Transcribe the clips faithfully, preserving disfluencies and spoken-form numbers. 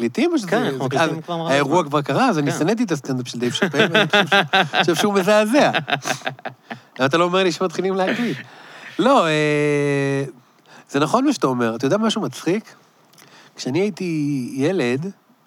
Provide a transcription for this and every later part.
מקליטים? כן, אנחנו מקליטים כבר מראה. האירוע כבר קרה, אז אני סנאתי את הסטנדאפ של דייב שאפל, ואני חושב שהוא מזעזע. אתה לא אומר לי שמתחילים להקליט. לא, זה נכון מה שאתה אומר. אתה יודע משהו מצחיק? כשאני הייתי ילד,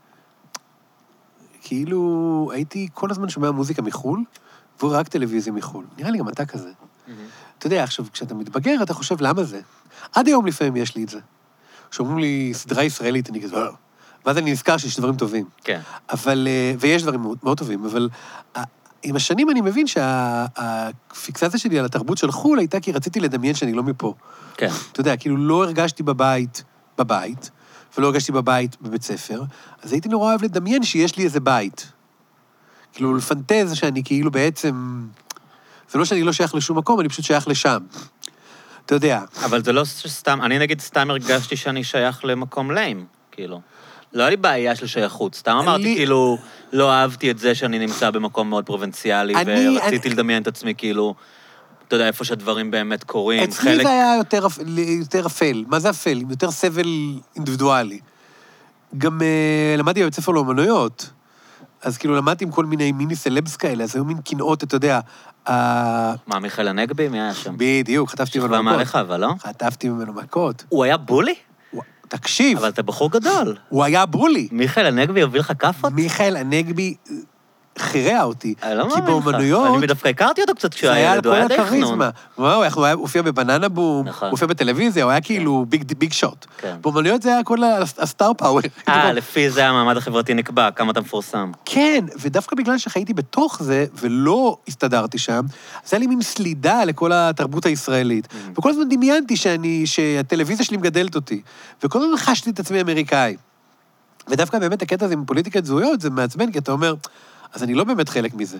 כאילו הייתי כל הזמן שומע מוזיקה מחול, ורק טלוויזיה מחול. נראה לי גם אתה כזה. אתה יודע, עכשיו, כשאתה מתבגר, אתה חושב, למה זה? עד היום לפעמים יש לי את זה. שאומרים לי, סדרה ישראלית, אני כזה, ואז אני נזכר שיש דברים טובים. כן. אבל, ויש דברים מאוד, מאוד טובים, אבל עם השנים אני מבין שהפיקסציה שלי על התרבות של חול הייתה כי רציתי לדמיין שאני לא מפה. כן. אתה יודע, כאילו לא הרגשתי בבית, בבית, ולא הרגשתי בבית בבית ספר, אז הייתי נורא אוהב לדמיין שיש לי איזה בית. כאילו, לפנטז שאני כאילו בעצם... זה לא שאני לא שייך לשום מקום, אני פשוט שייך לשם. אתה יודע. אבל זה לא סתם, אני נגיד סתם הרגשתי שאני שייך למקום ליים, כאילו. לא היה לי בעיה של שייכות, סתם אמרתי כאילו, לא אהבתי את זה שאני נמצא במקום מאוד פרובינציאלי, ורציתי לדמיין את עצמי כאילו, אתה יודע, איפה שהדברים באמת קורים. אצלי זה היה יותר אפל. מה זה אפל? יותר סבל אינדיבידואלי. גם למדתי בבית ספר לאומנויות, אז כאילו למדתי עם כל מיני מיני סלבס כאלה, אז היו מין קנאות, אתה יודע, מה, מיכאל הנגבי? מי היה שם? בדיוק, חטפתי ממנו מכות. שכבה מעליך, אבל לא? חטפתי ממנו מכות. הוא היה בולי? תקשיב. אבל אתה בחור גדול. הוא היה בולי. מיכאל הנגבי הוביל לך כפות? מיכאל הנגבי חירע אותי. אני לא מאמין לך. כי באומנויות... אני דווקא הכרתי אותו קצת כשהוא היה ילד, הוא היה די חנון. הוא היה הופיע בבננה בום, הוא הופיע בטלוויזיה, הוא היה כאילו ביג שוט. באומנויות זה היה כל הסטאר פאוור. אה, לפי זה המעמד החברתי נקבע, כמה אתה מפורסם. כן, ודווקא בגלל שחייתי בתוך זה, ולא הסתדרתי שם, אז היה לי מין סלידה לכל התרבות הישראלית. וכל הזמן דמיינתי שהטלוויזיה שלי מגדלת אותי. וכל הזמן חשתי את עצמי אמריקאי. ודווקא באמת הקטע הזה עם פוליטיקת זהויות, זה מעצבן, כי אתה אומר, אז אני לא באמת חלק מזה.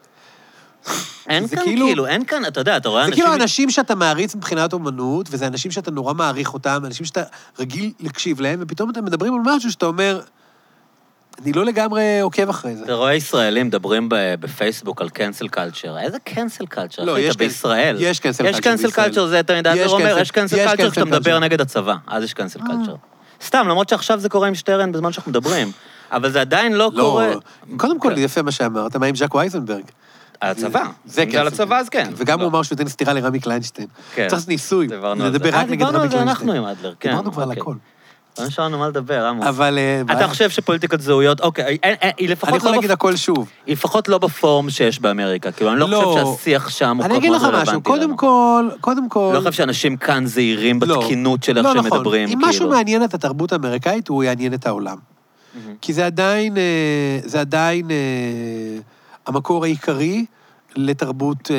אין כאן כאילו, אין כאן, אתה יודע, אתה רואה אנשים... זה כאילו אנשים שאתה מעריץ מבחינת אומנות, וזה אנשים שאתה נורא מעריך אותם, אנשים שאתה רגיל להקשיב להם, ופתאום אתם מדברים על משהו שאתה אומר, אני לא לגמרי עוקב אחרי זה. אתה רואה ישראלים מדברים בפייסבוק על קנסל קלצ'ר. איזה קנסל קלצ'ר? לא, יש בישראל. יש קנסל קלצ'ר בישראל. יש קנסל קלצ'ר, זה תמיד אדר אומר, יש קנסל קלצ'ר כשאתה מדבר נגד הצבא. אז יש קנסל קלצ'ר. סתם, למרות שעכשיו זה קורה עם שטרן בזמן שאנחנו מדברים. אבל זה עדיין לא קורה... קודם כל, יפה מה שאמרת, מה עם ז'ק וייזנברג? על הצבא. זה כן. על הצבא, אז כן. וגם הוא אמר שהוא ייתן סתירה לרמי קליינשטיין. כן. צריך ניסוי. לדבר רק נגד רמי קליינשטיין. אנחנו עם אדלר, כן. דיברנו כבר על הכל. לא נשארנו מה לדבר, עמוס. אבל... אתה חושב שפוליטיקת זהויות, אוקיי, היא לפחות לא... אני יכול להגיד הכל שוב. היא לפחות לא בפורם שיש באמריקה, כאילו, אני לא חושב שהשיח שם הוא כל כך רלוונטי. אני אגיד לך משהו, קודם כל, קודם כל... לא חושב שאנשים כאן זהירים בתקינות של איך שהם מדברים, אם משהו מעניין את התרבות האמריקאית, הוא יעניין את העולם. כי זה עדיין, זה עדיין המקור העיקרי לתרבות,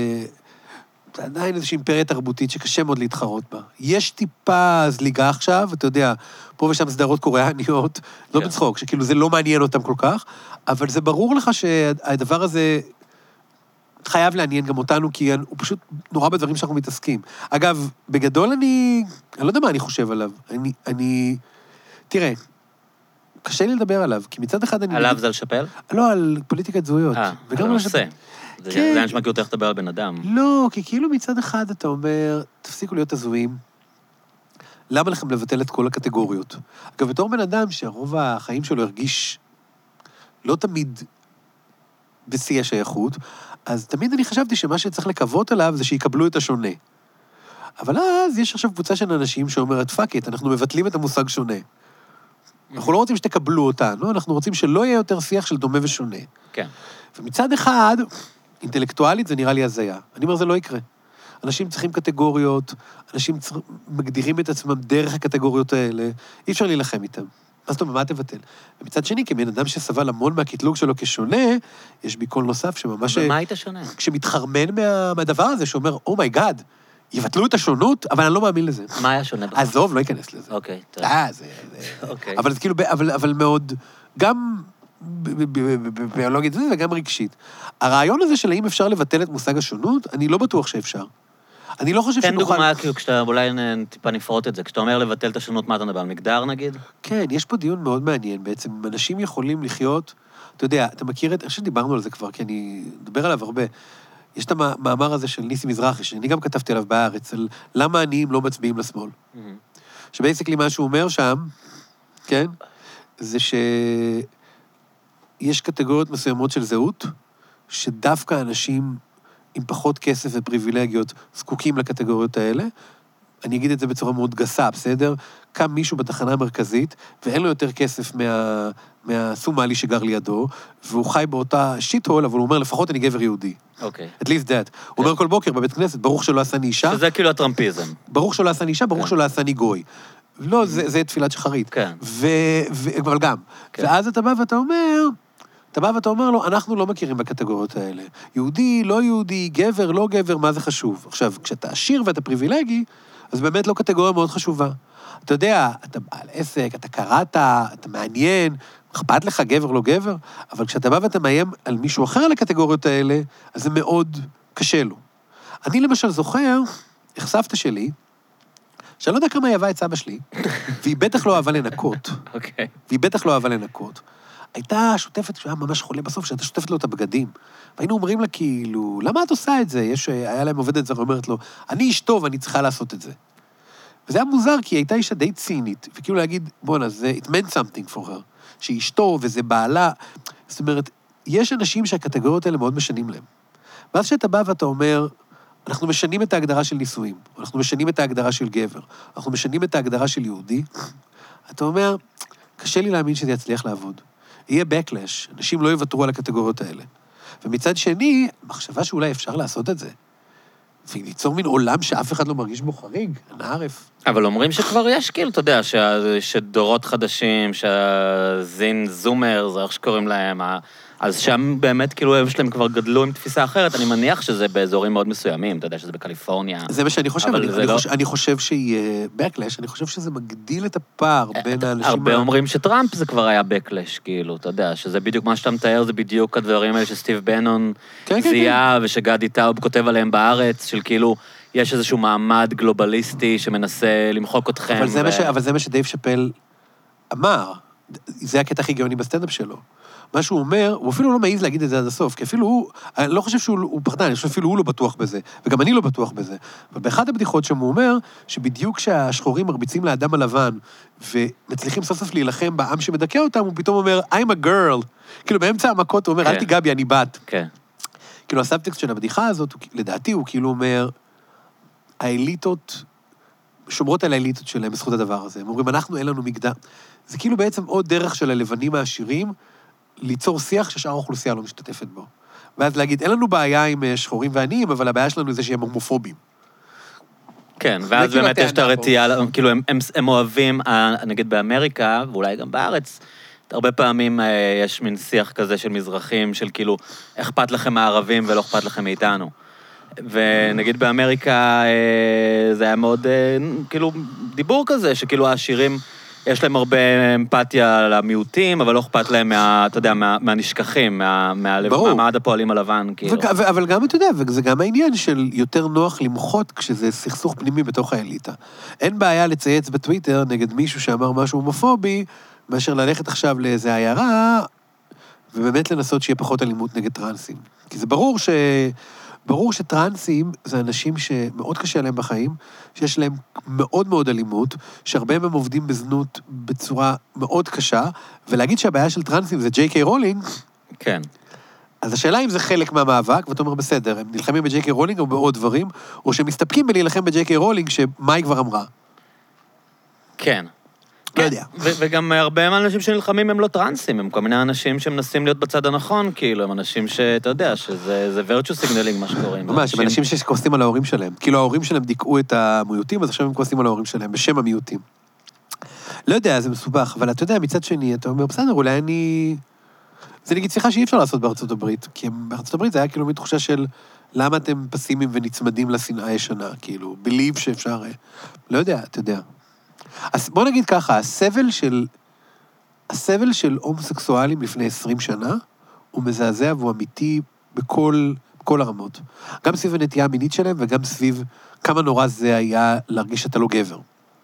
זה עדיין איזושהי אימפריה תרבותית שקשה מאוד להתחרות בה. יש טיפה זליגה עכשיו, אתה יודע, פה ושם סדרות קוריאניות, לא בצחוק, שכאילו זה לא מעניין אותם כל כך, אבל זה ברור לך שהדבר הזה חייב לעניין גם אותנו, כי הוא פשוט נורא בדברים שאנחנו מתעסקים. אגב, בגדול אני, אני לא יודע מה אני חושב עליו. אני, אני, תראה, קשה לי לדבר עליו, כי מצד אחד אני... עליו זה על שפל? לא, על פוליטיקת זהויות. אה, על הנושא. זה היה נשמע כאילו תלך לדבר על בן אדם. לא, כי כאילו מצד אחד אתה אומר, תפסיקו להיות הזויים, למה לכם לבטל את כל הקטגוריות? אגב, בתור בן אדם שרוב החיים שלו הרגיש לא תמיד בשיא השייכות, אז תמיד אני חשבתי שמה שצריך לקוות עליו זה שיקבלו את השונה. אבל אז יש עכשיו קבוצה של אנשים שאומרת, פאק איט, אנחנו מבטלים את המושג שונה. אנחנו לא רוצים שתקבלו אותנו, אנחנו רוצים שלא יהיה יותר שיח של דומה ושונה. כן. ומצד אחד, אינטלקטואלית זה נראה לי הזיה. אני אומר, זה לא יקרה. אנשים צריכים קטגוריות, אנשים צר... מגדירים את עצמם דרך הקטגוריות האלה, אי אפשר להילחם איתם. מה זאת אומרת, מה תבטל? ומצד שני, כמין אדם שסבל המון מהקטלוג שלו כשונה, יש בי קול נוסף שממש... ומה היית שונה? כשמתחרמן מה... מהדבר הזה, שאומר, אומייגאד, יבטלו את השונות, אבל אני לא מאמין לזה. מה היה שונה? עזוב, לא ייכנס לזה. אוקיי, טוב. אה, זה... אוקיי. אבל זה כאילו, אבל, אבל מאוד, גם ביולוגית זה וגם רגשית. הרעיון הזה של האם אפשר לבטל את מושג השונות, אני לא בטוח שאפשר. אני לא חושב שנוכל... תן דוגמה, כאילו, כשאתה אולי טיפה נפרוט את זה, כשאתה אומר לבטל את השונות, מה אתה מדבר? על מגדר, נגיד? כן, יש פה דיון מאוד מעניין, בעצם. אנשים יכולים לחיות, אתה יודע, אתה מכיר את... אני חושב שדיברנו על זה כבר, כי אני מדבר עליו הרבה. יש את המאמר הזה של ניסי מזרחי, שאני גם כתבתי עליו בארץ, על למה עניים לא מצביעים לשמאל. שבייסקלי מה שהוא אומר שם, כן? זה שיש קטגוריות מסוימות של זהות, שדווקא אנשים עם פחות כסף ופריבילגיות זקוקים לקטגוריות האלה. אני אגיד את זה בצורה מאוד גסה, בסדר? קם מישהו בתחנה המרכזית, ואין לו יותר כסף מה, מהסומלי שגר לידו, והוא חי באותה שיט-הול, אבל הוא אומר, לפחות אני גבר יהודי. אוקיי. At least that. הוא אומר כל בוקר בבית כנסת, ברוך שלא עשני אישה. שזה כאילו הטראמפיזם. ברוך שלא עשני אישה, ברוך שלא עשני גוי. לא, זה תפילת שחרית. כן. אבל גם. ואז אתה בא ואתה אומר... אתה בא ואתה אומר לו, אנחנו לא מכירים בקטגוריות האלה. יהודי, לא יהודי, גבר, לא גבר, מה זה חשוב? עכשיו, כשאתה עשיר ואתה פריבילגי, אז באמת לא קטגוריה מאוד חשובה. אתה יודע, אתה בעל עסק, אתה קראת, אתה מעניין, אכפת לך גבר, לא גבר, אבל כשאתה בא ואתה מאיים על מישהו אחר על הקטגוריות האלה, אז זה מאוד קשה לו. אני למשל זוכר, איך סבתא שלי, שאני לא יודע כמה היא אהבה את סבא שלי, והיא בטח לא אהבה לנקות. אוקיי. והיא בטח לא אהבה לנקות. הייתה שותפת, כשהיה ממש חולה בסוף, שהייתה שותפת לו את הבגדים. והיינו אומרים לה כאילו, למה את עושה את זה? יש, היה להם עובדת זרה, אומרת לו, אני איש טוב, אני צריכה לעשות את זה. וזה היה מוזר, כי היא הייתה אישה די צינית, וכאילו להגיד, בוא'נה, זה, it meant something for her, שהיא איש טוב וזה בעלה. זאת אומרת, יש אנשים שהקטגוריות האלה מאוד משנים להם. ואז שאתה בא ואתה אומר, אנחנו משנים את ההגדרה של נישואים, אנחנו משנים את ההגדרה של גבר, אנחנו משנים את ההגדרה של יהודי, אתה אומר, קשה לי להאמין שזה יצליח לעבוד. יהיה backlash, אנשים לא יוותרו על הקטגוריות האלה. ומצד שני, מחשבה שאולי אפשר לעשות את זה, וליצור מין עולם שאף אחד לא מרגיש בו חריג, נערף. אבל אומרים שכבר יש כאילו, אתה יודע, שדורות חדשים, שהזין זומר, זה איך שקוראים להם, אז שם באמת כאילו יש להם כבר גדלו עם תפיסה אחרת, אני מניח שזה באזורים מאוד מסוימים, אתה יודע שזה בקליפורניה. זה מה שאני חושב, אני, אני, לא... חושב, אני חושב שיהיה backlash, אני חושב שזה מגדיל את הפער בין האנשים... הרבה אומרים שטראמפ זה כבר היה backlash, כאילו, אתה יודע, שזה בדיוק מה שאתה מתאר, זה בדיוק הדברים האלה שסטיב בנון כן, זיהה, כן, כן. ושגדי טאוב כותב עליהם בארץ, של כאילו, יש איזשהו מעמד גלובליסטי שמנסה למחוק אתכם. אבל זה, ו... ש... אבל זה מה שדייב שפל אמר, זה הקטע הכי גאוני בסטנדאפ שלו. מה שהוא אומר, הוא אפילו לא מעיז להגיד את זה עד הסוף, כי אפילו הוא, אני לא חושב שהוא פחדן, אני חושב אפילו הוא לא בטוח בזה, וגם אני לא בטוח בזה. אבל באחת הבדיחות שם הוא אומר, שבדיוק כשהשחורים מרביצים לאדם הלבן, ומצליחים סוף סוף להילחם בעם שמדכא אותם, הוא פתאום אומר, I'm a girl. כאילו באמצע המכות הוא אומר, אל תיגע בי, אני בת. כן. כאילו הסאבטקסט של הבדיחה הזאת, לדעתי הוא כאילו אומר, האליטות, שומרות על האליטות שלהם בזכות הדבר הזה. הם אומרים, אנחנו אין לנו מגדר. זה כאילו בעצם עוד דרך של הלבנים העשירים, ליצור שיח ששאר האוכלוסייה לא משתתפת בו. ואז להגיד, אין לנו בעיה עם שחורים ועניים, אבל הבעיה שלנו זה שהם הומופובים. כן, ואז באמת יש את הרתיעה, כאילו הם, הם, הם אוהבים, נגיד באמריקה, ואולי גם בארץ, הרבה פעמים יש מין שיח כזה של מזרחים, של כאילו, אכפת לכם מהערבים ולא אכפת לכם מאיתנו. ונגיד באמריקה זה היה מאוד, כאילו, דיבור כזה, שכאילו העשירים, יש להם הרבה אמפתיה למיעוטים, אבל לא אכפת להם, מה, אתה יודע, מה, מהנשכחים, מה, מהמעמד הפועלים הלבן, כאילו. ו- אבל גם, אתה יודע, וזה גם העניין של יותר נוח למחות כשזה סכסוך פנימי בתוך האליטה. אין בעיה לצייץ בטוויטר נגד מישהו שאמר משהו הומופובי, מאשר ללכת עכשיו לאיזו עיירה, ובאמת לנסות שיהיה פחות אלימות נגד טרנסים. כי זה ברור ש... ברור שטרנסים זה אנשים שמאוד קשה להם בחיים, שיש להם מאוד מאוד אלימות, שהרבה מהם עובדים בזנות בצורה מאוד קשה, ולהגיד שהבעיה של טרנסים זה ג'יי קיי רולינג, כן. אז השאלה אם זה חלק מהמאבק, ואתה אומר בסדר, הם נלחמים בג'יי קיי רולינג או בעוד דברים, או שהם מסתפקים בלהילחם בג'יי קיי רולינג, שמה היא כבר אמרה. כן. לא יודע. וגם הרבה מהאנשים שנלחמים הם לא טרנסים, הם כל מיני אנשים שמנסים להיות בצד הנכון, כאילו, הם אנשים שאתה יודע, שזה virtue signaling מה שקוראים. ממש, הם אנשים שכועסים על ההורים שלהם. כאילו, ההורים שלהם דיכאו את המיעוטים, אז עכשיו הם כועסים על ההורים שלהם, בשם המיעוטים. לא יודע, זה מסובך, אבל אתה יודע, מצד שני, אתה אומר, בסדר, אולי אני... זה נגיד שיחה שאי אפשר לעשות בארצות הברית, כי בארצות הברית זה היה כאילו מתחושה של למה אתם פסימיים ונצמדים לשנאה ישנה, כאילו, believe שאפשר... לא יודע, אתה יודע. אז בוא נגיד ככה, הסבל של, הסבל של הומוסקסואלים לפני עשרים שנה, הוא מזעזע והוא אמיתי בכל, בכל הרמות. גם סביב הנטייה המינית שלהם, וגם סביב כמה נורא זה היה להרגיש שאתה לא גבר.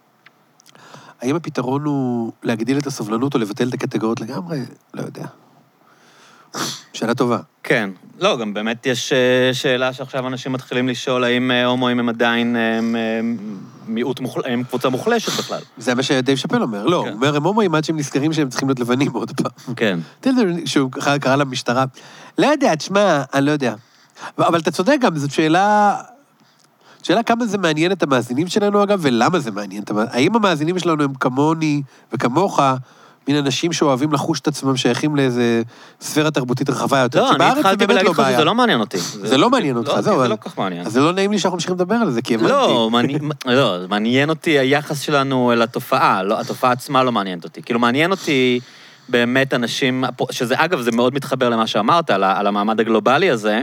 האם הפתרון הוא להגדיל את הסובלנות או לבטל את הקטגוריות לגמרי? לא יודע. שאלה טובה. כן. לא, גם באמת יש שאלה שעכשיו אנשים מתחילים לשאול, האם הומואים הם עדיין מיעוט מוחלש, הם קבוצה מוחלשת בכלל. זה מה שדייב שאפל אומר. לא, הוא אומר, הם הומואים עד שהם נזכרים שהם צריכים להיות לבנים עוד פעם. כן. תראה, שהוא קרא למשטרה. לא יודע, תשמע, אני לא יודע. אבל אתה צודק גם, זאת שאלה... שאלה כמה זה מעניין את המאזינים שלנו, אגב, ולמה זה מעניין. האם המאזינים שלנו הם כמוני וכמוך, מין אנשים שאוהבים לחוש את עצמם, שייכים לאיזה ספירה תרבותית רחבה יותר. לא, אני התחלתי בלהגיד לך שזה לא מעניין אותי. זה לא מעניין אותך, זהו. זה לא כך מעניין. אז זה לא נעים לי שאנחנו ממשיכים לדבר על זה, כי הבנתי. לא, מעניין אותי היחס שלנו אל התופעה, התופעה עצמה לא מעניינת אותי. כאילו, מעניין אותי באמת אנשים, שזה אגב, זה מאוד מתחבר למה שאמרת, על המעמד הגלובלי הזה,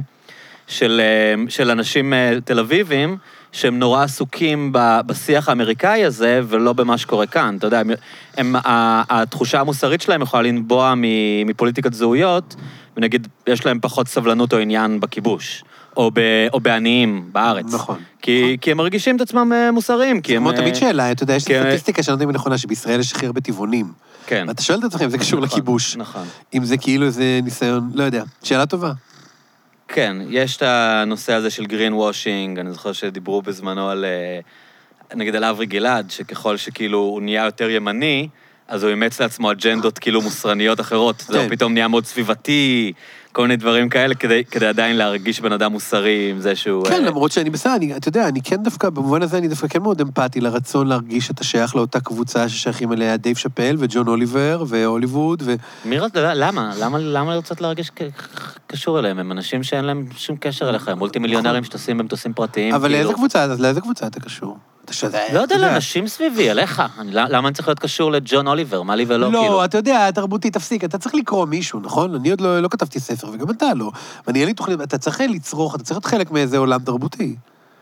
של אנשים תל אביבים, שהם נורא עסוקים בשיח האמריקאי הזה, ולא במה שקורה כאן. אתה יודע, הם, התחושה המוסרית שלהם יכולה לנבוע מפוליטיקת זהויות, ונגיד, יש להם פחות סבלנות או עניין בכיבוש, או, ב, או בעניים בארץ. נכון. כי, נכון. כי הם מרגישים את עצמם מוסריים. זה כמו תמיד שאלה, אתה יודע, יש סטטיסטיקה שאני יודעת נכונה, שבישראל יש הכי הרבה טבעונים. כן. ואתה שואל את עצמך אם זה קשור נכון, לכיבוש. נכון. אם זה כאילו איזה ניסיון, לא יודע. שאלה טובה. כן, יש את הנושא הזה של גרין וושינג, אני זוכר שדיברו בזמנו על, נגיד על אברי גלעד, שככל שכאילו הוא נהיה יותר ימני, אז הוא אימץ לעצמו אג'נדות כאילו מוסרניות אחרות, זה פתאום נהיה מאוד סביבתי, כל מיני דברים כאלה, כדי, כדי עדיין להרגיש בן אדם מוסרי עם זה שהוא... כן, למרות שאני בסדר, אני, אתה יודע, אני כן דווקא, במובן הזה אני דווקא כן מאוד אמפתי לרצון להרגיש את השייך לאותה קבוצה ששייכים אליה דייב שאפל וג'ון אוליבר והוליווד ו... מי רוצה, למה? למה, למה לרצות להרגיש קשור אליהם? הם אנשים שאין להם שום קשר אליכם, מולטי מיליונרים שטסים במטוסים פרטיים. אבל לאיזה קבוצה, אז לאיזה קבוצה אתה קשור? לא יודע, לאנשים סביבי, אליך. למה אני צריך להיות קשור לג'ון אוליבר? מה לי ולא, כאילו? לא, אתה יודע, תרבותי, תפסיק, אתה צריך לקרוא מישהו, נכון? אני עוד לא כתבתי ספר, וגם אתה לא. ואני אין לי תוכנית, אתה צריך לצרוך, אתה צריך להיות חלק מאיזה עולם תרבותי.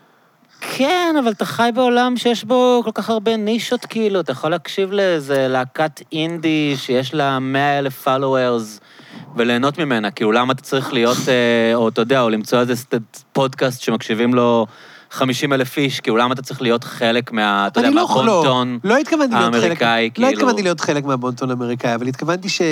כן, אבל אתה חי בעולם שיש בו כל כך הרבה נישות, כאילו, אתה יכול להקשיב לאיזה להקת אינדי שיש לה מאה אלף פולוורס, וליהנות ממנה, כאילו, למה אתה צריך להיות, או אתה יודע, או למצוא איזה פודקאסט שמקשיבים לו חמישים אלף איש, כי אולי אתה צריך להיות חלק מה, אתה יודע, מהבונטון האמריקאי, כאילו... לא התכוונתי להיות חלק מהבונטון האמריקאי, אבל התכוונתי ש...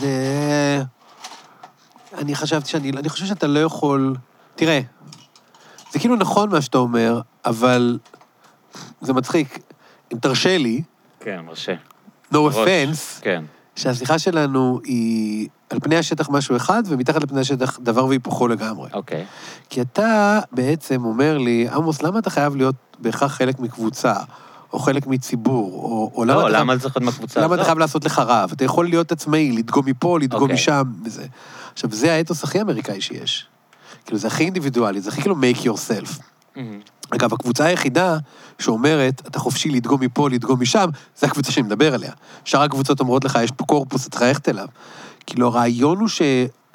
אני חשבתי שאני... אני חושב שאתה לא יכול... תראה, זה כאילו נכון מה שאתה אומר, אבל זה מצחיק. אם תרשה לי... כן, מרשה. No offense. כן. שהשיחה שלנו היא על פני השטח משהו אחד, ומתחת לפני השטח דבר והיפוכו לגמרי. אוקיי. כי אתה בעצם אומר לי, עמוס, למה אתה חייב להיות בהכרח חלק מקבוצה, או חלק מציבור, או, או לא, למה אתה צריך להיות מהקבוצה? למה אתה חייב לעשות לך רב? אתה יכול להיות עצמאי, לדגום מפה, לדגום משם, וזה. עכשיו, זה האתוס הכי אמריקאי שיש. כאילו, זה הכי אינדיבידואלי, זה הכי כאילו make yourself. אגב, הקבוצה היחידה שאומרת, אתה חופשי לדגום מפה, לדגום משם, זה הקבוצה שאני מדבר עליה. שאר הקבוצות אומרות לך, יש פה קורפוס, אתה חייכת אליו. כאילו, הרעיון הוא ש...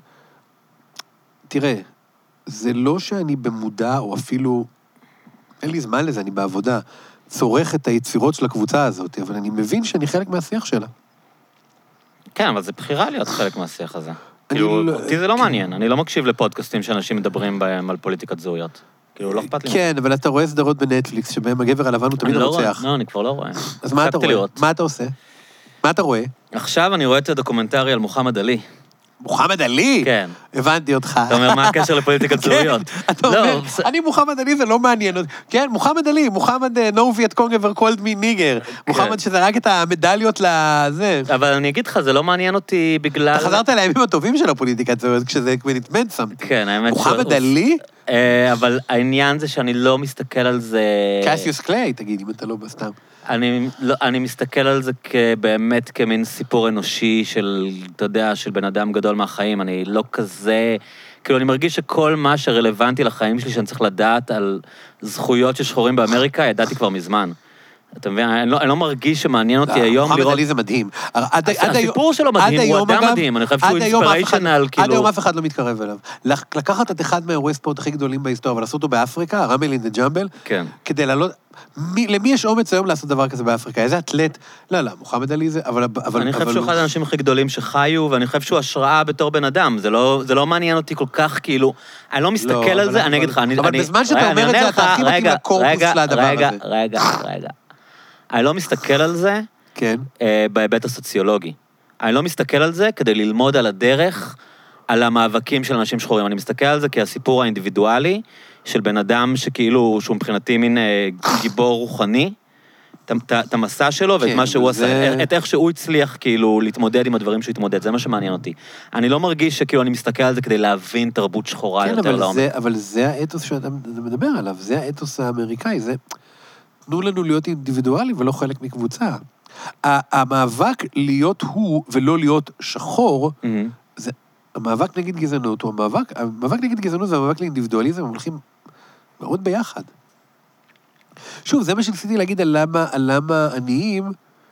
תראה, זה לא שאני במודע, או אפילו... אין לי זמן לזה, אני בעבודה, צורך את היצירות של הקבוצה הזאת, אבל אני מבין שאני חלק מהשיח שלה. כן, אבל זה בחירה להיות חלק מהשיח הזה. כאילו, אותי זה לא מעניין, אני לא מקשיב לפודקאסטים שאנשים מדברים בהם על פוליטיקת זהויות. כאילו, לא אכפת לי. כן, אבל אתה רואה סדרות בנטפליקס, שבהם הגבר הלבן הוא תמיד רוצח. לא, אני כבר לא רואה. אז מה אתה רואה? מה אתה עושה? מה אתה רואה? עכשיו אני רואה את הדוקומנטרי על מוחמד עלי. מוחמד עלי? כן. הבנתי אותך. אתה אומר, מה הקשר לפוליטיקת זהויות? אתה אומר, אני מוחמד עלי, זה לא מעניין אותי. כן, מוחמד עלי, מוחמד no Viet Cong ever called me nigger. מוחמד שזרק את המדליות לזה. אבל אני אגיד לך, זה לא מעניין אותי בגלל... אתה חזרת לימים הטובים של הפוליטיקת זהויות, כשזה when it meant something. כן, האמת ש... מוחמד עלי? אבל העניין זה שאני לא מסתכל על זה... קסיוס קליי, תגיד, אם אתה לא בסתם. אני, לא, אני מסתכל על זה באמת כמין סיפור אנושי של, אתה יודע, של בן אדם גדול מהחיים. אני לא כזה... כאילו, אני מרגיש שכל מה שרלוונטי לחיים שלי, שאני צריך לדעת על זכויות של שחורים באמריקה, ידעתי כבר מזמן. אתה מבין? אני לא, אני לא מרגיש שמעניין אותי היום לראות... מוחמד עלי זה מדהים. הסיפור שלו מדהים, הוא אדם מדהים. אני חושב שהוא אינספיריישנל, כאילו... עד היום אף אחד לא מתקרב אליו. לקחת את אחד מהאירועי ספורט הכי גדולים בהיסטוריה, ולעשות אותו באפריקה, רמל אין דה ג'מבל, כדי לעלות... למי יש אומץ היום לעשות דבר כזה באפריקה? איזה אתלט? לא, לא, מוחמד עלי זה... אני חושב שהוא אחד האנשים הכי גדולים שחיו, ואני חושב שהוא השראה בתור בן אדם. זה לא מעניין אותי כל כך, כאילו... אני לא מסתכל על זה, אני אגיד לך, אני... אבל בזמן שאתה אומר את זה, אתה הכי מתאים לקורפוס לדבר הזה. רגע, רגע, רגע. אני לא מסתכל על זה כן. בהיבט הסוציולוגי. אני לא מסתכל על זה כדי ללמוד על הדרך על המאבקים של אנשים שחורים. אני מסתכל על זה כי הסיפור האינדיבידואלי של בן אדם שכאילו, שהוא מבחינתי מין גיבור רוחני, את המסע שלו ואת מה שהוא עשה, את איך שהוא הצליח כאילו להתמודד עם הדברים שהוא התמודד, זה מה שמעניין אותי. אני לא מרגיש שכאילו אני מסתכל על זה כדי להבין תרבות שחורה יותר לעומק. כן, אבל זה האתוס שאתה מדבר עליו, זה האתוס האמריקאי, זה תנו לנו להיות אינדיבידואלי ולא חלק מקבוצה. המאבק להיות הוא ולא להיות שחור, זה המאבק נגד גזענות, הוא המאבק, המאבק נגד גזענות זה המאבק לאינדיבידואליזם, הם הולכים מאוד ביחד. שוב, זה מה שניסיתי להגיד על למה, על למה עניים,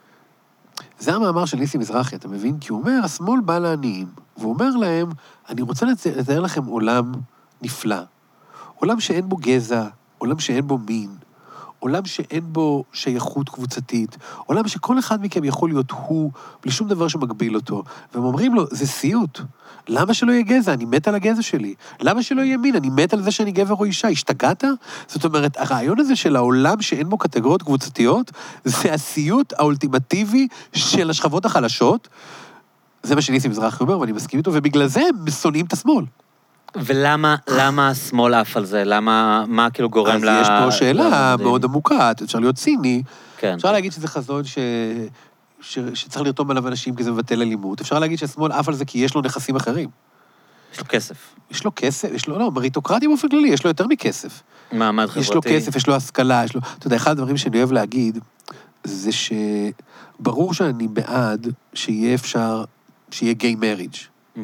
זה המאמר של ניסים מזרחי, אתה מבין? כי הוא אומר, השמאל בא לעניים, והוא אומר להם, אני רוצה לתאר לכם עולם נפלא, עולם שאין בו גזע, עולם שאין בו מין, עולם שאין בו שייכות קבוצתית, עולם שכל אחד מכם יכול להיות הוא, בלי שום דבר שמגביל אותו, והם אומרים לו, זה סיוט, למה שלא יהיה גזע? אני מת על הגזע שלי. למה שלא יהיה מין? אני מת על זה שאני גבר או אישה. השתגעת? זאת אומרת, הרעיון הזה של העולם שאין בו קטגוריות קבוצתיות, זה הסיוט האולטימטיבי של השכבות החלשות, זה מה שניסים מזרחי אומר, ואני מסכים איתו, ובגלל זה הם שונאים את השמאל. ולמה, למה השמאל עף על זה? למה, מה כאילו גורם ל... אז יש פה שאלה מאוד עמוקה, אפשר להיות ציני, אפשר להגיד שזה חזון ש... ש... שצריך לרתום עליו אנשים כי זה מבטל אלימות, אפשר להגיד שהשמאל עף על זה כי יש לו נכסים אחרים. יש לו כסף. יש לו כסף, יש לו, לא, מריטוקרטיה באופן כללי, יש לו יותר מכסף. מעמד חברתי. יש לו כסף, יש לו השכלה, יש לו... אתה יודע, אחד הדברים שאני אוהב להגיד, זה שברור שאני בעד שיהיה אפשר, שיהיה גיי מריג'.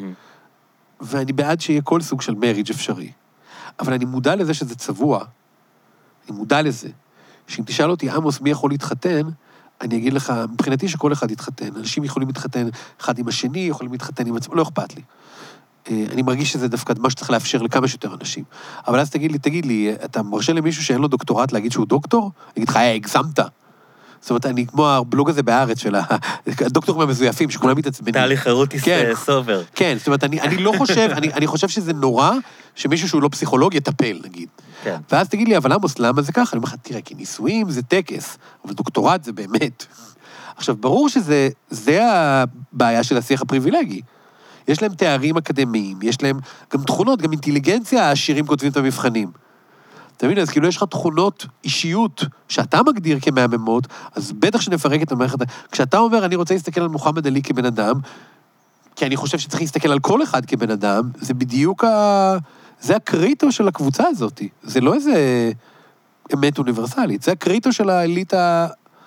ואני בעד שיהיה כל סוג של מריג' אפשרי. אבל אני מודע לזה שזה צבוע, אני מודע לזה, שאם תשאל אותי, עמוס, מי יכול להתחתן, אני אגיד לך, מבחינתי שכל אחד יתחתן, אנשים יכולים להתחתן אחד עם השני, יכולים להתחתן עם עצמם, לא אכפת לי. אני מרגיש שזה דווקא מה שצריך לאפשר לכמה שיותר אנשים. אבל אז תגיד לי, תגיד לי, אתה מרשה למישהו שאין לו דוקטורט להגיד שהוא דוקטור? אני אגיד לך, היה, הגזמת. זאת אומרת, אני כמו הבלוג הזה בארץ של הדוקטורים המזויפים, שכולם מתעצבנים. טלי חרוטיס סובר. כן, זאת אומרת, אני לא חושב, אני חושב שזה נורא שמישהו שהוא לא פסיכולוג יטפל, נגיד. ואז תגיד לי, אבל עמוס, למה זה ככה? אני אומר לך, תראה, כי ניסויים זה טקס, אבל דוקטורט זה באמת. עכשיו, ברור שזה הבעיה של השיח הפריבילגי. יש להם תארים אקדמיים, יש להם גם תכונות, גם אינטליגנציה, העשירים כותבים את המבחנים. אתה מבין, אז כאילו יש לך תכונות אישיות שאתה מגדיר כמהממות, אז בטח שנפרק את המערכת. כשאתה אומר, אני רוצה להסתכל על מוחמד עלי כבן אדם, כי אני חושב שצריך להסתכל על כל אחד כבן אדם, זה בדיוק ה... זה הקריטו של הקבוצה הזאת. זה לא איזה אמת אוניברסלית, זה הקריטו של האליטה...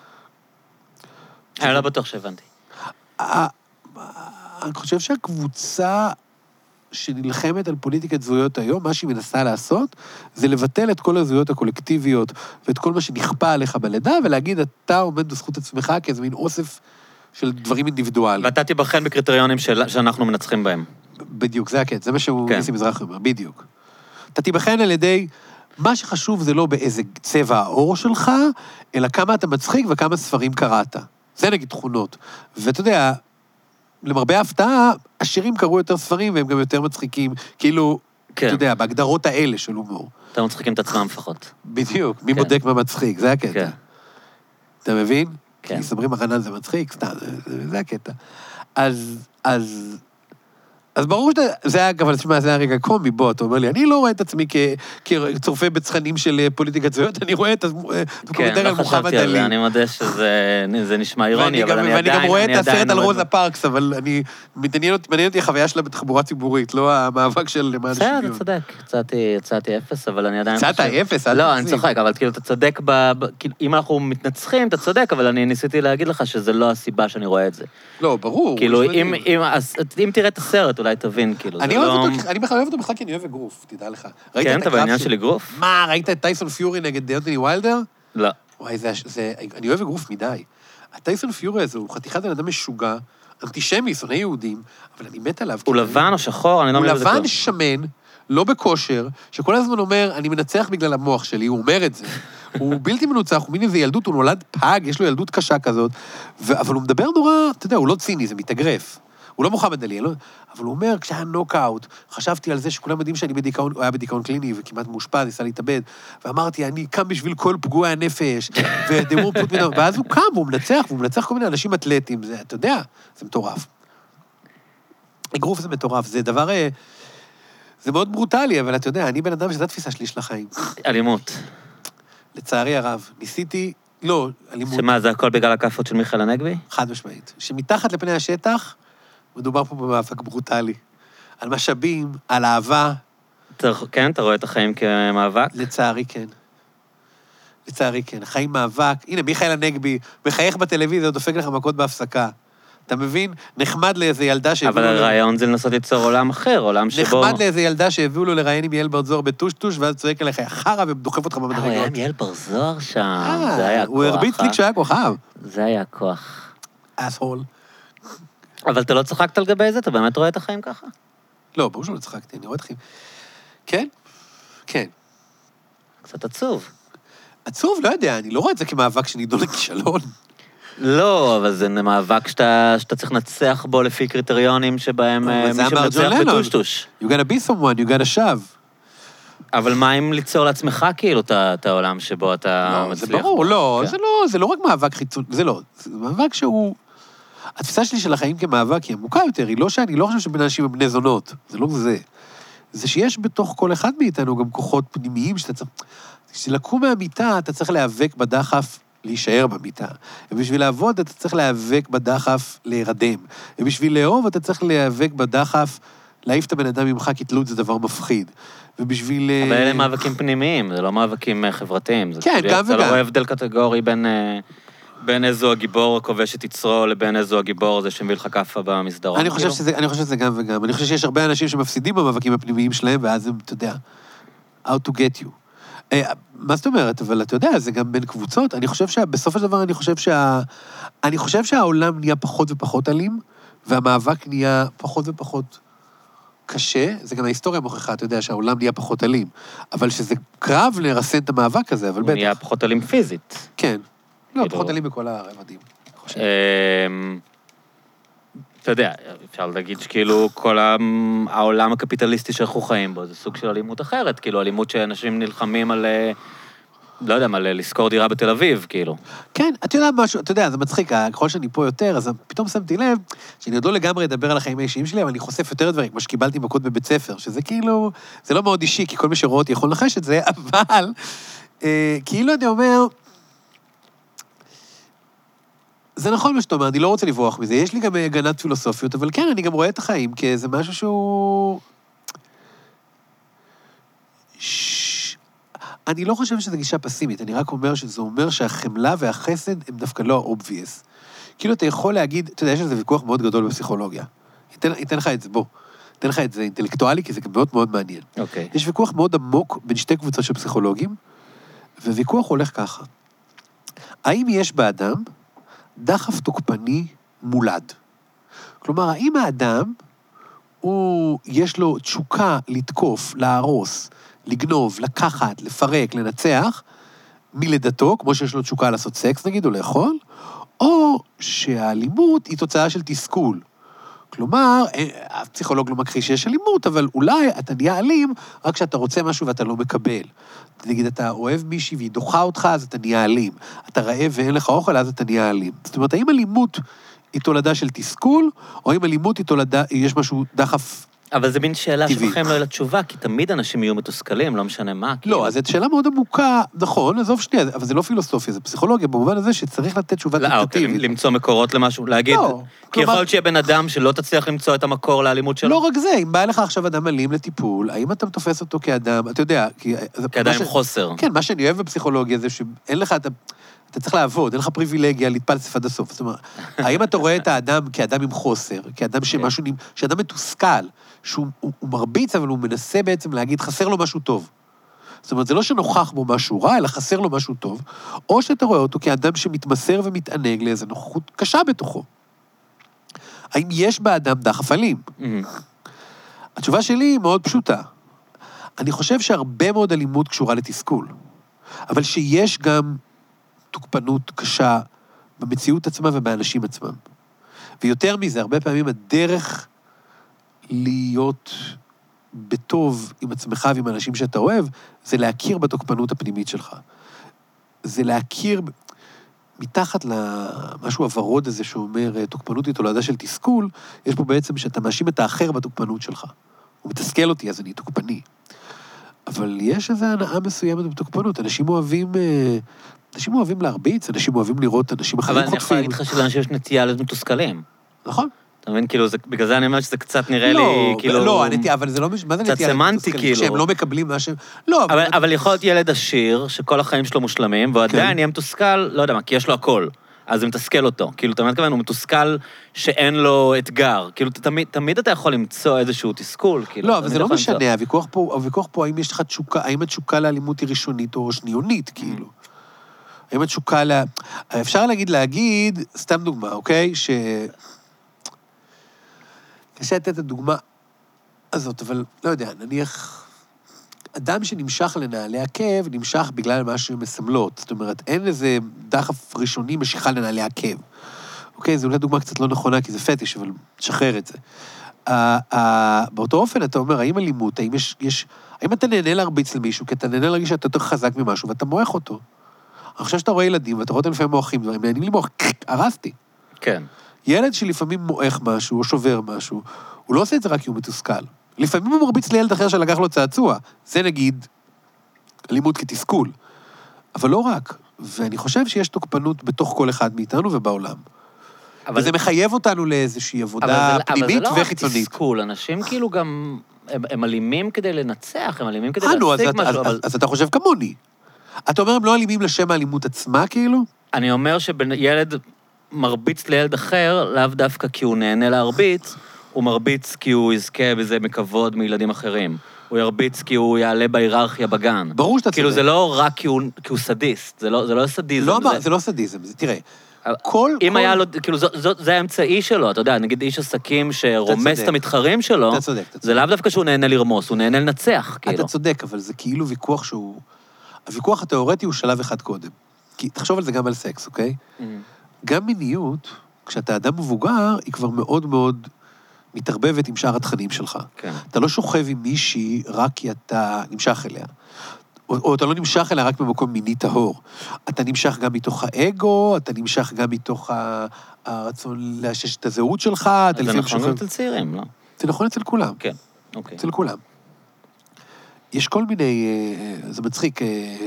אני לא בטוח שהבנתי. אני חושב שהקבוצה שנלחמת על פוליטיקת זהויות היום, מה שהיא מנסה לעשות, זה לבטל את כל הזהויות הקולקטיביות, ואת כל מה שנכפה עליך בלידה, ולהגיד, אתה עומד בזכות עצמך, כאיזה מין אוסף של דברים אינדיבידואליים. ואתה תיבחן בקריטריונים של... שאנחנו מנצחים בהם. בדיוק, זה הקטע, זה מה שהוא כן. ניסים מזרחי אומר, בדיוק. אתה תיבחן על ידי, מה שחשוב זה לא באיזה צבע העור שלך, אלא כמה אתה מצחיק וכמה ספרים קראת. זה נגיד תכונות. ואתה יודע, למרבה ההפתעה, השירים קראו יותר ספרים, והם גם יותר מצחיקים, כאילו, כן. אתה יודע, בהגדרות האלה של הומור. אתם מצחיקים את עצמם לפחות. בדיוק, מי כן. בודק מה מצחיק, זה הקטע. כן. אתה מבין? כן. כי סברים החנן זה מצחיק, סתם, זה, זה הקטע. אז, אז, אז ברור שזה היה, אבל תשמע, זה היה רגע קומי, בוא, אתה אומר לי, אני לא רואה את עצמי כצופה בצחנים של פוליטיקת זהויות, אני רואה את הדוקומנטרי על מוחמד עלי. אני מודה שזה נשמע אירוני, אבל אני עדיין... ואני גם רואה את הסרט על רוזה פארקס, אבל אני... מעניין אותי החוויה שלה בתחבורה ציבורית, לא המאבק של למען השוויון. בסדר, אתה צודק, יצאתי אפס, אבל אני עדיין... יצאת אפס, אל תצליק. לא, אני צוחק, אבל כאילו, אתה צודק ב... אם אנחנו מתנצחים, אתה צודק, אבל אני ניסיתי להגיד לך שזה לא הסיבה שאני רואה את זה. לא, ברור. כאילו, אם תראה את הסרט, אולי תבין, כאילו, אני אוהב אותו בכלל כי אני אוהב אגרוף, תדע לך. כן, אתה בעניין של אגרוף? מה, ראית את טייסון פיורי נגד אנתוני ויילדר? לא. וואי, זה, אני אוהב אגרוף מדי. הטייסון פיורי הזה הוא חתיכת בן אדם משוגע, אנטישמי, שונא יהודים, אבל אני מת עליו. הוא לבן או שחור? אני לא מבין את זה. הוא לבן שמן, לא בכושר, שכל הזמן אומר, אני מנצח בגלל המוח שלי, הוא אומר את זה. הוא בלתי מנוצח, הוא מין איזה ילדות, הוא נולד פג, יש לו ילדות קשה כזאת, אבל הוא מדבר נורא, אתה יודע, הוא לא ציני, זה מתאגרף. הוא לא מוחמד עלי, אבל הוא אומר, כשהיה נוקאוט, חשבתי על זה שכולם יודעים שאני בדיכאון, הוא היה בדיכאון קליני וכמעט מאושפז, ניסה להתאבד, ואמרתי, אני קם בשביל כל פגועי הנפש, ודמור פות מנהל, ואז הוא קם, והוא מנצח, והוא מנצח כל מיני אנשים אתלטים, זה, אתה יודע, זה מטורף. אגרוף זה מטורף, זה דבר... זה מאוד ברוטלי, אבל אתה יודע, אני בן אדם שזו התפיסה שלי של החיים. אלימות. לצערי הרב, ניסיתי... לא, אלימות. שמה, זה הכל בגלל הכאפות של מיכאל הנגבי? חד משמעית. שמתחת לפני השטח, מדובר פה במאבק ברוטלי. על משאבים, על אהבה. כן, אתה רואה את החיים כמאבק? לצערי כן. לצערי כן. החיים מאבק. הנה, מיכאל הנגבי, מחייך בטלוויזיה, דופק לך מכות בהפסקה. אתה מבין? נחמד לאיזה ילדה שהביאו לו... אבל הרעיון זה לנסות ליצור עולם אחר, עולם שבו... נחמד לאיזה ילדה שהביאו לו לראיין עם יעל בר זוהר בטושטוש, ואז צועק עליך חרא ודוחף אותך במדרגות. הוא היה עם יעל בר זוהר שם, זה היה כוח. הוא הרביץ לי כשהיה כוכב. זה היה כוח. אסהול. אבל אתה לא צחקת על גבי זה? אתה באמת רואה את החיים ככה? לא, ברור שלא צחקתי, אני רואה את החיים. כן? כן. קצת עצוב. עצוב? לא יודע, אני לא רואה את זה כמאבק שנידון לכישלון. לא, אבל זה מאבק שאתה, שאתה צריך לנצח בו לפי קריטריונים שבהם מי שמנצח בטושטוש. You gotta be someone, you gotta shove. אבל מה אם ליצור לעצמך כאילו את העולם שבו אתה מצליח? זה ברור, לא, זה לא, זה לא רק מאבק חיצון, זה לא, זה מאבק שהוא... התפיסה שלי של החיים כמאבק היא עמוקה יותר, היא לא שאני לא חושב שבין אנשים הם בני זונות, זה לא זה. זה שיש בתוך כל אחד מאיתנו גם כוחות פנימיים שאתה צריך... כשלקום מהמיטה, אתה צריך להיאבק בדחף להישאר במיטה. ובשביל לעבוד, אתה צריך להיאבק בדחף להירדם. ובשביל לאהוב, אתה צריך להיאבק בדחף להעיף את הבן אדם ממך, כי תלות זה דבר מפחיד. ובשביל... אבל אלה מאבקים פנימיים, זה לא מאבקים חברתיים. כן, גם וגם. זה לא רואה הבדל קטגורי בין, בין איזו הגיבור הכובש את יצרו, לבין איזו הגיבור הזה שמביא לך כאפה במסדרון. אני חושב שזה, אני חושב שזה גם וגם. אני חושב שיש הרבה אנשים שמפסידים במאבקים הפנימיים שלהם, ואז הם, אתה יודע, how to get you. מה זאת אומרת? אבל אתה יודע, זה גם בין קבוצות. אני חושב שבסוף הדבר, אני חושב שה... אני חושב שהעולם נהיה פחות ופחות אלים, והמאבק נהיה פחות ופחות קשה. זה גם ההיסטוריה מוכיחה, אתה יודע, שהעולם נהיה פחות אלים. אבל שזה קרב לרסן את המאבק הזה, אבל בטח. הוא נהיה פחות אלים פיזית. כן. לא, פחות אלים בכל הרבדים. אתה יודע, אפשר להגיד שכאילו כל העולם הקפיטליסטי שאנחנו חיים בו, זה סוג של אלימות אחרת, כאילו אלימות שאנשים נלחמים על, לא יודע, על לשכור דירה בתל אביב, כאילו. כן, אתה יודע משהו, אתה יודע, זה מצחיק, ככל שאני פה יותר, אז פתאום שמתי לב, שאני עוד לא לגמרי אדבר על החיים האישיים שלי, אבל אני חושף יותר דברים, כמו שקיבלתי מכות בבית ספר, שזה כאילו, זה לא מאוד אישי, כי כל מי שרואה אותי יכול לחש את זה, אבל, אה, כאילו אני אומר, זה נכון מה שאתה אומר, אני לא רוצה לברוח מזה. יש לי גם הגנת פילוסופיות, אבל כן, אני גם רואה את החיים, כי זה משהו שהוא... ש... אני לא חושב שזו גישה פסימית, אני רק אומר שזה אומר שהחמלה והחסד הם דווקא לא ה-obvious. כאילו אתה יכול להגיד, אתה יודע, יש לזה ויכוח מאוד גדול בפסיכולוגיה. ייתן לך את זה, בוא. ייתן לך את זה אינטלקטואלי, כי זה גם מאוד מאוד מעניין. אוקיי. יש ויכוח מאוד עמוק בין שתי קבוצות של פסיכולוגים, וויכוח הולך ככה. האם יש באדם דחף תוקפני מולד? כלומר, האם האדם, הוא, יש לו תשוקה לתקוף, להרוס, לגנוב, לקחת, לפרק, לנצח, מלידתו, כמו שיש לו תשוקה לעשות סקס, נגיד, או לאכול, או שהאלימות היא תוצאה של תסכול. כלומר, הפסיכולוג לא מכחיש שיש אלימות, אבל אולי אתה נהיה אלים רק כשאתה רוצה משהו ואתה לא מקבל. נגיד, אתה אוהב מישהי והיא דוחה אותך, אז אתה נהיה אלים. אתה רעב ואין לך אוכל, אז אתה נהיה אלים. זאת אומרת, האם אלימות היא תולדה של תסכול, או האם אלימות היא תולדה, יש משהו דחף אבל זה מין שאלה שבכם לא יהיה לתשובה, כי תמיד אנשים יהיו מתוסכלים, לא משנה מה. לא, אז זו שאלה מאוד עמוקה, נכון, עזוב שנייה, אבל זה לא פילוסופיה, זה פסיכולוגיה, במובן הזה שצריך לתת תשובה טנטטיבית. למצוא מקורות למשהו, להגיד, כי יכול להיות שיהיה בן אדם שלא תצליח למצוא את המקור לאלימות שלו. לא רק זה, אם בא לך עכשיו אדם אלים לטיפול, האם אתה תופס אותו כאדם, אתה יודע, כאדם עם חוסר. כן, מה שאני אוהב בפסיכולוגיה זה שאין לך, אתה צריך לעבוד, אין לך פריבילגיה להתפלסף עד הסוף. זאת אומרת, האם אתה רואה את האדם כאדם עם חוסר, כאדם שמשהו, שאדם מתוסכל, שהוא מרביץ, אבל הוא מנסה בעצם להגיד, חסר לו משהו טוב. זאת אומרת, זה לא שנוכח בו משהו רע, אלא חסר לו משהו טוב, או שאתה רואה אותו כאדם שמתמסר ומתענג לאיזו נוכחות קשה בתוכו. האם יש באדם דחף אלים? התשובה שלי היא מאוד פשוטה. אני חושב שהרבה מאוד אלימות קשורה לתסכול, אבל שיש גם תוקפנות קשה במציאות עצמה ובאנשים עצמם. ויותר מזה, הרבה פעמים הדרך להיות בטוב עם עצמך ועם האנשים שאתה אוהב, זה להכיר בתוקפנות הפנימית שלך. זה להכיר... מתחת למשהו הוורוד הזה שאומר, תוקפנות היא תולדה של תסכול, יש פה בעצם שאתה מאשים את האחר בתוקפנות שלך. הוא מתסכל אותי, אז אני תוקפני. אבל יש איזו הנאה מסוימת בתוקפנות. אנשים אוהבים, אנשים אוהבים להרביץ, אנשים אוהבים לראות אנשים אחרים חוטפים. אבל אני יכול להגיד לך שלאנשים יש נטייה להיות מתוסכלים. נכון. אתה מבין, כאילו, בגלל זה אני אומר שזה קצת נראה לי, כאילו... לא, אבל זה לא... מה זה נטייה להיות מתוסכלים? שהם לא מקבלים מה שהם... לא, אבל יכול להיות ילד עשיר, שכל החיים שלו מושלמים, ועדיין יהיה מתוסכל, לא יודע מה, כי יש לו הכל. אז זה מתסכל אותו. כאילו, אתה מתכוון, הוא מתוסכל שאין לו אתגר. כאילו, תמיד, תמיד אתה יכול למצוא איזשהו תסכול. כאילו, לא, אבל זה לא משנה, הוויכוח פה, הוויכוח פה, האם יש לך תשוקה, האם התשוקה לאלימות היא ראשונית או שניונית, כאילו. האם התשוקה לה... אפשר להגיד, להגיד, סתם דוגמה, אוקיי? ש... קשה לתת את הדוגמה הזאת, אבל לא יודע, נניח... אדם שנמשך לנעלי עקב, נמשך בגלל מה שהן מסמלות. זאת אומרת, אין איזה דחף ראשוני משיכה לנעלי עקב. אוקיי, זו אולי דוגמה קצת לא נכונה, כי זה פטיש, אבל תשחרר את זה. באותו אופן, אתה אומר, האם אלימות, האם יש, יש, האם אתה נהנה להרביץ למישהו, כי אתה נהנה להרגיש שאתה יותר חזק ממשהו, ואתה מוח אותו. אני חושב שאתה רואה ילדים, ואתה רואה אותם לפעמים מוחים דברים, נהנים לי מוח, הרסתי. כן. ילד שלפעמים מוח משהו, או שובר משהו, הוא לא עושה את זה רק כי הוא מתוסכל. לפעמים הוא מרביץ לילד אחר שלקח לו צעצוע. זה נגיד אלימות כתסכול. אבל לא רק. ואני חושב שיש תוקפנות בתוך כל אחד מאיתנו ובעולם. אבל... וזה מחייב אותנו לאיזושהי עבודה פנימית וחיצונית. אבל זה לא רק תסכול. אנשים כאילו גם... הם, הם אלימים כדי לנצח, הם אלימים כדי להשיג משהו, אז, אבל... אז, אז אתה חושב כמוני. אתה אומר, הם לא אלימים לשם האלימות עצמה, כאילו? אני אומר שילד מרביץ לילד אחר, לאו דווקא כי הוא נהנה להרביץ, הוא מרביץ כי הוא יזכה בזה מכבוד מילדים אחרים. הוא ירביץ כי הוא יעלה בהיררכיה בגן. ברור שאתה כאילו, זה לא רק כי הוא, כי הוא סדיסט, זה לא, זה לא סדיזם. לא, זה... זה לא סדיזם, זה תראה. כל... אם כל... היה לו, כאילו, זו, זו, זה האמצעי שלו, אתה יודע, נגיד איש עסקים שרומס את המתחרים שלו, אתה צודק, אתה צודק. זה לאו דווקא שהוא נהנה לרמוס, הוא נהנה לנצח, כאילו. אתה צודק, אבל זה כאילו ויכוח שהוא... הוויכוח התיאורטי הוא שלב אחד קודם. כי תחשוב על זה גם על סקס, אוקיי? Mm-hmm. גם מיניות, כשאתה אדם מבוגר, היא כבר מאוד מאוד מתערבבת עם שאר התכנים שלך. כן. אתה לא שוכב עם מישהי רק כי אתה נמשך אליה. או, או אתה לא נמשך אליה רק במקום מיני טהור. אתה נמשך גם מתוך האגו, אתה נמשך גם מתוך הרצון לאשש את הזהות שלך. זה נכון שוכב... אצל צעירים, לא? זה נכון אצל כולם. כן, אוקיי. אצל כולם. יש כל מיני, זה מצחיק,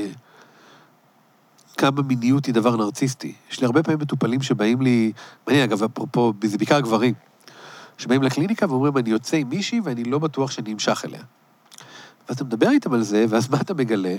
כמה מיניות היא דבר נרציסטי. יש לי הרבה פעמים מטופלים שבאים לי, מעניין אגב, אפרופו, זה בעיקר גברים, שבאים לקליניקה ואומרים, אני יוצא עם מישהי ואני לא בטוח שאני אמשך אליה. ואז אתה מדבר איתם על זה, ואז מה אתה מגלה?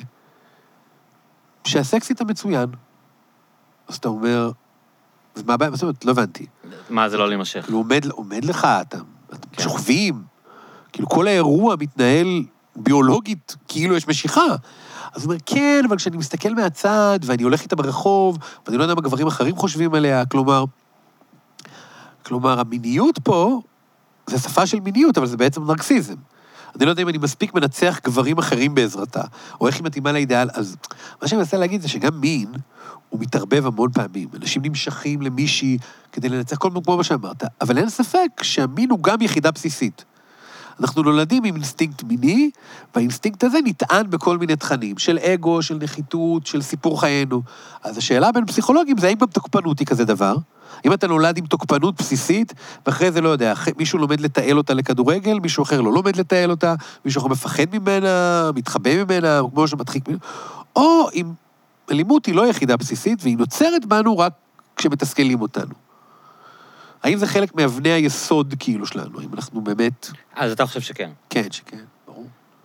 שהסקס איתה מצוין. אז אתה אומר, אז מה הבעיה? מה זאת אומרת? לא הבנתי. מה, זה לא להימשך? כאילו, עומד, עומד לך, אתה, אתם שוכבים, כאילו, כל האירוע מתנהל ביולוגית, כאילו יש משיכה. אז הוא אומר, כן, אבל כשאני מסתכל מהצד, ואני הולך איתה ברחוב, ואני לא יודע מה גברים אחרים חושבים עליה, כלומר, כלומר, המיניות פה, זה שפה של מיניות, אבל זה בעצם נרקסיזם. אני לא יודע אם אני מספיק מנצח גברים אחרים בעזרתה, או איך היא מתאימה לאידאל, אז מה שאני מנסה להגיד זה שגם מין, הוא מתערבב המון פעמים. אנשים נמשכים למישהי כדי לנצח כל כמו מה שאמרת, אבל אין ספק שהמין הוא גם יחידה בסיסית. אנחנו נולדים עם אינסטינקט מיני, והאינסטינקט הזה נטען בכל מיני תכנים, של אגו, של נחיתות, של סיפור חיינו. אז השאלה בין פסיכולוגים זה האם גם תוקפנות היא כזה דבר, אם אתה נולד עם תוקפנות בסיסית, ואחרי זה לא יודע, מישהו לומד לתעל אותה לכדורגל, מישהו אחר לא לומד לתעל אותה, מישהו אחר מפחד ממנה, מתחבא ממנה, או כמו שמדחיק ממנה, או אם אלימות היא לא יחידה בסיסית, והיא נוצרת בנו רק כשמתסכלים אותנו. האם זה חלק מאבני היסוד כאילו שלנו? האם אנחנו באמת... אז אתה חושב שכן. כן, שכן, ברור.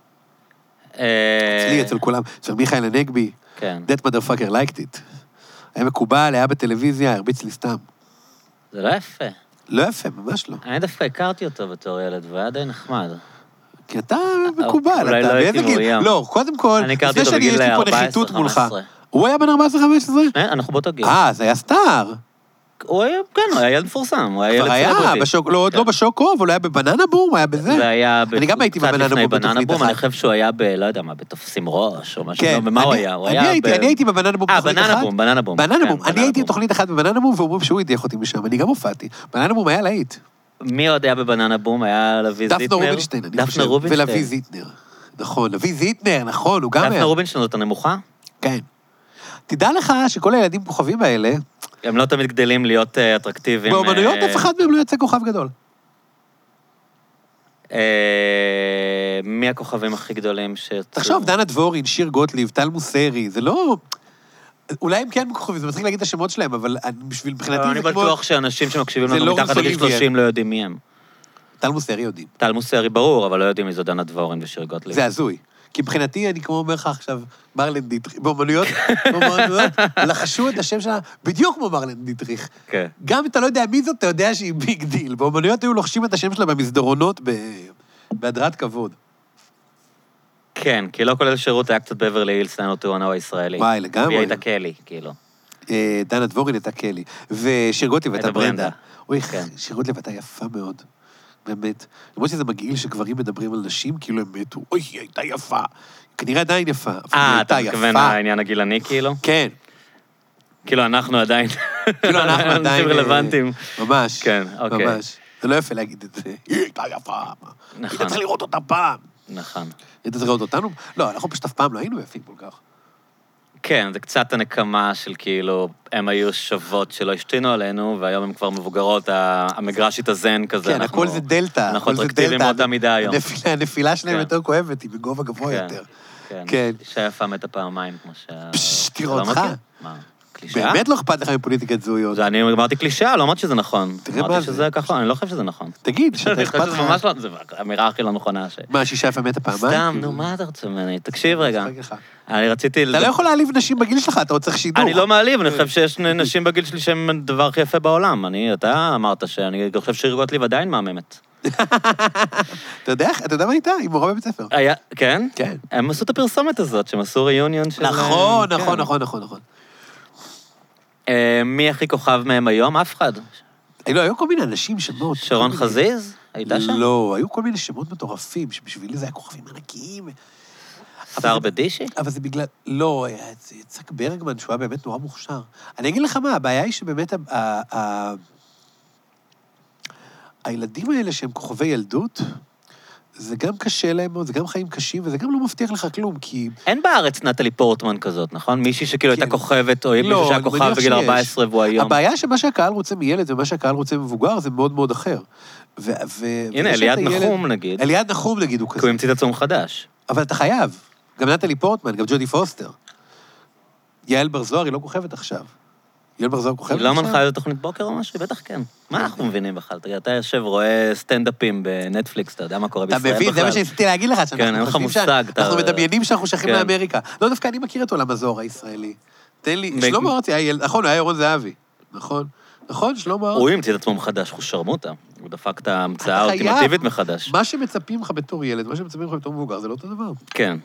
אצלי, אצל כולם, אצל מיכאל הנגבי, כן. that motherfucker liked it. היה מקובל, היה בטלוויזיה, הרביץ לי סתם. זה לא יפה. לא יפה, ממש לא. אני דווקא הכרתי אותו בתור ילד, והוא היה די נחמד. כי אתה מקובל, אולי אתה לא הייתי באיזה גיל... לא, קודם כל, אני הכרתי אותו בגיל ארבע עשרה חמש עשרה. הוא היה בן ארבע עשרה חמש עשרה? אנחנו באותו גיל. אה, זה היה סטאר. הוא היה, כן, הוא היה ילד מפורסם, הוא היה ילד סלבריטי. לא, עוד לא בשוקו, אבל הוא היה בבננה בום, הוא היה בזה. זה היה... אני גם הייתי בבננה בום בתוכנית אחת. אני חושב שהוא היה ב... לא יודע מה, בתופסים ראש, או משהו, ומה הוא היה? אני הייתי בבננה בום בתוכנית אחת. אה, בננה בום, בננה בום. בננה בום, אני הייתי בתוכנית אחת בבננה בום, ואומרים שהוא הדיח אותי משם, אני גם הופעתי. בננה בום היה להיט. מי עוד היה בבננה בום? היה לוי זיטנר? דפנה רובינשטיין, אני חושב. ולוי זיטנר. נכון, לוי זיטנר, נכון, הוא גם היה. דפנה רובינשטיין זאת הנמוכה? כן. תדע לך שכל הילדים כוכבים האלה... הם לא תמיד גדלים להיות אטרקטיביים. באומנויות אף אחד מהם לא יוצא כוכב גדול. מי הכוכבים הכי גדולים שיוצאו? תחשוב, דנה דבורין, שיר גוטליב, טל מוסרי, זה לא... אולי הם כן כוכבים, זה מצחיק להגיד את השמות שלהם, אבל בשביל מבחינתי... אני בטוח שאנשים שמקשיבים לנו מתחת לגיל שלושים לא יודעים מי הם. טל מוסרי יודעים. טל מוסרי ברור, אבל לא יודעים מי זו דנה דבורין ושיר גוטליב. זה הזוי. כי מבחינתי, אני כמו אומר לך עכשיו, מרלן דיטריך, באומנויות, באומנויות, לחשו את השם שלה בדיוק כמו מרלן דיטריך. כן. גם אם אתה לא יודע מי זאת, אתה יודע שהיא ביג דיל. באומנויות היו לוחשים את השם שלה במסדרונות בהדרת כבוד. כן, כי לא כולל שירות היה קצת בברלי הילס, לנו תאונו הישראלי. וואי, לגמרי. והיא הייתה קלי, כאילו. דנה דבורין הייתה קלי. ושיר גוטליב הייתה ברנדה. אוי, שיר גוטליב הייתה יפה מאוד. באמת. למרות שזה מגעיל שגברים מדברים על נשים, כאילו הם מתו. אוי, היא הייתה יפה. כנראה עדיין יפה. אה, אתה מתכוון העניין הגילני, כאילו? כן. כאילו, אנחנו עדיין... כאילו, אנחנו עדיין... אנשים רלוונטיים. ממש. כן, אוקיי. ממש. זה לא יפה להגיד את זה. היא הייתה יפה. נכון. היית צריך לראות אותה פעם. נכון. היית צריך לראות אותנו? לא, אנחנו פשוט אף פעם לא היינו יפים כל כך. כן, זה קצת הנקמה של כאילו, הם היו שוות שלא השתינו עלינו, והיום הם כבר מבוגרות, המגרש התאזן כזה. כן, הכל זה דלטה. אנחנו אטרקטיביים באותה מידה היום. הנפילה שלהם יותר כואבת, היא בגובה גבוה יותר. כן, אישה יפה מתה פעמיים, כמו ש... פשש, תראו אותך. מה, קלישאה? באמת לא אכפת לך מפוליטיקת זהויות. אני אמרתי קלישאה, לא אמרתי שזה נכון. תראה מה אמרתי זה. שזה ככה, אני לא חושב שזה נכון. תגיד, שאתה אכפת לך... ממש לא, זו האמירה הכי לא נכונה ש... מה, שישה יפה מתה פעמיים? סתם, נו, מה אתה רוצה ממני? תקשיב רגע. אני רציתי... אתה לא יכול להעליב נשים בגיל שלך, אתה עוד צריך שידור. אני לא מעליב, אני חושב שיש נשים בגיל שלי שהן הדבר הכי יפה בעולם. אני, אתה אמרת שאני חושב שיר גוטליב עדיין מהממת. אתה יודע, אתה יודע מה הייתה? היא מורה בבית ספר. היה, כן? כן. הם עשו את הפרסומת הזאת, שהם עשו ריוניון של... נכון, נכון, נכון, נכון, נכון. מי הכי כוכב מהם היום? אף אחד. לא, היו כל מיני אנשים, שמות. שרון חזיז? הייתה שם? לא, היו כל מיני שמות מטורפים, שבשבילי זה היה כוכבים ענקיים. שר בדישי? אבל זה בגלל... לא, יצחק ברגמן, שהוא היה באמת נורא מוכשר. אני אגיד לך מה, הבעיה היא שבאמת הילדים האלה שהם כוכבי ילדות, זה גם קשה להם מאוד, זה גם חיים קשים, וזה גם לא מבטיח לך כלום, כי... אין בארץ נטלי פורטמן כזאת, נכון? מישהי שכאילו הייתה כוכבת, או מישהו שהיה כוכב בגיל ארבע עשרה והוא היום. הבעיה שמה שהקהל רוצה מילד ומה שהקהל רוצה מבוגר, זה מאוד מאוד אחר. הנה, אליעד נחום נגיד. אליעד נחום נגיד הוא כזה. כי הוא המציא את עצמו מחדש. אבל אתה חייב. גם נטלי פורטמן, גם ג'ודי פוסטר. יעל בר זוהר היא לא כוכבת עכשיו. יעל בר זוהר כוכבת עכשיו? היא לא מנחה איזה תוכנית בוקר או משהו? בטח כן. מה אנחנו מבינים בכלל? אתה יושב, רואה סטנדאפים בנטפליקס, אתה יודע מה קורה בישראל בכלל. אתה מבין, זה מה שניסיתי להגיד לך, כן, אין לך מושג. אנחנו מדמיינים שאנחנו שייכים לאמריקה. לא, דווקא אני מכיר את עולם הזוהר הישראלי. תן לי, שלמה ארצי, נכון, היה ירון זהבי. נכון, נכון, שלמה ארצי. הוא המציא את עצמו מחדש, הוא שרמוטה. הוא דפק את ההמצאה האולטימטיבית מחדש. מה שמצפים לך בתור ילד, מה שמצפים לך בתור מבוגר, זה לא אותו דבר. כן.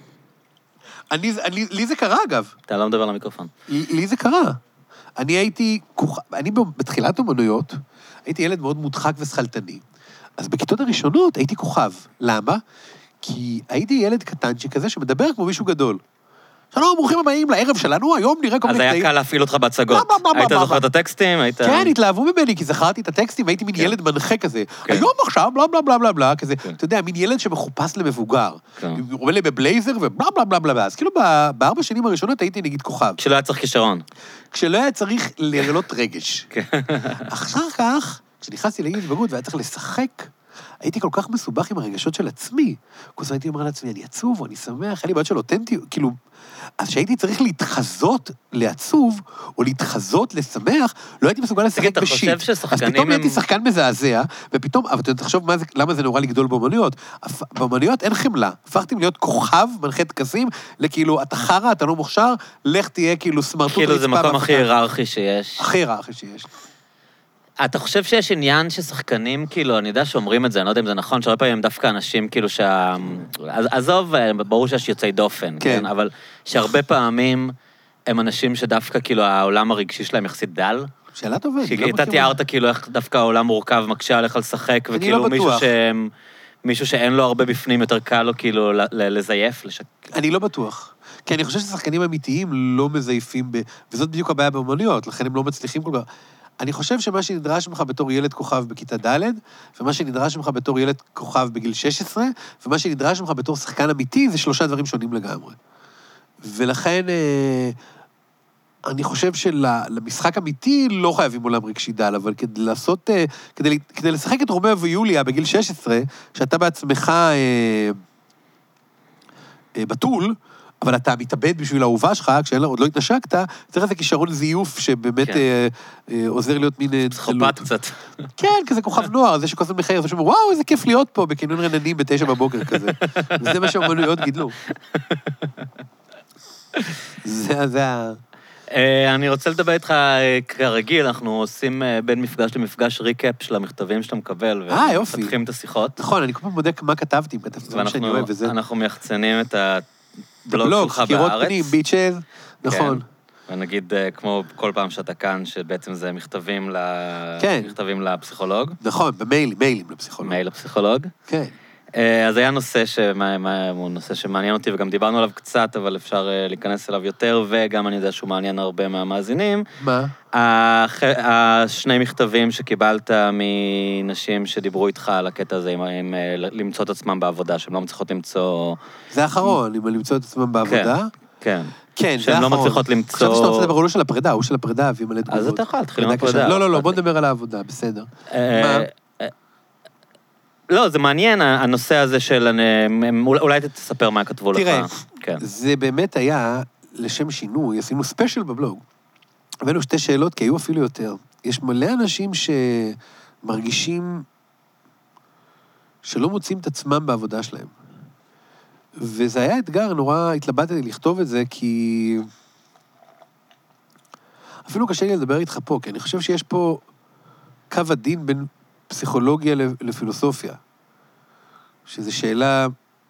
אני, אני, לי זה קרה, אגב. אתה לא מדבר למיקרופון. לי זה קרה. אני הייתי, אני בתחילת אומנויות, הייתי ילד מאוד מודחק ושכלתני. אז בכיתות הראשונות הייתי כוכב. למה? כי הייתי ילד קטן שכזה שמדבר כמו מישהו גדול. שלום, ברוכים הבאים לערב שלנו, היום נראה כל מיני קטעים. אז היה קל להפעיל אותך בהצגות. היית זוכר את הטקסטים? כן, התלהבו ממני, כי זכרתי את הטקסטים, הייתי מין ילד מנחה כזה. היום עכשיו, בלה בלה בלה בלה בלה, כזה. אתה יודע, מין ילד שמחופש למבוגר. הוא אומר לי בבלייזר ובלה בלה בלה בלה. אז כאילו בארבע שנים הראשונות הייתי נגיד כוכב. כשלא היה צריך כישרון. כשלא היה צריך להעלות רגש. אחר כך, כשנכנסתי לגיל התבגרות והיה צריך לשחק, הייתי כל כך מסובך עם הרגשות של עצמי. כל הזמן הייתי אומר לעצמי, אני עצוב, או אני שמח, היה לי בעיות של אותנטיות, כאילו, אז שהייתי צריך להתחזות לעצוב, או להתחזות לשמח, לא הייתי מסוגל לשחק בשיט. אז פתאום הייתי שחקן מזעזע, ופתאום, אבל תחשוב למה זה נורא לגדול באומנויות. באומנויות אין חמלה. הפכתם להיות כוכב, מנחה טקסים, לכאילו, אתה חרא, אתה לא מוכשר, לך תהיה כאילו סמרטוט רצפה. כאילו זה מקום הכי היררכי שיש. הכי היררכי שיש. אתה חושב שיש עניין ששחקנים, כאילו, אני יודע שאומרים את זה, אני לא יודע אם זה נכון, שהרבה פעמים דווקא אנשים, כאילו, שה... עזוב, ברור שיש יוצאי דופן, כן, אבל שהרבה פעמים הם אנשים שדווקא, כאילו, העולם הרגשי שלהם יחסית דל. שאלה טובה. כי אתה תיארת, כאילו, איך דווקא העולם מורכב מקשה עליך לשחק, וכאילו מישהו ש... מישהו שאין לו הרבה בפנים, יותר קל לו, כאילו, לזייף, לשק... אני לא בטוח. כי אני חושב ששחקנים אמיתיים לא מזייפים, ב... וזאת בדיוק הבעיה באומנויות, לכן הם לא מצליחים כל כך. אני חושב שמה שנדרש ממך בתור ילד כוכב בכיתה ד' ומה שנדרש ממך בתור ילד כוכב בגיל שש עשרה, ומה שנדרש ממך בתור שחקן אמיתי, זה שלושה דברים שונים לגמרי. ולכן, אני חושב שלמשחק אמיתי לא חייבים עולם רגשי דל, אבל כדי לעשות, כדי, כדי לשחק את רומאו ויוליה בגיל שש עשרה, שאתה בעצמך אה, אה, בטול, אבל אתה מתאבד בשביל האהובה שלך, כשעוד לא התנשקת, צריך איזה כישרון זיוף שבאמת כן. אה, אה, עוזר להיות מין... פסיכופת קצת. כן, כזה כוכב נוער, זה שכל הזמן מחייך, זה שאומר, וואו, איזה כיף להיות פה, בכינון רננים בתשע בבוקר כזה. וזה מה שהאומנויות גידלו. זה, זה ה... אני רוצה לדבר איתך כרגיל, אנחנו עושים בין מפגש למפגש ריקאפ של המכתבים שאתה מקבל, ומפתחים את השיחות. נכון, אני כל פעם בודק מה כתבתי, אם כתבתי מה שאני אוהב וזה. אנחנו מייחצנים את הבלוג שלך בארץ. חקירות פנים, ביצ'ז, נכון. ונגיד, כמו כל פעם שאתה כאן, שבעצם זה מכתבים לפסיכולוג. נכון, במיילים, מיילים לפסיכולוג. מייל לפסיכולוג. כן. אז היה נושא שהוא נושא שמעניין אותי, וגם דיברנו עליו קצת, אבל אפשר להיכנס אליו יותר, וגם אני יודע שהוא מעניין הרבה מהמאזינים. מה? השני מכתבים שקיבלת מנשים שדיברו איתך על הקטע הזה, עם למצוא את עצמם בעבודה, שהם לא מצליחות למצוא... זה האחרון, אם למצוא את עצמם בעבודה? כן. כן, זה שהן לא מצליחות למצוא... חשבתי שאתה רוצה לדבר, הוא לא של הפרידה, הוא של הפרידה, והיא מלא תגובות. אז אתה יכול, תתחיל עם הפרידה. לא, לא, לא, בוא נדבר על העבודה, בסדר. מה? לא, זה מעניין, הנושא הזה של... אולי תספר מה כתבו לך. תראה, זה באמת היה, לשם שינוי, עשינו ספיישל בבלוג. הבאנו שתי שאלות, כי היו אפילו יותר. יש מלא אנשים שמרגישים שלא מוצאים את עצמם בעבודה שלהם. וזה היה אתגר, נורא התלבטתי לכתוב את זה, כי... אפילו קשה לי לדבר איתך פה, כי אני חושב שיש פה קו הדין בין פסיכולוגיה לפילוסופיה. שזו שאלה...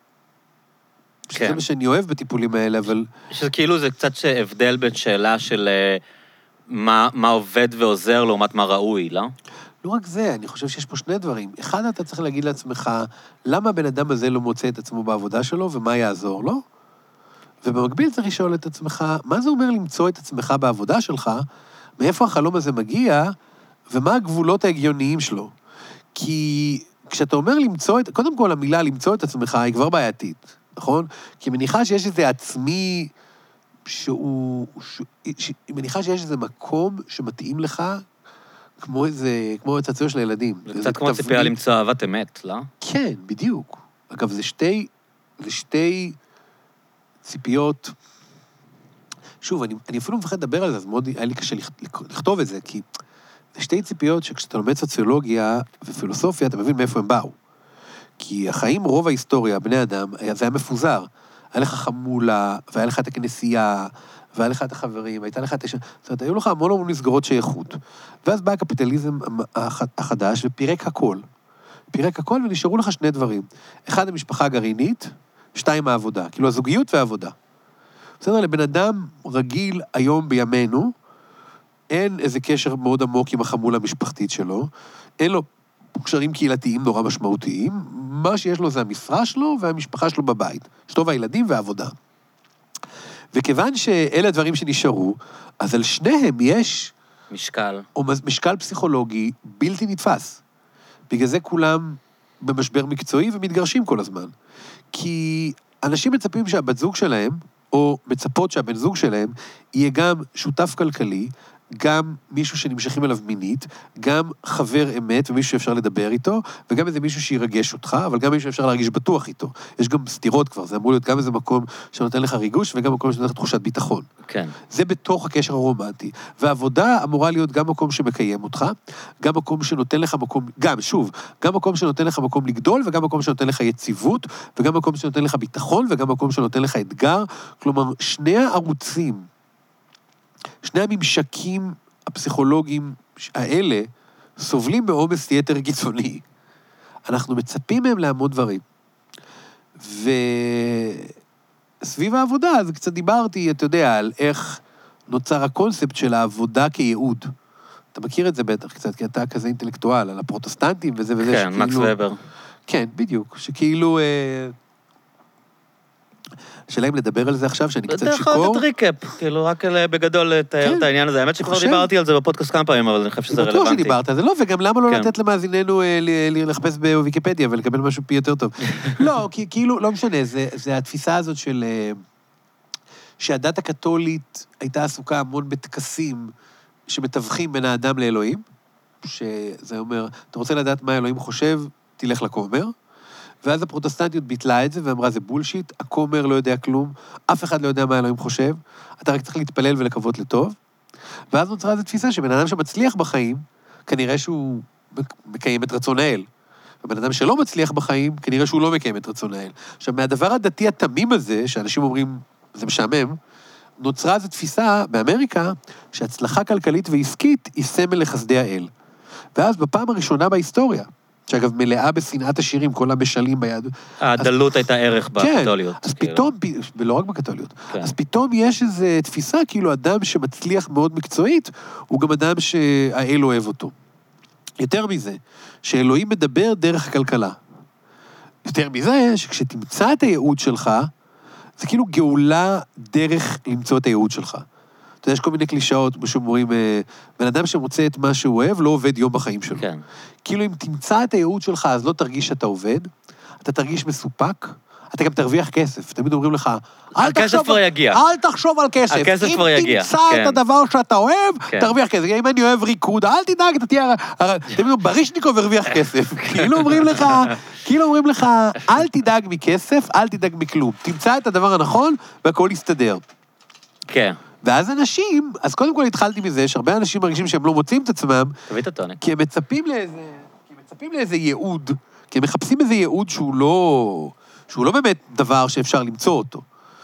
כן. שזה מה שאני אוהב בטיפולים האלה, אבל... שזה כאילו זה קצת הבדל בין שאלה של מה, מה עובד ועוזר לעומת מה ראוי, לא? לא רק זה, אני חושב שיש פה שני דברים. אחד, אתה צריך להגיד לעצמך, למה הבן אדם הזה לא מוצא את עצמו בעבודה שלו, ומה יעזור לו? ובמקביל צריך לשאול את עצמך, מה זה אומר למצוא את עצמך בעבודה שלך, מאיפה החלום הזה מגיע, ומה הגבולות ההגיוניים שלו? כי כשאתה אומר למצוא את... קודם כל, המילה למצוא את עצמך היא כבר בעייתית, נכון? כי מניחה שיש איזה עצמי שהוא... ש... ש... מניחה שיש איזה מקום שמתאים לך, כמו איזה... כמו הצצוע של הילדים. זה קצת כמו ציפייה למצוא אהבת אמת, לא? כן, בדיוק. אגב, זה שתי... זה שתי ציפיות... שוב, אני, אני אפילו מפחד לדבר על זה, אז מאוד היה לי קשה לכתוב את זה, כי... זה שתי ציפיות שכשאתה לומד סוציולוגיה ופילוסופיה, אתה מבין מאיפה הם באו. כי החיים, רוב ההיסטוריה, בני אדם, זה היה מפוזר. היה לך חמולה, והיה לך את הכנסייה, והיה לך את החברים, והייתה לך את... זאת אומרת, היו לך המון המון מסגרות שייכות. ואז בא הקפיטליזם החדש ופירק הכל. פירק הכל ונשארו לך שני דברים. אחד, המשפחה הגרעינית, שתיים, העבודה. כאילו, הזוגיות והעבודה. בסדר, לבן אדם רגיל היום בימינו, אין איזה קשר מאוד עמוק עם החמולה המשפחתית שלו, אין לו קשרים קהילתיים נורא משמעותיים, מה שיש לו זה המשרה שלו והמשפחה שלו בבית, אשתו והילדים והעבודה. וכיוון שאלה הדברים שנשארו, אז על שניהם יש... משקל. או משקל פסיכולוגי בלתי נתפס. בגלל זה כולם במשבר מקצועי ומתגרשים כל הזמן. כי אנשים מצפים שהבת זוג שלהם, או מצפות שהבן זוג שלהם, יהיה גם שותף כלכלי, גם מישהו שנמשכים אליו מינית, גם חבר אמת ומישהו שאפשר לדבר איתו, וגם איזה מישהו שירגש אותך, אבל גם מישהו שאפשר להרגיש בטוח איתו. יש גם סתירות כבר, זה אמור להיות גם איזה מקום שנותן לך ריגוש, וגם מקום שנותן לך תחושת ביטחון. כן. זה בתוך הקשר הרומנטי. והעבודה אמורה להיות גם מקום שמקיים אותך, גם מקום שנותן לך מקום, גם, שוב, גם מקום שנותן לך מקום לגדול, וגם מקום שנותן לך יציבות, וגם מקום שנותן לך ביטחון, וגם מקום שנותן לך אתגר. כלומר, שני הערוצים, שני הממשקים הפסיכולוגיים האלה סובלים בעומס יתר קיצוני. אנחנו מצפים מהם להמון דברים. וסביב העבודה, אז קצת דיברתי, אתה יודע, על איך נוצר הקונספט של העבודה כייעוד. אתה מכיר את זה בטח קצת, כי אתה כזה אינטלקטואל, על הפרוטסטנטים וזה וזה. כן, מקס ובר. כן, בדיוק. שכאילו... שאלה אם לדבר על זה עכשיו, שאני קצת שיקור. אתה יכול לתת ריקאפ, כאילו, רק בגדול לתאר את העניין הזה. האמת שכבר דיברתי על זה בפודקאסט כמה פעמים, אבל אני חושב שזה רלוונטי. בטוח שדיברת על זה, לא, וגם למה לא לתת למאזיננו לחפש בוויקיפדיה ולקבל משהו פי יותר טוב. לא, כאילו, לא משנה, זה התפיסה הזאת של שהדת הקתולית הייתה עסוקה המון בטקסים שמתווכים בין האדם לאלוהים, שזה אומר, אתה רוצה לדעת מה אלוהים חושב, תלך לכומר, ואז הפרוטסטנטיות ביטלה את זה ואמרה, זה בולשיט, הכומר לא יודע כלום, אף אחד לא יודע מה אלוהים חושב, אתה רק צריך להתפלל ולקוות לטוב, ואז נוצרה איזו תפיסה שבן אדם שמצליח בחיים, כנראה שהוא מקיים את רצון האל. ובן אדם שלא מצליח בחיים, כנראה שהוא לא מקיים את רצון האל. עכשיו, מהדבר הדתי התמים הזה, שאנשים אומרים, זה משעמם, נוצרה איזו תפיסה באמריקה, שהצלחה כלכלית ועסקית היא סמל לחסדי האל. ואז בפעם הראשונה בהיסטוריה, שאגב מלאה בשנאת השירים, כל המשלים ביד. הדלות הייתה ערך בקתוליות. כן, אז פתאום, ולא רק בקתוליות, אז פתאום יש איזו תפיסה, כאילו אדם שמצליח מאוד מקצועית, הוא גם אדם שהאל אוהב אותו. יותר מזה, שאלוהים מדבר דרך הכלכלה. יותר מזה, שכשתמצא את הייעוד שלך, זה כאילו גאולה דרך למצוא את הייעוד שלך. אתה יודע, יש כל מיני קלישאות, כמו שאומרים, בן אדם שמוצא את מה שהוא אוהב, לא עובד יום בחיים שלו. כן. כאילו, אם תמצא את הייעוד שלך, אז לא תרגיש שאתה עובד, אתה תרגיש מסופק, אתה גם תרוויח כסף. תמיד אומרים לך, הכסף כבר יגיע. אל תחשוב על כסף. הכסף כבר יגיע. אם תמצא את הדבר שאתה אוהב, תרוויח כסף. אם אני אוהב ריקוד, אל תדאג, אתה תהיה... תמיד ברישניקוב הרוויח כסף. כאילו אומרים לך, כאילו אומרים לך, אל תדאג מכסף, אל תדאג מכלום. תמצא את הדבר הנכון, והכל יסתדר. כן. ואז אנשים, אז קודם כל התחלתי מזה, שהרבה אנשים מרגישים שהם לא מוצאים את עצמם, תביא את הטוניק. כי הם מצפים לאיזה, כי הם מצפים לאיזה ייעוד, כי הם מחפשים איזה ייעוד שהוא לא, שהוא לא באמת דבר שאפשר למצוא אותו.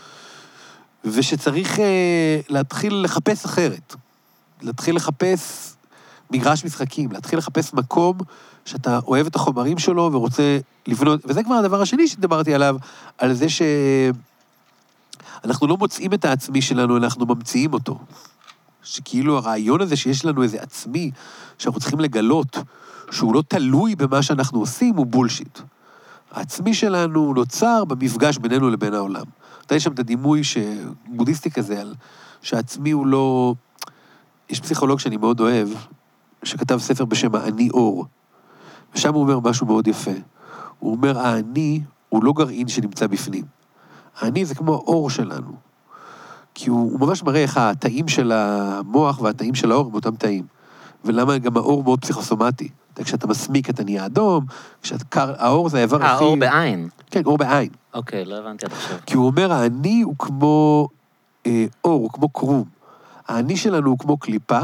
ושצריך אה, להתחיל לחפש אחרת. להתחיל לחפש מגרש משחקים, להתחיל לחפש מקום שאתה אוהב את החומרים שלו ורוצה לבנות, וזה כבר הדבר השני שדיברתי עליו, על זה ש... אנחנו לא מוצאים את העצמי שלנו, אנחנו ממציאים אותו. שכאילו הרעיון הזה שיש לנו איזה עצמי, שאנחנו צריכים לגלות, שהוא לא תלוי במה שאנחנו עושים, הוא בולשיט. העצמי שלנו נוצר במפגש בינינו לבין העולם. אתה יש שם את הדימוי בודהיסטי כזה, שהעצמי הוא לא... יש פסיכולוג שאני מאוד אוהב, שכתב ספר בשם האני אור, ושם הוא אומר משהו מאוד יפה. הוא אומר, האני הוא לא גרעין שנמצא בפנים. האני זה כמו האור שלנו, כי הוא, הוא ממש מראה איך התאים של המוח והתאים של האור הם אותם תאים, ולמה גם האור מאוד פסיכוסומטי. כשאתה מסמיק אתה נהיה אדום, כשהאור זה האיבר הכי... האור בעין. כן, אור בעין. אוקיי, לא הבנתי עד עכשיו. כי הוא אומר, האני הוא כמו אה, אור, הוא כמו קרום. האני שלנו הוא כמו קליפה,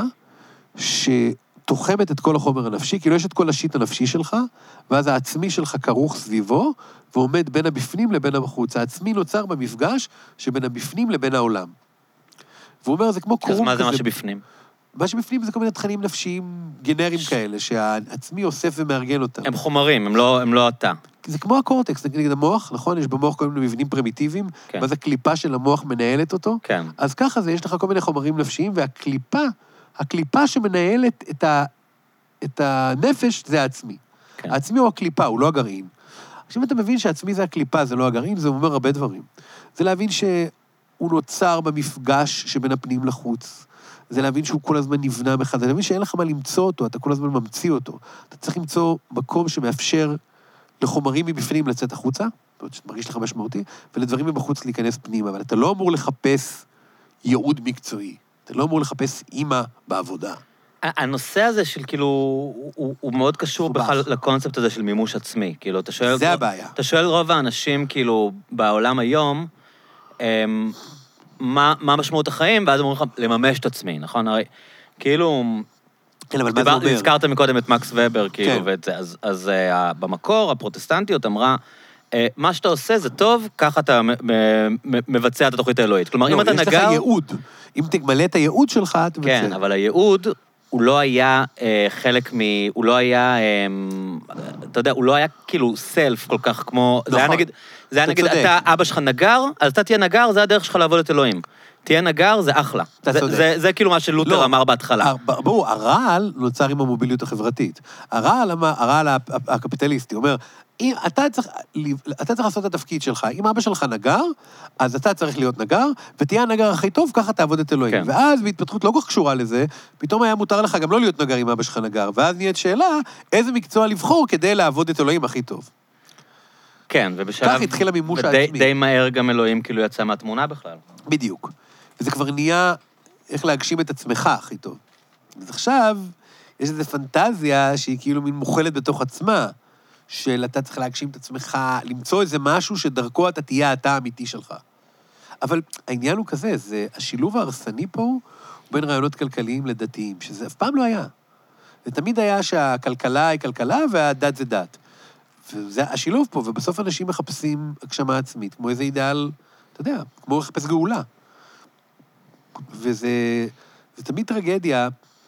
שתוחמת את כל החומר הנפשי, כאילו יש את כל השיט הנפשי שלך, ואז העצמי שלך כרוך סביבו, ועומד בין הבפנים לבין הבחוץ. העצמי נוצר במפגש שבין הבפנים לבין העולם. והוא אומר, זה כמו קרום כזה. אז מה זה מה שבפנים? מה שבפנים זה כל מיני תכנים נפשיים גנריים כאלה, שהעצמי אוסף ומארגן אותם. הם חומרים, הם לא, הם לא אתה. זה כמו הקורטקס, נגיד המוח, נכון? יש במוח כל מיני מבנים פרימיטיביים, כן. ואז הקליפה של המוח מנהלת אותו. כן. אז ככה זה, יש לך כל מיני חומרים נפשיים, והקליפה, הקליפה שמנהלת את, ה, את הנפש, זה העצמי. כן. העצמי הוא הקליפה, הוא לא הגרעין. עכשיו, אם אתה מבין שהעצמי זה הקליפה, זה לא הגרעין, זה אומר הרבה דברים. זה להבין שהוא נוצר במפגש שבין הפנים לחוץ. זה להבין שהוא כל הזמן נבנה מחדש. זה להבין שאין לך מה למצוא אותו, אתה כל הזמן ממציא אותו. אתה צריך למצוא מקום שמאפשר לחומרים מבפנים לצאת החוצה, זאת אומרת, שמרגיש לך משמעותי, ולדברים מבחוץ להיכנס פנימה, אבל אתה לא אמור לחפש ייעוד מקצועי. אתה לא אמור לחפש אימא בעבודה. הנושא הזה של כאילו, הוא, הוא מאוד קשור בכלל לקונספט הזה של מימוש עצמי. כאילו, אתה שואל... זה הבעיה. אתה שואל רוב האנשים, כאילו, בעולם היום, הם, מה, מה משמעות החיים, ואז הם אומרים לך, לממש את עצמי, נכון? הרי, כאילו... כן, אבל מה זה אומר? הזכרת מקודם את מקס ובר, כאילו, כן. ואת זה. אז, אז uh, במקור, הפרוטסטנטיות אמרה, uh, מה שאתה עושה זה טוב, ככה אתה מבצע את התוכנית האלוהית. כלומר, לא, אם אתה נגר... יש לך ייעוד. אם תגמלא את הייעוד שלך, אתה מבצע. כן, אבל הייעוד... הוא לא היה אה, חלק מ... הוא לא היה, אה, אתה יודע, הוא לא היה כאילו סלף כל כך כמו... נכון. זה היה נגיד, זה היה נגיד, אתה, אבא שלך נגר, אז אתה תהיה נגר, זה הדרך שלך לעבוד את אלוהים. תהיה נגר, זה אחלה. זה, זה, זה, זה כאילו מה שלותר לא, אמר בהתחלה. בואו, הרעל נוצר עם המוביליות החברתית. הרעל, הרעל הקפיטליסטי, אומר, אם אתה צריך, אתה צריך לעשות את התפקיד שלך. אם אבא שלך נגר, אז אתה צריך להיות נגר, ותהיה הנגר הכי טוב, ככה תעבוד את אלוהים. כן. ואז בהתפתחות לא כל כך קשורה לזה, פתאום היה מותר לך גם לא להיות נגר אם אבא שלך נגר, ואז נהיית שאלה, איזה מקצוע לבחור כדי לעבוד את אלוהים הכי טוב. כן, ובשלב... כך התחיל המימוש העצמי. די מהר גם אלוהים כאילו יצא מהתמונה בכלל. בדיוק. וזה כבר נהיה איך להגשים את עצמך הכי טוב. אז עכשיו, יש איזו פנטזיה שהיא כאילו מין מוכלת בתוך עצמה, של אתה צריך להגשים את עצמך, למצוא איזה משהו שדרכו אתה תהיה אתה האמיתי שלך. אבל העניין הוא כזה, זה השילוב ההרסני פה הוא בין רעיונות כלכליים לדתיים, שזה אף פעם לא היה. זה תמיד היה שהכלכלה היא כלכלה והדת זה דת. וזה השילוב פה, ובסוף אנשים מחפשים הגשמה עצמית, כמו איזה אידאל, אתה יודע, כמו לחפש גאולה. וזה זה תמיד טרגדיה.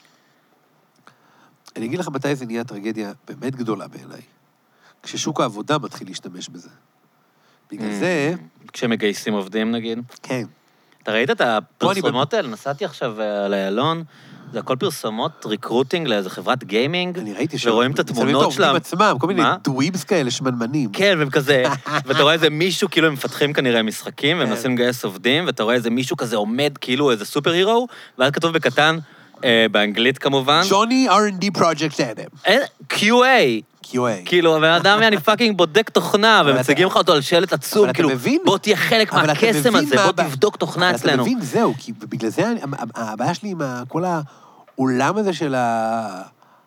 אני אגיד לך מתי זה נהיה טרגדיה באמת גדולה בעיניי. כששוק העבודה מתחיל להשתמש בזה. בגלל זה... כשמגייסים עובדים, נגיד? כן. אתה ראית את הפרסומות האלה? נסעתי עכשיו על איילון, זה הכל פרסומות, ריקרוטינג לאיזו חברת גיימינג. אני ראיתי ש... ורואים את התמונות שלהם. עצמם, כל מיני דוויבס כאלה, שמנמנים. כן, והם כזה, ואתה רואה איזה מישהו, כאילו הם מפתחים כנראה משחקים, והם מנסים לגייס עובדים, ואתה רואה איזה מישהו כזה עומד, כאילו איזה סופר הירו, ואז כתוב בקטן, באנגלית כמובן. ג'וני אר אנד די Project Adam. קיו איי. קיו איי. כאילו, הבן אדם אני פאקינג בודק תוכנה, ומציגים לך אותו על שלט עצום, כאילו, בוא תהיה חלק מהקסם הזה, בוא תבדוק תוכנה אצלנו. אתה מבין, זהו, כי בגלל זה הבעיה שלי עם כל העולם הזה של ה...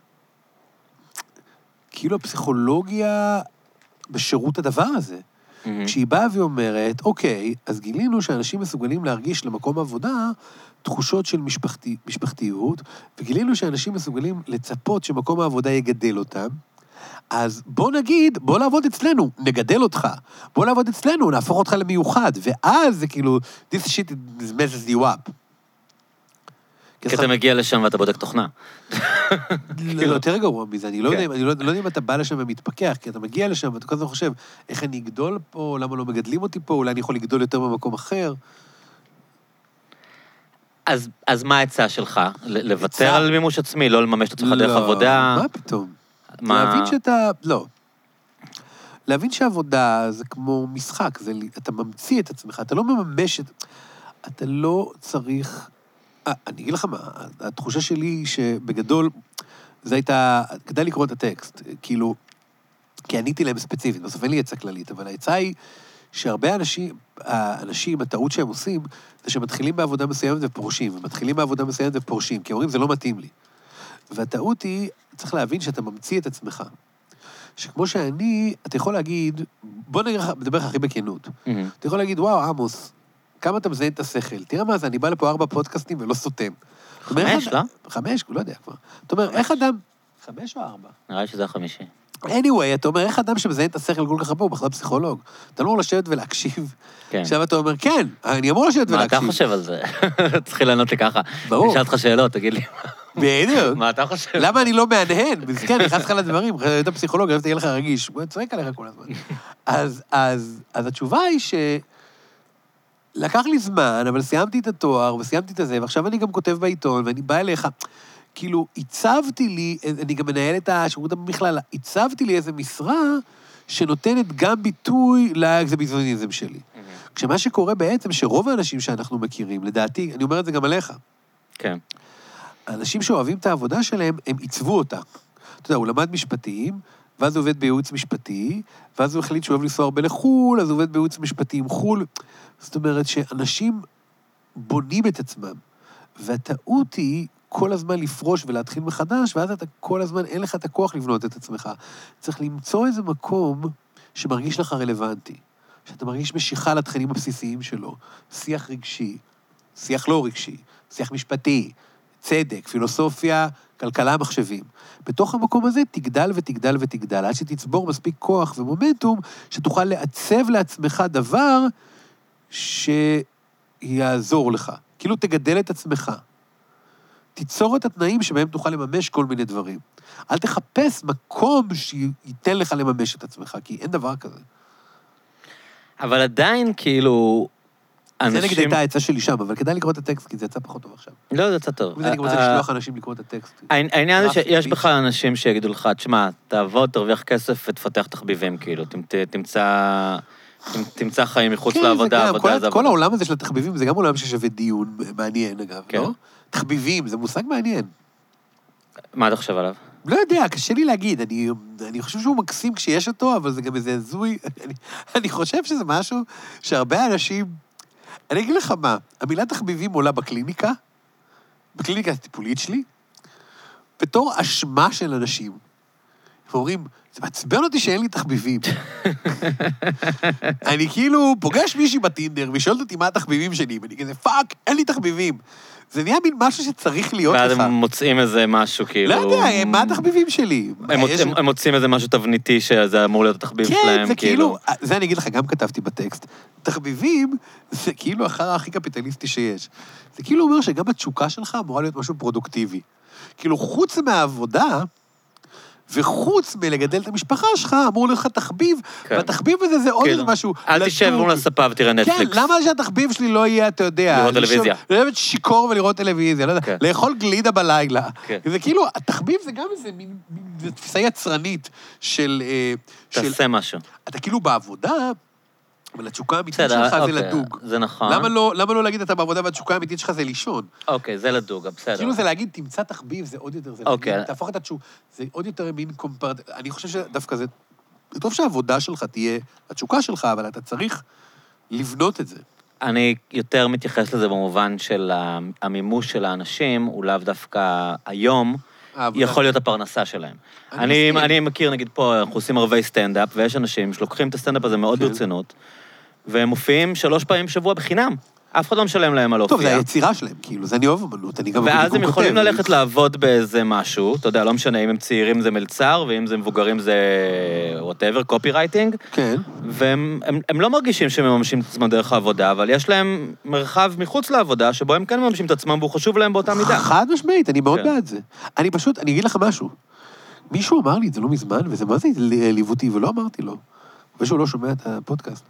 כאילו הפסיכולוגיה בשירות הדבר הזה. כשהיא באה ואומרת, אוקיי, אז גילינו שאנשים מסוגלים להרגיש למקום עבודה תחושות של משפחתי, משפחתיות, וגילינו שאנשים מסוגלים לצפות שמקום העבודה יגדל אותם, אז בוא נגיד, בוא לעבוד אצלנו, נגדל אותך. בוא לעבוד אצלנו, נהפוך אותך למיוחד. ואז זה כאילו, this shit messes you up. כי אתה מגיע לשם ואתה בודק תוכנה. לא, יותר גרוע מזה. אני לא יודע אם אתה בא לשם ומתפכח, כי אתה מגיע לשם ואתה כל הזמן חושב, איך אני אגדול פה, למה לא מגדלים אותי פה, אולי אני יכול לגדול יותר במקום אחר. אז, אז מה העצה שלך? לוותר על מימוש עצמי, לא לממש את עצמך דרך עבודה? לא, מה פתאום? להבין שאתה, לא. להבין שעבודה זה כמו משחק, זה, אתה ממציא את עצמך, אתה לא מממש את... אתה לא צריך... אה, אני אגיד לך מה, התחושה שלי היא שבגדול, זה הייתה... כדאי לקרוא את הטקסט, כאילו... כי עניתי להם ספציפית, בסוף אין לי עצה כללית, אבל העצה היא שהרבה אנשים, האנשים, הטעות שהם עושים, זה שמתחילים בעבודה מסוימת ופורשים, ומתחילים בעבודה מסוימת ופורשים, כי אומרים, זה לא מתאים לי. והטעות היא, צריך להבין שאתה ממציא את עצמך. שכמו שאני, אתה יכול להגיד, בוא נדבר לך הכי בכנות. Mm-hmm. אתה יכול להגיד, וואו, עמוס, כמה אתה מזיין את השכל? תראה מה זה, אני בא לפה ארבע פודקאסטים ולא סותם. חמש, לא? חמש, לא יודע כבר. אתה אומר, איך אדם... חמש או ארבע? נראה לי שזה החמישי. anyway, אתה אומר, איך אדם שמזיין את השכל כל כך הרבה, הוא בכלל פסיכולוג. אתה לא אמור לשבת ולהקשיב. כן. עכשיו אתה אומר, כן, אני אמור לשבת ולהקשיב. מה אתה חושב על זה? צריכים לענות לי ככה. ברור. נשאל אותך שאלות, תגיד לי. בדיוק. מה אתה חושב? למה אני לא מהנהן? כן, נכנס לך לדברים, אתה פסיכולוג, אוהב תהיה לך רגיש. הוא צועק עליך כל הזמן. אז, אז, אז התשובה היא ש... לקח לי זמן, אבל סיימתי את התואר, וסיימתי את זה, ועכשיו אני גם כותב בעיתון, ואני בא אליך... כאילו, הצבתי לי, אני גם מנהל את השירות במכללה, הצבתי לי איזו משרה שנותנת גם ביטוי לאקזיביציוניזם שלי. כשמה שקורה בעצם, שרוב האנשים שאנחנו מכירים, לדעתי, אני אומר את זה גם עליך. כן. האנשים שאוהבים את העבודה שלהם, הם עיצבו אותה. אתה יודע, הוא למד משפטים, ואז הוא עובד בייעוץ משפטי, ואז הוא החליט שהוא אוהב לנסוע הרבה לחול, אז הוא עובד בייעוץ משפטי עם חול. זאת אומרת שאנשים בונים את עצמם, והטעות היא כל הזמן לפרוש ולהתחיל מחדש, ואז אתה כל הזמן, אין לך את הכוח לבנות את עצמך. צריך למצוא איזה מקום שמרגיש לך רלוונטי, שאתה מרגיש משיכה לתכנים הבסיסיים שלו, שיח רגשי, שיח לא רגשי, שיח משפטי, צדק, פילוסופיה, כלכלה, מחשבים. בתוך המקום הזה תגדל ותגדל ותגדל, עד שתצבור מספיק כוח ומומנטום, שתוכל לעצב לעצמך דבר שיעזור לך. כאילו תגדל את עצמך. תיצור את התנאים שבהם תוכל לממש כל מיני דברים. אל תחפש מקום שייתן לך לממש את עצמך, כי אין דבר כזה. אבל עדיין, כאילו, אנשים... זה נגד הייתה העצה שלי שם, אבל כדאי לקרוא את הטקסט, כי זה יצא פחות טוב עכשיו. לא, זה יצא טוב. אני רוצה לשלוח אנשים לקרוא את הטקסט. העניין זה שיש בכלל אנשים שיגידו לך, תשמע, תעבוד, תרוויח כסף ותפתח תחביבים, כאילו, תמצא... תמצא חיים מחוץ לעבודה, עבודה זה עבודה. כל העולם הזה של התחביבים, זה גם עולם ששווה דיון מעניין, אגב, לא? תחביבים, זה מושג מעניין. מה אתה חושב עליו? לא יודע, קשה לי להגיד, אני, אני חושב שהוא מקסים כשיש אותו, אבל זה גם איזה הזוי, אני, אני חושב שזה משהו שהרבה אנשים, אני אגיד לך מה, המילה תחביבים עולה בקליניקה, בקליניקה הטיפולית שלי, בתור אשמה של אנשים. ואומרים, זה מעצבן אותי שאין לי תחביבים. אני כאילו פוגש מישהי בטינדר, ושואלת אותי מה התחביבים שלי, ואני כזה, פאק, אין לי תחביבים. זה נהיה מין משהו שצריך להיות לך. ואז הם מוצאים איזה משהו, כאילו... לא יודע, מה התחביבים שלי? הם מוצאים איזה משהו תבניתי שזה אמור להיות התחביב שלהם, כן, זה כאילו... זה אני אגיד לך, גם כתבתי בטקסט. תחביבים זה כאילו החרא הכי קפיטליסטי שיש. זה כאילו אומר שגם התשוקה שלך אמורה להיות משהו פרודוקטיבי. כאילו, חוץ מהעבודה, וחוץ מלגדל את המשפחה שלך, אמור להיות לך תחביב, והתחביב הזה זה עוד איזה משהו... אל תשב מול הספה ותראה נטפליקס. כן, למה שהתחביב שלי לא יהיה, אתה יודע... לראות טלוויזיה. לראות שיקור ולראות טלוויזיה, לא יודע, לאכול גלידה בלילה. זה כאילו, התחביב זה גם איזה מין תפיסה יצרנית של... תעשה משהו. אתה כאילו בעבודה... אבל התשוקה האמיתית שלך זה לדוג. זה נכון. למה לא להגיד אתה בעבודה והתשוקה האמיתית שלך זה לישון? אוקיי, זה לדוג, בסדר. כאילו זה להגיד, תמצא תחביב, זה עוד יותר, זה להגיד, תהפוך את התשוקה, זה עוד יותר מין קומפרט... אני חושב שדווקא זה... זה טוב שהעבודה שלך תהיה התשוקה שלך, אבל אתה צריך לבנות את זה. אני יותר מתייחס לזה במובן של המימוש של האנשים, הוא לאו דווקא היום, יכול להיות הפרנסה שלהם. אני, אני מכיר, נגיד פה, אנחנו עושים ערבי סטנדאפ, ויש אנשים שלוקחים את הסטנדאפ הזה מאוד ברצינות, והם מופיעים שלוש פעמים בשבוע בחינם. אף אחד לא משלם להם על להופיע. טוב, זה היצירה שלהם, כאילו, זה אני אוהב אמנות, אני גם... ואז הם יכולים ללכת לעבוד באיזה משהו, אתה יודע, לא משנה, אם הם צעירים זה מלצר, ואם זה מבוגרים זה whatever, copywriting. כן. והם הם, הם לא מרגישים שהם מממשים את עצמם דרך העבודה, אבל יש להם מרחב מחוץ לעבודה, שבו הם כן מממשים את עצמם, והוא חשוב להם באותה מידה. חד משמעית, אני מאוד בעד זה. אני פשוט, אני אגיד לך משהו. מישהו אמר לי את זה לא מזמן, וזה מה זה ליוותי, ולא אמרתי לו. ושהוא לא שומע את הפודקאסט.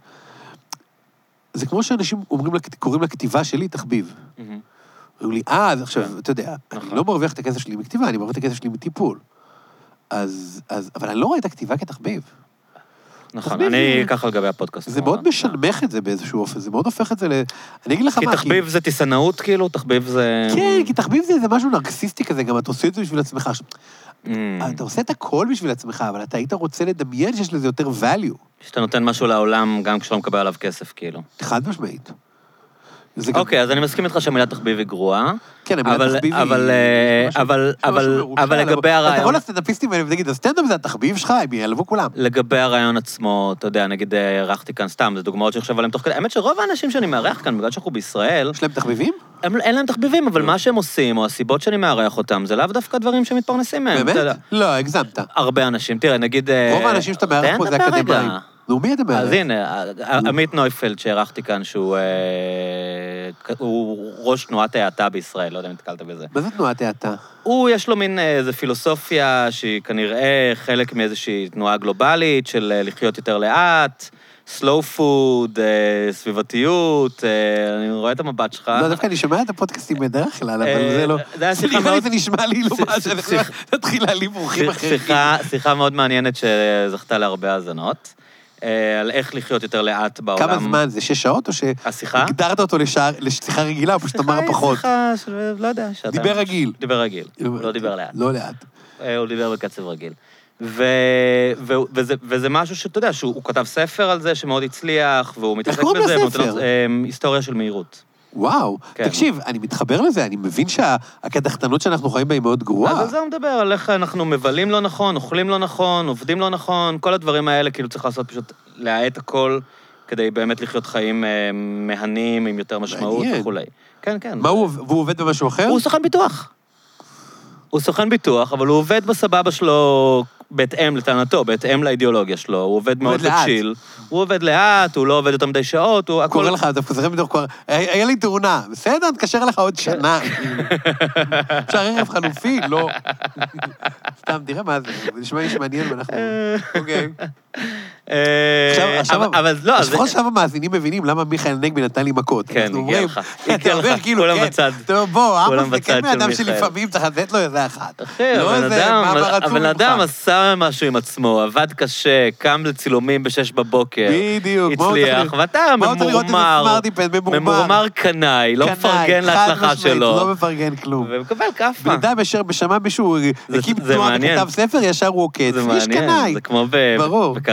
זה כמו שאנשים אומרים, קוראים לכתיבה שלי תחביב. אומרים לי, אה, אז עכשיו, אתה יודע, אני לא מרוויח את הכסף שלי מכתיבה, אני מרוויח את הכסף שלי מטיפול. אז, אבל אני לא רואה את הכתיבה כתחביב. נכון, אני ככה לגבי הפודקאסט. זה מאוד משנמך את זה באיזשהו אופן, זה מאוד הופך את זה ל... אני אגיד לך מה... כי תחביב זה תיסנאות, כאילו, תחביב זה... כן, כי תחביב זה משהו נרקסיסטי כזה, גם אתה עושה את זה בשביל עצמך. אתה עושה את הכל בשביל עצמך, אבל אתה היית רוצה לדמיין שיש לזה יותר value. שאתה נותן משהו לעולם, גם כשלא מקבל עליו כסף, כאילו. חד משמעית. אוקיי, אז אני מסכים איתך שהמילה תחביב היא גרועה. כן, המילה תחביב היא... אבל לגבי הרעיון... אתה יכול לסטנדאפיסטים האלה ותגיד, הסטנדאפ זה התחביב שלך, הם יעלבו כולם. לגבי הרעיון עצמו, אתה יודע, נגיד, ערכתי כאן סתם, זה דוגמאות שאני חושב עליהם תוך כדי. האמת שרוב האנשים שאני מארח כאן, בגלל שאנחנו בישראל... יש להם תחביבים? אין להם תחביבים, אבל מה שהם עושים, או הסיבות שאני מארח אותם, זה לאו דווקא דברים שמתפרנסים מהם. באמת? לא, הגזמת. הרבה אנשים, תראה, נגיד... רוב האנשים שאתה מארח פה זה אקדמאים. נו, מי אתה מארח? אז הנה, עמית נויפלד שערכתי כאן, שהוא ראש תנועת ההאטה בישראל, לא יודע אם התקלת בזה. מה זה תנועת ההאטה? הוא, יש לו מין איזו פילוסופיה שהיא כנראה חלק מאיזושהי תנועה גלובלית של לחיות יותר לאט, slow food, סביבתיות, אני רואה את המבט שלך. לא, דווקא אני שומע את הפודקאסטים בדרך כלל, אבל זה לא... זה נשמע לי לא מה שתתחיל להעלים אורחים אחרים. שיחה מאוד מעניינת שזכתה להרבה האזנות. על איך לחיות יותר לאט בעולם. כמה זמן? זה שש שעות או ש... השיחה? הגדרת אותו לשיחה רגילה, או פשוט אמר פחות? שיחה של... לא יודע. דיבר רגיל. דיבר רגיל. לא דיבר לאט. לא לאט. הוא דיבר בקצב רגיל. וזה משהו שאתה יודע, שהוא כתב ספר על זה שמאוד הצליח, והוא מתעסק בזה. איך קוראים לספר? היסטוריה של מהירות. וואו, תקשיב, אני מתחבר לזה, אני מבין שהקדחתנות שאנחנו חיים בה היא מאוד גרועה. אז על זה הוא מדבר, על איך אנחנו מבלים לא נכון, אוכלים לא נכון, עובדים לא נכון, כל הדברים האלה, כאילו צריך לעשות פשוט להאט הכל, כדי באמת לחיות חיים מהנים עם יותר משמעות וכולי. כן, כן. מה הוא, והוא עובד במשהו אחר? הוא סוכן ביטוח. הוא סוכן ביטוח, אבל הוא עובד בסבבה שלו בהתאם לטענתו, בהתאם לאידיאולוגיה שלו, הוא עובד מאוד בצ'יל. הוא עובד לאט, הוא לא עובד יותר מדי שעות, הוא... קורא לך, אתה סוכן ביטוח, היה לי תאונה, בסדר, תקשר לך עוד שנה. אפשר ערב חלופי, לא. סתם, תראה מה זה, זה נשמע איש מעניין, ואנחנו... אוקיי. אבל לא... אז עכשיו המאזינים מבינים למה מיכאל נגבי נתן לי מכות. כן, הגיע לך. כולם בצד. בוא, עמוס זה כן מאדם שלפעמים צריך לתת לו איזה אחת. הבן אדם עשה משהו עם עצמו, עבד קשה, קם לצילומים בשש בבוקר. בדיוק. הצליח, ואתה ממורמר, ממורמר קנאי, לא מפרגן להצלחה שלו. לא מפרגן כלום. ומקבל כאפה. בן אדם ישר בשמה מישהו, הקים תנועה וכתב ספר, ישר הוא עוקץ. זה מעניין, זה כמו בקראטה קיד.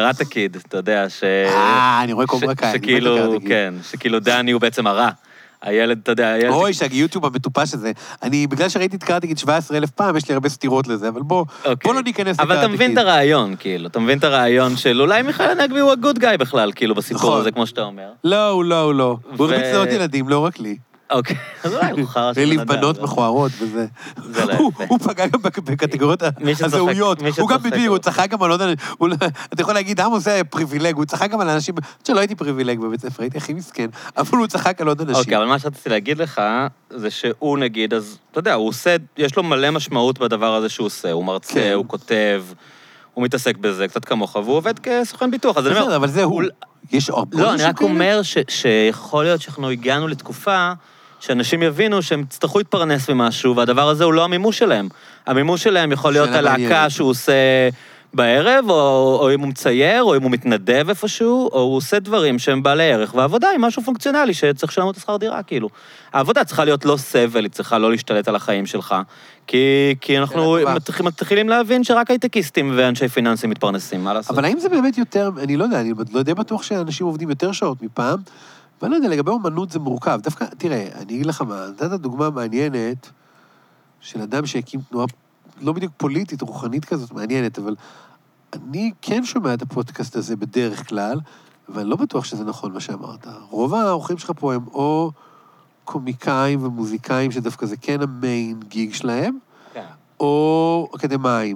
קיד, אתה יודע, ש... אה, אני רואה קוברה קאי. שכאילו, כן, שכאילו דני הוא בעצם הרע. הילד, אתה יודע, הילד... אוי, שהיוטיוב המטופש הזה. אני, בגלל שראיתי את קראטה קיד שבע עשרה אלף פעם, יש לי הרבה סתירות לזה, אבל בוא, בוא לא ניכנס לקראטה קיד. אבל אתה מבין את הרעיון, כאילו, אתה מבין את הרעיון של אולי מיכאל הנגבי הוא הגוד גאי בכלל, כאילו, בסיפור הזה, כמו שאתה אומר. לא, הוא לא, הוא לא. הוא הרביץ לעוד ילדים, לא רק לי. אוקיי, אז אולי הוא חרא של בן אדם. בנות מכוערות וזה. הוא פגע גם בקטגוריות הזהויות. הוא גם בדיוק, הוא צחק גם על עוד אנשים. אתה יכול להגיד, עמוס זה פריבילג, הוא צחק גם על אנשים, שלא הייתי פריבילג בבית ספר, הייתי הכי מסכן, אבל הוא צחק על עוד אנשים. אוקיי, אבל מה שרציתי להגיד לך, זה שהוא נגיד, אז אתה יודע, הוא עושה, יש לו מלא משמעות בדבר הזה שהוא עושה, הוא מרצה, הוא כותב, הוא מתעסק בזה, קצת כמוך, והוא עובד כסוכן ביטוח, אז אני אומר... אבל זה הוא. יש הרבה... לא, אני רק אומר שיכול להיות שאנחנו הגענו לתקופה שאנשים יבינו שהם יצטרכו להתפרנס ממשהו, והדבר הזה הוא לא המימוש שלהם. המימוש שלהם יכול להיות הלהקה שהוא עושה בערב, או, או אם הוא מצייר, או אם הוא מתנדב איפשהו, או הוא עושה דברים שהם בעלי ערך, והעבודה היא משהו פונקציונלי שצריך לשלם את השכר דירה, כאילו. העבודה צריכה להיות לא סבל, היא צריכה לא להשתלט על החיים שלך, כי, כי אנחנו מתחילים להבין שרק הייטקיסטים ואנשי פיננסים מתפרנסים, מה לעשות? אבל האם זה באמת יותר, אני לא יודע, אני לא יודע בטוח שאנשים עובדים יותר שעות מפעם, ואני לא יודע, לגבי אומנות זה מורכב. דווקא, תראה, אני אגיד לך מה, נתת דוגמה מעניינת של אדם שהקים תנועה לא בדיוק פוליטית, רוחנית כזאת, מעניינת, אבל אני כן שומע את הפודקאסט הזה בדרך כלל, ואני לא בטוח שזה נכון מה שאמרת. רוב האורחים שלך פה הם או קומיקאים ומוזיקאים, שדווקא זה כן המיין גיג שלהם, כן. או אקדמיים.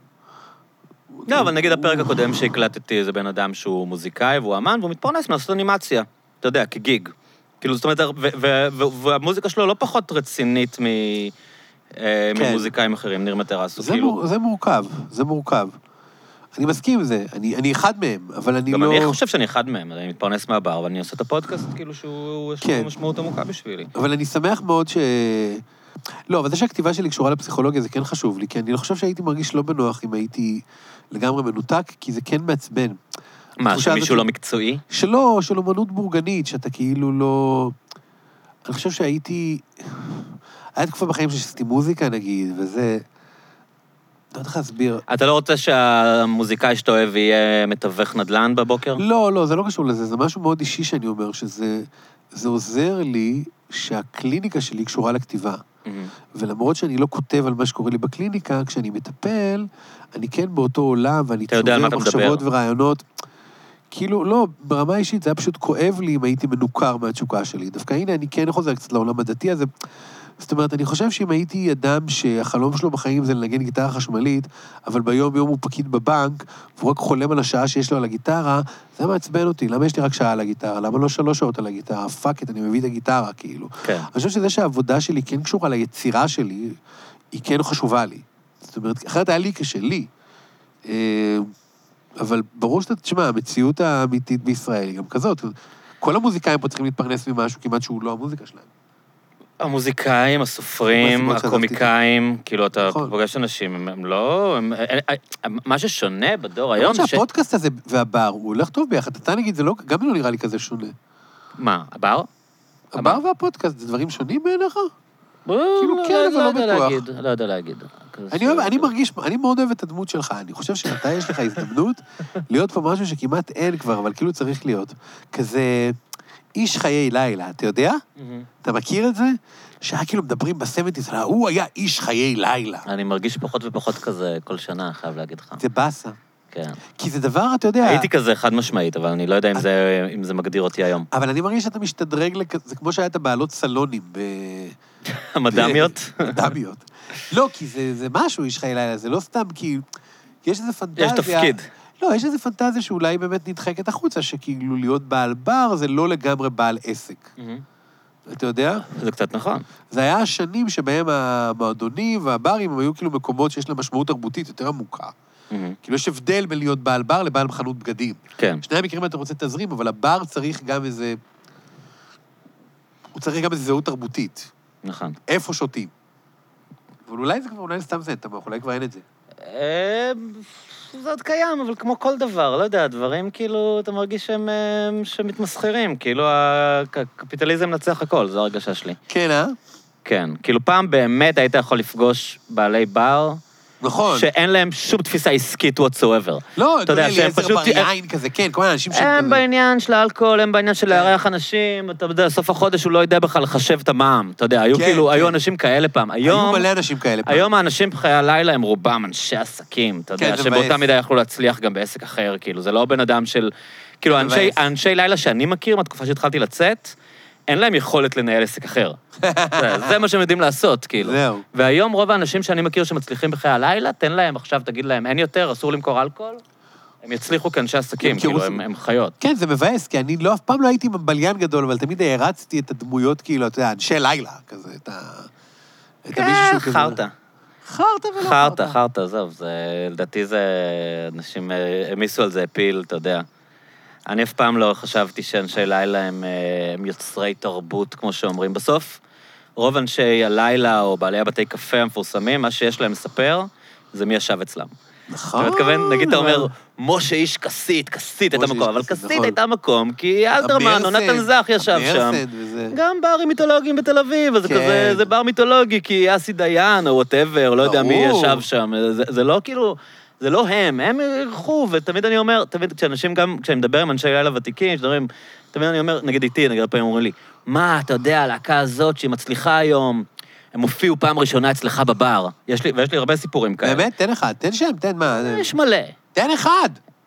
לא, אבל נגיד הפרק הקודם שהקלטתי, זה בן אדם שהוא מוזיקאי והוא אמן, והוא מתפרנס מעשות אנימציה, אתה יודע, כגיג. כאילו, זאת אומרת, והמוזיקה שלו לא פחות רצינית מ... ממוזיקאים אחרים, ניר מטרסו, כאילו. זה מורכב, זה מורכב. אני מסכים עם זה, אני אחד מהם, אבל אני לא... גם אני חושב שאני אחד מהם, אני מתפרנס מהבר, ואני עושה את הפודקאסט, כאילו שהוא יש לו משמעות עמוקה בשבילי. אבל אני שמח מאוד ש... לא, אבל זה שהכתיבה שלי קשורה לפסיכולוגיה, זה כן חשוב לי, כי אני לא חושב שהייתי מרגיש לא בנוח אם הייתי לגמרי מנותק, כי זה כן מעצבן. מה, שמישהו לא מקצועי? שלא, של אומנות בורגנית, שאתה כאילו לא... אני חושב שהייתי... היה תקופה בחיים שעשיתי מוזיקה, נגיד, וזה... לא יודע איך להסביר. אתה לא רוצה שהמוזיקאי שאתה אוהב יהיה מתווך נדל"ן בבוקר? לא, לא, זה לא קשור לזה. זה משהו מאוד אישי שאני אומר, שזה זה עוזר לי שהקליניקה שלי קשורה לכתיבה. ולמרות שאני לא כותב על מה שקורה לי בקליניקה, כשאני מטפל, אני כן באותו עולם, ואני צובר מחשבות ורעיונות. כאילו, לא, ברמה אישית, זה היה פשוט כואב לי אם הייתי מנוכר מהתשוקה שלי. דווקא הנה, אני כן חוזר קצת לעולם הדתי הזה. זאת אומרת, אני חושב שאם הייתי אדם שהחלום שלו בחיים זה לנגן גיטרה חשמלית, אבל ביום יום הוא פקיד בבנק, והוא רק חולם על השעה שיש לו על הגיטרה, זה מעצבן אותי. למה יש לי רק שעה על הגיטרה? למה לא שלוש שעות על הגיטרה? פאק את, אני מביא את הגיטרה, כאילו. כן. אני חושב שזה שהעבודה שלי כן קשורה ליצירה שלי, היא כן חשובה לי. זאת אומרת, אחרת היה לי כשלי. אבל ברור שאתה, תשמע, המציאות האמיתית בישראל היא גם כזאת. כל המוזיקאים פה צריכים להתפרנס ממשהו, כמעט שהוא לא המוזיקה שלהם. המוזיקאים, הסופרים, הקומיקאים, כאילו, אתה פוגש אנשים, הם לא... מה ששונה בדור היום... אני חושב שהפודקאסט הזה והבר, הוא הולך טוב ביחד. אתה נגיד, זה לא, גם לא נראה לי כזה שונה. מה, הבר? הבר והפודקאסט, זה דברים שונים בעיניך? כאילו כן, אבל לא בטוח. לא יודע להגיד. אני מרגיש, אני מאוד אוהב את הדמות שלך. אני חושב שאתה יש לך הזדמנות להיות פה משהו שכמעט אין כבר, אבל כאילו צריך להיות. כזה... איש חיי לילה, אתה יודע? אתה מכיר את זה? שהיה כאילו מדברים בסמנטיס, הוא היה איש חיי לילה. אני מרגיש פחות ופחות כזה כל שנה, חייב להגיד לך. זה באסה. כן. כי זה דבר, אתה יודע... הייתי כזה חד משמעית, אבל אני לא יודע אם זה מגדיר אותי היום. אבל אני מרגיש שאתה משתדרג, זה כמו שהיה את הבעלות סלונים ב... המדמיות? מדמיות. לא, כי זה משהו, איש חיי לילה, זה לא סתם כי... יש איזה פנטזיה... יש תפקיד. לא, יש איזו פנטזיה שאולי באמת נדחקת החוצה, שכאילו להיות בעל בר זה לא לגמרי בעל עסק. אתה יודע? זה קצת נכון. זה היה השנים שבהם המועדונים והברים הם היו כאילו מקומות שיש להם משמעות תרבותית יותר עמוקה. כאילו יש הבדל בין להיות בעל בר לבעל חנות בגדים. כן. שני המקרים אתה רוצה תזרים, אבל הבר צריך גם איזה... הוא צריך גם איזו זהות תרבותית. נכון. איפה שותים. אבל אולי זה כבר, אולי סתם זה, אולי כבר אין את זה. זה עוד קיים, אבל כמו כל דבר, לא יודע, דברים כאילו, אתה מרגיש שהם שמתמסחרים, כאילו הקפיטליזם נצח הכל, זו הרגשה שלי. כן, אה? כן, כאילו פעם באמת היית יכול לפגוש בעלי בר, נכון. שאין להם שום תפיסה עסקית whatsoever. לא, אתה יודע, אליעזר בריין כזה, כן, כל מיני אנשים הם בעניין של האלכוהול, הם בעניין של לארח אנשים, אתה יודע, סוף החודש הוא לא יודע בכלל לחשב את המע"מ, אתה יודע, היו כאילו, היו אנשים כאלה פעם. היו מלא אנשים כאלה פעם. היום האנשים בחיי הלילה הם רובם אנשי עסקים, אתה יודע, שבאותה מידה יכלו להצליח גם בעסק אחר, כאילו, זה לא בן אדם של... כאילו, אנשי לילה שאני מכיר, מהתקופה שהתחלתי לצאת, אין להם יכולת לנהל עסק אחר. זה מה שהם יודעים לעשות, כאילו. זהו. והיום רוב האנשים שאני מכיר שמצליחים בחיי הלילה, תן להם עכשיו, תגיד להם, אין יותר, אסור למכור אלכוהול, הם יצליחו כאנשי עסקים, כאילו, הם חיות. כן, זה מבאס, כי אני לא, אף פעם לא הייתי בליין גדול, אבל תמיד הרצתי את הדמויות, כאילו, אתה יודע, אנשי לילה, כזה, את ה... כן, חרטה. חרטה ולא חרטה. חרטה, חרטה, זהו, לדעתי זה, אנשים המיסו על זה הפיל, אתה יודע. אני אף פעם לא חשבתי שאנשי לילה הם, הם יוצרי תרבות, כמו שאומרים. בסוף, רוב אנשי הלילה או בעלי הבתי קפה המפורסמים, מה שיש להם לספר, זה מי ישב אצלם. נכון. אתה מתכוון, נגיד, אתה אומר, משה איש כסית, כסית את המקום, אבל כסית הייתה מקום, כי אלתרמן או נתן זך ישב שם. גם ברים מיתולוגיים בתל אביב, אז זה בר מיתולוגי, כי אסי דיין או whatever, לא יודע מי ישב שם. זה לא כאילו... זה לא הם, הם ירחו, ותמיד אני אומר, תמיד כשאנשים גם, כשאני מדבר עם אנשי לילה ותיקים, שדברים, תמיד אני אומר, נגיד איתי, נגיד הפעמים אומרים לי, מה, אתה יודע, הלהקה הזאת שהיא מצליחה היום, הם הופיעו פעם ראשונה אצלך בבר. יש לי, ויש לי הרבה סיפורים כאלה. באמת? תן אחד, תן שם, תן מה. יש מלא. תן אחד.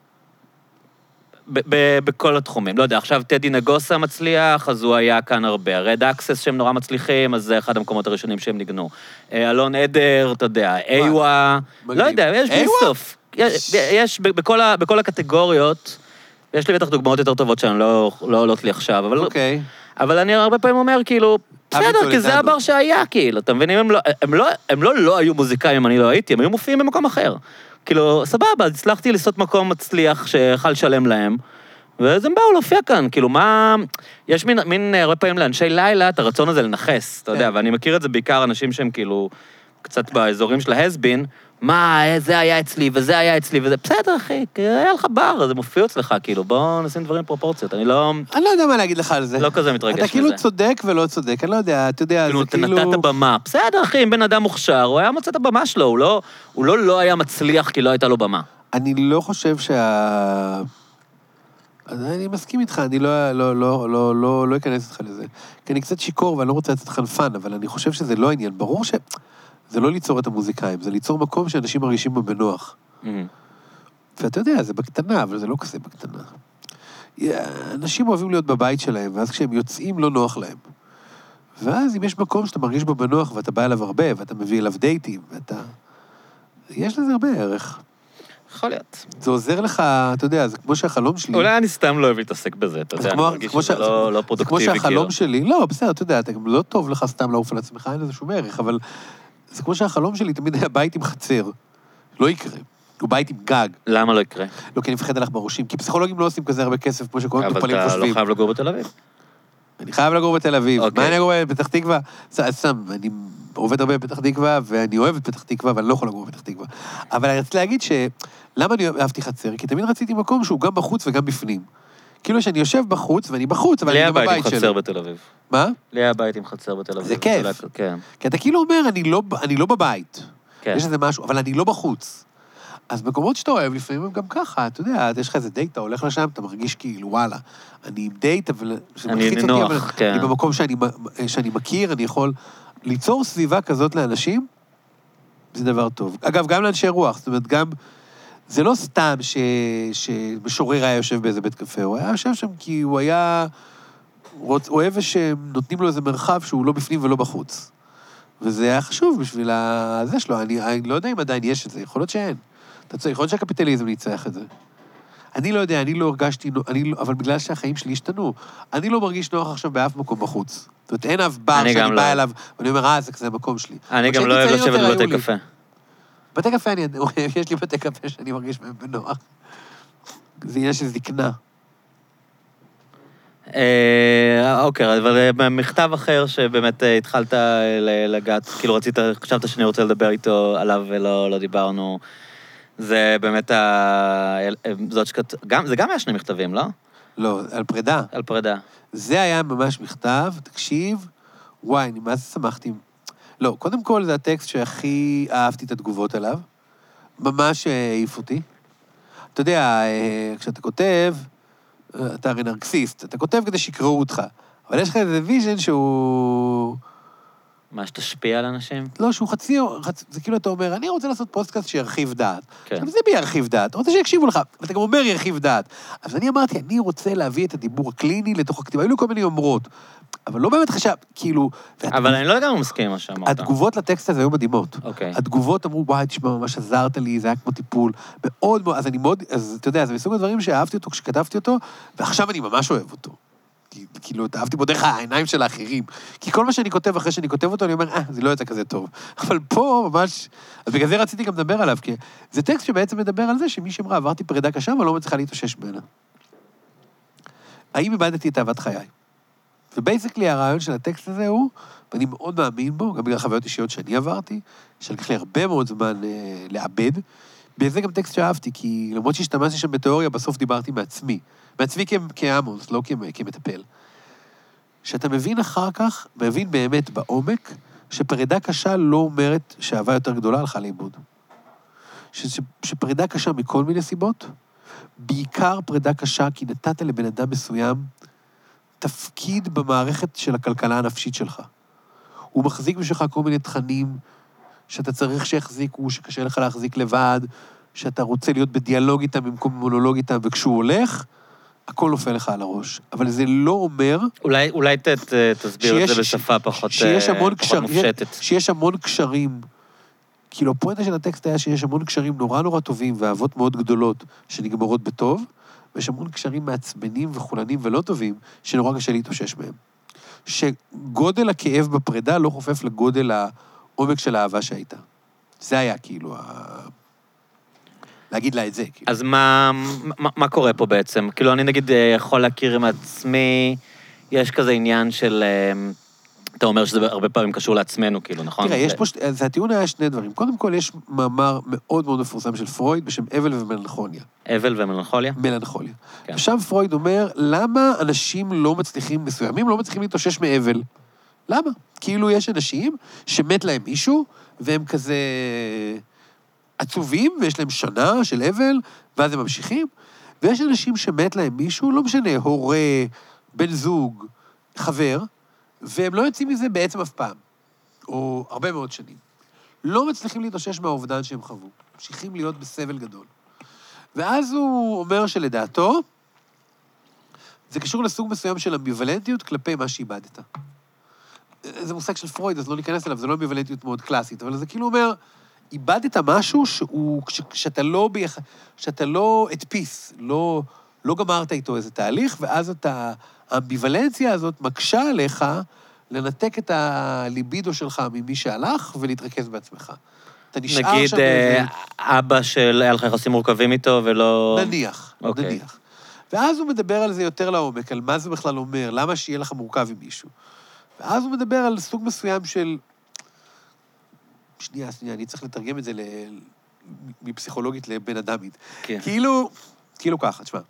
בכל התחומים. לא יודע, עכשיו טדי נגוסה מצליח, אז הוא היה כאן הרבה. רד אקסס שהם נורא מצליחים, אז זה אחד המקומות הראשונים שהם ניגנו. אלון עדר, אתה יודע, איווה, לא יודע, יש בלי סוף. יש בכל הקטגוריות, יש לי בטח דוגמאות יותר טובות שאני לא עולות לי עכשיו, אבל... אוקיי. אבל אני הרבה פעמים אומר, כאילו, בסדר, כי זה הבר שהיה, כאילו, אתה מבין, הם לא לא היו מוזיקאים אם אני לא הייתי, הם היו מופיעים במקום אחר. כאילו, סבבה, הצלחתי לעשות מקום מצליח שיכל לשלם להם, ואז הם באו להופיע כאן, כאילו, מה... יש מין, מין הרבה פעמים לאנשי לילה, את הרצון הזה לנחס, אתה יודע, ואני מכיר את זה בעיקר אנשים שהם כאילו, קצת באזורים של ההסבין, מה, זה היה אצלי, וזה היה אצלי, וזה, בסדר, אחי, היה לך בר, זה מופיע אצלך, כאילו, בואו נשים דברים בפרופורציות, אני לא... אני לא יודע מה להגיד לך על זה. לא כזה מתרגש מזה. אתה כאילו צודק ולא צודק, אני לא יודע, אתה יודע, זה כאילו... נתת במה, בסדר, אחי, אם בן אדם מוכשר, הוא היה מוצא את הבמה שלו, הוא לא, הוא לא לא היה מצליח כי לא הייתה לו במה. אני לא חושב שה... אני מסכים איתך, אני לא, לא, לא, לא, לא, לא אכנס איתך לזה. כי אני קצת שיקור ואני לא רוצה לצאת חנפן, אבל אני חושב שזה לא עניין. ברור שזה לא ליצור את המוזיקאים, זה ליצור מקום שאנשים מרגישים בו בנוח. Mm-hmm. ואתה יודע, זה בקטנה, אבל זה לא כזה בקטנה. אנשים אוהבים להיות בבית שלהם, ואז כשהם יוצאים לא נוח להם. ואז אם יש מקום שאתה מרגיש בו בנוח, ואתה בא אליו הרבה, ואתה מביא אליו דייטים, ואתה... יש לזה הרבה ערך. יכול להיות. זה עוזר לך, אתה יודע, זה כמו שהחלום שלי... אולי אני סתם לא אוהב להתעסק בזה, אתה יודע, אני מרגיש שזה לא פרודוקטיבי. זה כמו שהחלום שלי, לא, בסדר, אתה יודע, לא טוב לך סתם לעוף על עצמך, אין לזה שום ערך, אבל זה כמו שהחלום שלי תמיד היה בית עם חצר. לא יקרה. הוא בית עם גג. למה לא יקרה? לא, כי אני מפחד עליך בראשים, כי פסיכולוגים לא עושים כזה הרבה כסף, כמו שכל מטופלים חושבים. אבל אתה לא חייב לגור בתל אביב. אני חייב לגור בתל אביב. מה אני אגור בפתח תקווה? סתם, אני עובד הרבה בפתח תקווה, ואני אוהב את פתח תקווה, ואני לא יכול לגור בפתח תקווה. אבל אני רציתי להגיד ש... למה אני אהבתי חצר? כי תמיד רציתי מקום שהוא גם בחוץ וגם בפנים. כאילו שאני יושב בחוץ, ואני בחוץ, אבל אני לא בבית שלי. לי הבית עם חצר בתל אביב. מה? לי הבית עם חצר בתל אביב. זה כיף. כן. כי אתה כאילו אומר, אני לא, אני לא בבית. כן. יש איזה משהו, אבל אני לא בחוץ. אז מקומות שאתה אוהב, לפעמים הם גם ככה, אתה יודע, יש לך איזה דייט, אתה הולך לשם, אתה מרגיש כאילו, וואלה, אני עם דייט, אבל... אני נינוח, כן. אני במקום שאני, שאני מכיר, אני יכול ליצור סביבה כזאת לאנשים, זה דבר טוב. אגב, גם לאנשי רוח, זאת אומרת, גם... זה לא סתם ש... שמשורר היה יושב באיזה בית קפה, הוא היה יושב שם כי הוא היה... הוא אוהב שנותנים לו איזה מרחב שהוא לא בפנים ולא בחוץ. וזה היה חשוב בשביל זה שלו. אני, אני לא יודע אם עדיין יש את זה, יכול להיות שאין. אתה צריך, יכול להיות שהקפיטליזם ניצח את זה. אני לא יודע, אני לא הרגשתי, אני לא, אבל בגלל שהחיים שלי השתנו, אני לא מרגיש נוח עכשיו באף מקום בחוץ. זאת אומרת, אין אף בר שאני בא לא. אליו, ואני אומר, אה, זה כזה המקום שלי. אני גם לא אוהב לשבת בבתי קפה. בתי קפה, אני, יש לי בתי קפה שאני מרגיש בהם בנוח. זה עניין של זקנה. אוקיי, אבל במכתב אחר שבאמת התחלת לגעת, כאילו רצית, חשבת שאני רוצה לדבר איתו עליו ולא דיברנו, זה באמת, זה גם היה שני מכתבים, לא? לא, על פרידה. על פרידה. זה היה ממש מכתב, תקשיב, וואי, אני מה זה שמחתי. לא, קודם כל זה הטקסט שהכי אהבתי את התגובות עליו, ממש העיף אותי. אתה יודע, כשאתה כותב, אתה הרי נרקסיסט, אתה כותב כדי שיקראו אותך, אבל יש לך איזה ויז'ן שהוא... מה, שתשפיע על אנשים? לא, שהוא חצי, זה כאילו אתה אומר, אני רוצה לעשות פודקאסט שירחיב דעת. כן. עכשיו, זה בי ירחיב דעת, אתה רוצה שיקשיבו לך, ואתה גם אומר ירחיב דעת. אז אני אמרתי, אני רוצה להביא את הדיבור הקליני לתוך הכתיבה, היו לי כל מיני אומרות, אבל לא באמת חשב, כאילו... אבל אני לא לגמרי מסכים עם מה שאמרת. התגובות לטקסט הזה היו מדהימות. אוקיי. התגובות אמרו, וואי, תשמע, ממש עזרת לי, זה היה כמו טיפול, מאוד מאוד, אז אני מאוד, אז אתה יודע, זה מסוג הדברים שאהבתי אותו כשכתבתי אותו, ועכשיו אני ממש אוהב אותו. כאילו, אהבתי בו דרך העיניים של האחרים. כי כל מה שאני כותב, אחרי שאני כותב אותו, אני אומר, אה, זה לא יצא כזה טוב. אבל פה, ממש... אז בגלל זה רציתי גם לדבר עליו, כי זה טקסט שבעצם מדבר על זה, שמי שאמרה, עברתי פרידה קשה, אבל לא מצליחה להתאושש ממנה. האם איבדתי את אהבת חיי? ובייסקלי, הרעיון של הטקסט הזה הוא, ואני מאוד מאמין בו, גם בגלל חוויות אישיות שאני עברתי, שלקח לי הרבה מאוד זמן אה, לאבד, בזה גם טקסט שאהבתי, כי למרות שהשתמשתי שם בתיאוריה, בסוף דיברתי מעצמי. מעצמי כעמוס, לא כמטפל. שאתה מבין אחר כך, מבין באמת בעומק, שפרידה קשה לא אומרת שאהבה יותר גדולה הלכה לאיבוד. ש, שפרידה קשה מכל מיני סיבות, בעיקר פרידה קשה כי נתת לבן אדם מסוים תפקיד במערכת של הכלכלה הנפשית שלך. הוא מחזיק בשבילך כל מיני תכנים שאתה צריך שיחזיקו, שקשה לך להחזיק לבד, שאתה רוצה להיות בדיאלוג איתם במקום מונולוג איתם, וכשהוא הולך, הכל נופל לך על הראש. אבל זה לא אומר... אולי, אולי ת, ת, תסביר את זה בשפה פחות, שיש המון פחות קשר, מופשטת. שיש המון קשרים. כאילו, הפואנטה של הטקסט היה שיש המון קשרים נורא נורא טובים, ואהבות מאוד גדולות שנגמרות בטוב, ויש המון קשרים מעצבנים וחולנים ולא טובים, שנורא קשה להתאושש מהם. שגודל הכאב בפרידה לא חופף לגודל העומק של האהבה שהייתה. זה היה כאילו ה... להגיד לה את זה. כאילו. אז מה, מה, מה קורה פה בעצם? כאילו, אני נגיד יכול להכיר עם עצמי, יש כזה עניין של... אתה אומר שזה הרבה פעמים קשור לעצמנו, כאילו, נכון? תראה, יש פה... אז הטיעון היה שני דברים. קודם כל, יש מאמר מאוד מאוד מפורסם של פרויד, בשם אבל ומלנכוליה. אבל ומלנכוליה? מלנכוליה. כן. ושם פרויד אומר, למה אנשים לא מצליחים, מסוימים לא מצליחים להתאושש מאבל? למה? כאילו, יש אנשים שמת להם מישהו, והם כזה... עצובים, ויש להם שנה של אבל, ואז הם ממשיכים, ויש אנשים שמת להם מישהו, לא משנה, הורה, בן זוג, חבר, והם לא יוצאים מזה בעצם אף פעם, או הרבה מאוד שנים. לא מצליחים להתאושש מהאובדן שהם חוו, ממשיכים להיות בסבל גדול. ואז הוא אומר שלדעתו, זה קשור לסוג מסוים של אמביוולנטיות כלפי מה שאיבדת. זה מושג של פרויד, אז לא ניכנס אליו, זה לא אמביוולנטיות מאוד קלאסית, אבל זה כאילו אומר, איבדת משהו שהוא, שאתה לא, ביח... שאתה לא הדפיס, לא, לא גמרת איתו איזה תהליך, ואז אתה, האמביוולנציה הזאת מקשה עליך לנתק את הליבידו שלך ממי שהלך ולהתרכז בעצמך. אתה נשאר נגיד, שם... נגיד, אבא של היה לך יחסים מורכבים איתו ולא... נניח, okay. נניח. ואז הוא מדבר על זה יותר לעומק, על מה זה בכלל אומר, למה שיהיה לך מורכב עם מישהו. ואז הוא מדבר על סוג מסוים של... שנייה, שנייה, אני צריך לתרגם את זה ל... מפסיכולוגית לבן אדמית. כן. כאילו, כאילו ככה, תשמע.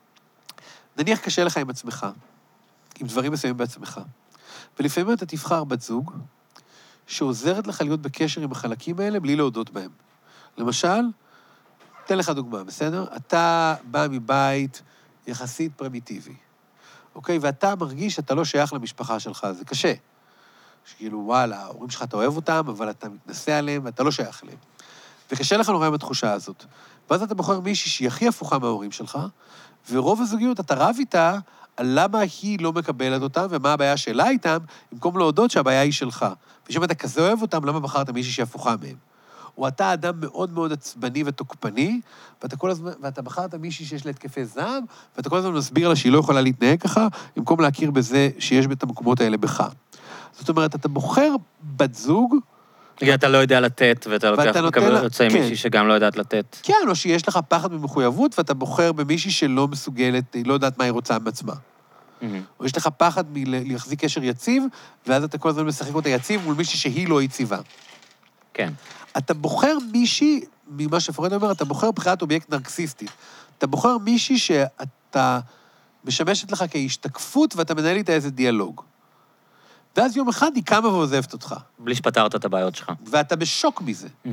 נניח קשה לך עם עצמך, עם דברים מסוימים בעצמך, ולפעמים אתה תבחר בת זוג, שעוזרת לך להיות בקשר עם החלקים האלה בלי להודות בהם. למשל, תן לך דוגמה, בסדר? אתה בא מבית יחסית פרימיטיבי, אוקיי? ואתה מרגיש שאתה לא שייך למשפחה שלך, זה קשה. שכאילו, וואלה, ההורים שלך, אתה אוהב אותם, אבל אתה מתנסה עליהם, ואתה לא שייך אליהם. וקשה לך נורא עם התחושה הזאת. ואז אתה בוחר מישהי שהיא הכי הפוכה מההורים שלך, ורוב הזוגיות אתה רב איתה על למה היא לא מקבלת אותם, ומה הבעיה שלה איתם, במקום להודות שהבעיה היא שלך. ושאם אתה כזה אוהב אותם, למה בחרת מישהי שהיא הפוכה מהם? או אתה אדם מאוד מאוד עצבני ותוקפני, ואתה, כל הזמן, ואתה בחרת מישהי שיש לה התקפי זעם, ואתה כל הזמן מסביר לה שהיא לא יכולה להתנהג ככה, במקום להכיר בזה שיש את המקומות האלה בך. זאת אומרת, אתה בוחר בת זוג... אתה לא יודע לתת, ואתה לוקח מקבל יוצא עם מישהי שגם לא יודעת לתת. כן, או שיש לך פחד ממחויבות, ואתה בוחר במישהי שלא מסוגלת, היא לא יודעת מה היא רוצה מעצמה. או יש לך פחד מלהחזיק קשר יציב, ואז אתה כל הזמן משחק אותה יציב מול מישהי שהיא לא יציבה. כן. אתה בוחר מישהי, ממה שפרויד אומר, אתה בוחר בחירת אובייקט נרקסיסטית. אתה בוחר מישהי שאתה משמשת לך כהשתקפות, ואתה מנהל איתה איזה דיאלוג. ואז יום אחד היא קמה ועוזבת אותך. בלי שפתרת את הבעיות שלך. ואתה בשוק מזה.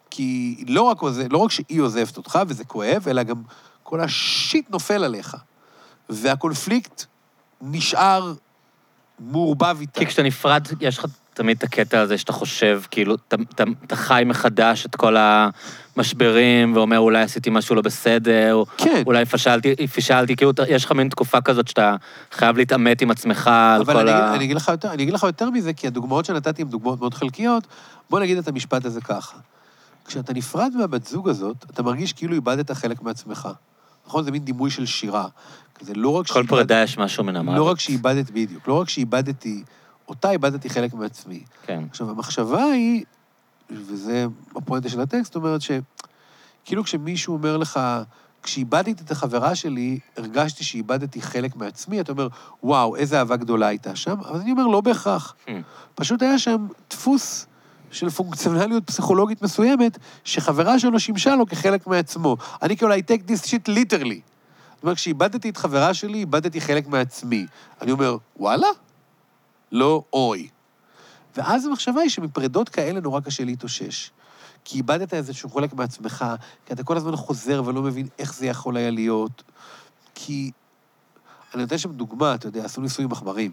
כי לא רק, לא רק שהיא עוזבת אותך, וזה כואב, אלא גם כל השיט נופל עליך. והקונפליקט נשאר מעורבב איתה. כי כשאתה נפרד, יש לך תמיד את הקטע הזה שאתה חושב, כאילו, אתה, אתה, אתה חי מחדש את כל המשברים, ואומר, אולי עשיתי משהו לא בסדר, כן. אולי פשלתי, פשלתי, כאילו, יש לך מין תקופה כזאת שאתה חייב להתאמת עם עצמך על כל אני, ה... אבל אני אגיד לך יותר, אני אגיד לך יותר מזה, כי הדוגמאות שנתתי הן דוגמאות מאוד חלקיות, בוא נגיד את המשפט הזה ככה. כשאתה נפרד מהבת זוג הזאת, אתה מרגיש כאילו איבדת חלק מעצמך. נכון? זה מין דימוי של שירה. זה לא רק כל פרידה יש משהו מן המוות. לא רק שאיבדת בדיוק, לא רק שאיבדתי, אותה איבדתי חלק מעצמי. כן. עכשיו, המחשבה היא, וזה הפואנטה של הטקסט, אומרת שכאילו כשמישהו אומר לך, כשאיבדתי את החברה שלי, הרגשתי שאיבדתי חלק מעצמי, אתה אומר, וואו, איזה אהבה גדולה הייתה שם, אבל אני אומר, לא בהכרח. פשוט היה שם דפוס של פונקציונליות פסיכולוגית מסוימת, שחברה שלו שימשה לו כחלק מעצמו. אני כאילו, I take this shit literally. זאת אומרת, כשאיבדתי את חברה שלי, איבדתי חלק מעצמי. אני אומר, וואלה? לא, אוי. ואז המחשבה היא שמפרדות כאלה נורא קשה להתאושש. כי איבדת איזשהו חלק מעצמך, כי אתה כל הזמן חוזר ולא מבין איך זה יכול היה להיות. כי, אני נותן שם דוגמה, אתה יודע, עשו ניסוי עם עכברים,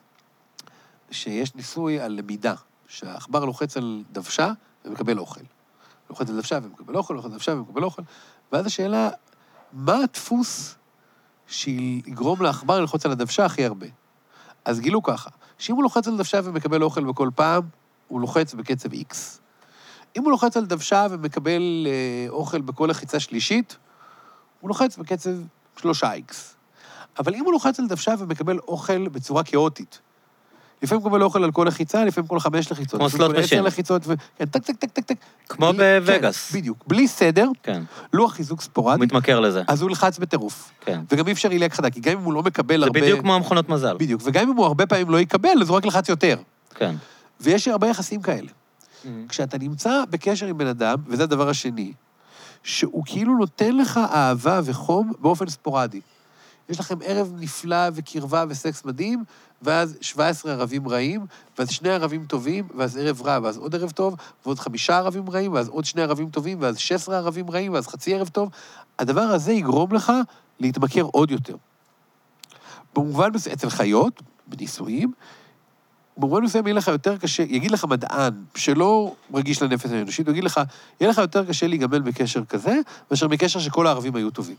שיש ניסוי על למידה, שהעכבר לוחץ על דוושה ומקבל אוכל. לוחץ על דוושה ומקבל אוכל, לוחץ על דוושה ומקבל אוכל, ואז השאלה, מה הדפוס שיגרום לעכבר ללחוץ על הדוושה הכי הרבה? אז גילו ככה, שאם הוא לוחץ על דוושה ומקבל אוכל בכל פעם, הוא לוחץ בקצב X. אם הוא לוחץ על דוושה ומקבל אה, אוכל בכל לחיצה שלישית, הוא לוחץ בקצב שלושה איקס. אבל אם הוא לוחץ על דוושה ומקבל אוכל בצורה כאוטית, לפעמים מקבל אוכל על כל לחיצה, לפעמים כל חמש לחיצות. כמו סלוט משין. עשר לחיצות, ו... כן, טק, טק, טק, טק, טק. כמו בווגאס. כן, בדיוק. בלי סדר, כן. לוח חיזוק ספורדי. הוא מתמכר לזה. אז הוא לחץ בטירוף. כן. וגם אי אפשר ילק חדה, כי גם אם הוא לא מקבל זה הרבה... בדיוק כמו המכונות מזל. בדיוק, וגם אם הוא הרבה פעמים לא יקבל, אז הוא רק לחץ יותר. כן. ויש הרבה יחסים כאלה. כשאתה נמצא בקשר עם בן אדם, וזה הדבר השני, שהוא כאילו נותן לך אהבה וחום באופן ספורדי. יש לכם ערב נפלא וקרבה וסקס מדהים, ואז שבעה עשר ערבים רעים, ואז שני ערבים טובים, ואז ערב רע, ואז עוד ערב טוב, ועוד חמישה ערבים רעים, ואז עוד שני ערבים טובים, ואז שש עשרה ערבים רעים, ואז חצי ערב טוב. הדבר הזה יגרום לך להתמכר עוד יותר. במובן מסוים, אצל חיות, בניסויים, במובן מסוים יהיה לך יותר קשה, יגיד לך מדען שלא רגיש לנפש האנושית, הוא יגיד לך, יהיה לך יותר קשה להיגמל בקשר כזה, מאשר מקשר שכל הערבים היו טובים.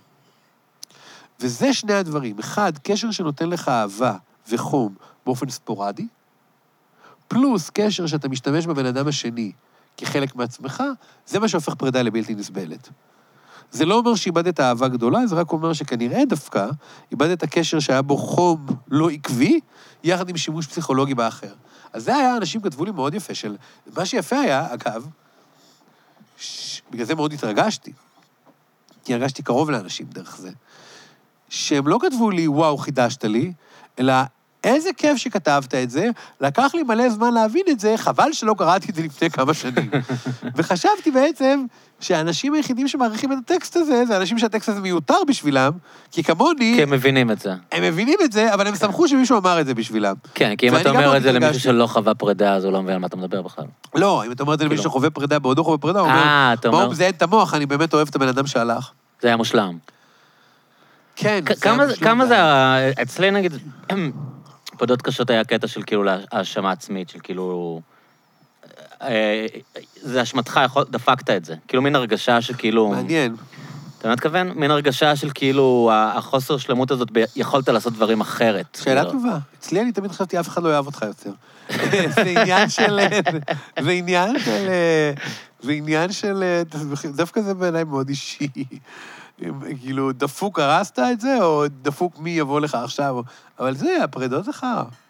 וזה שני הדברים. אחד, קשר שנותן לך אהבה וחום באופן ספורדי, פלוס קשר שאתה משתמש בבן אדם השני כחלק מעצמך, זה מה שהופך פרידה לבלתי נסבלת. זה לא אומר שאיבדת אהבה גדולה, זה רק אומר שכנראה דווקא איבדת הקשר שהיה בו חום לא עקבי, יחד עם שימוש פסיכולוגי באחר. אז זה היה, אנשים כתבו לי מאוד יפה של... מה שיפה היה, אגב, ש... בגלל זה מאוד התרגשתי, כי הרגשתי קרוב לאנשים דרך זה, שהם לא כתבו לי, וואו, חידשת לי, אלא איזה כיף שכתבת את זה, לקח לי מלא זמן להבין את זה, חבל שלא קראתי את זה לפני כמה שנים. וחשבתי בעצם שהאנשים היחידים שמעריכים את הטקסט הזה, זה אנשים שהטקסט הזה מיותר בשבילם, כי כמוני... כי הם מבינים את זה. הם מבינים את זה, אבל הם שמחו שמישהו אמר את זה בשבילם. כן, כי אם אתה אומר את זה למישהו שלא חווה פרידה, אז הוא לא מבין על מה אתה מדבר בכלל. לא, אם אתה אומר את זה למישהו שחווה פרידה, בעודו חווה פרידה, הוא אומר, מה הוא מזיין את המוח, אני באמת אוהב את הבן אדם שהלך. זה היה מושלם. כן, כמה זה, אצלי נגיד, פרידות קשות היה קטע של כאילו האשמה עצמית, של כאילו, זה אשמתך, דפקת את זה. כאילו מין הרגשה שכאילו... מעניין. אתה מתכוון? מין הרגשה של כאילו, החוסר שלמות הזאת, יכולת לעשות דברים אחרת. שאלה טובה. אצלי אני תמיד חשבתי, אף אחד לא יאהב אותך יותר. זה עניין של... זה עניין של... זה עניין של... דווקא זה בעיניי מאוד אישי. כאילו, דפוק הרסת את זה, או דפוק מי יבוא לך עכשיו, אבל זה, הפרידות לך.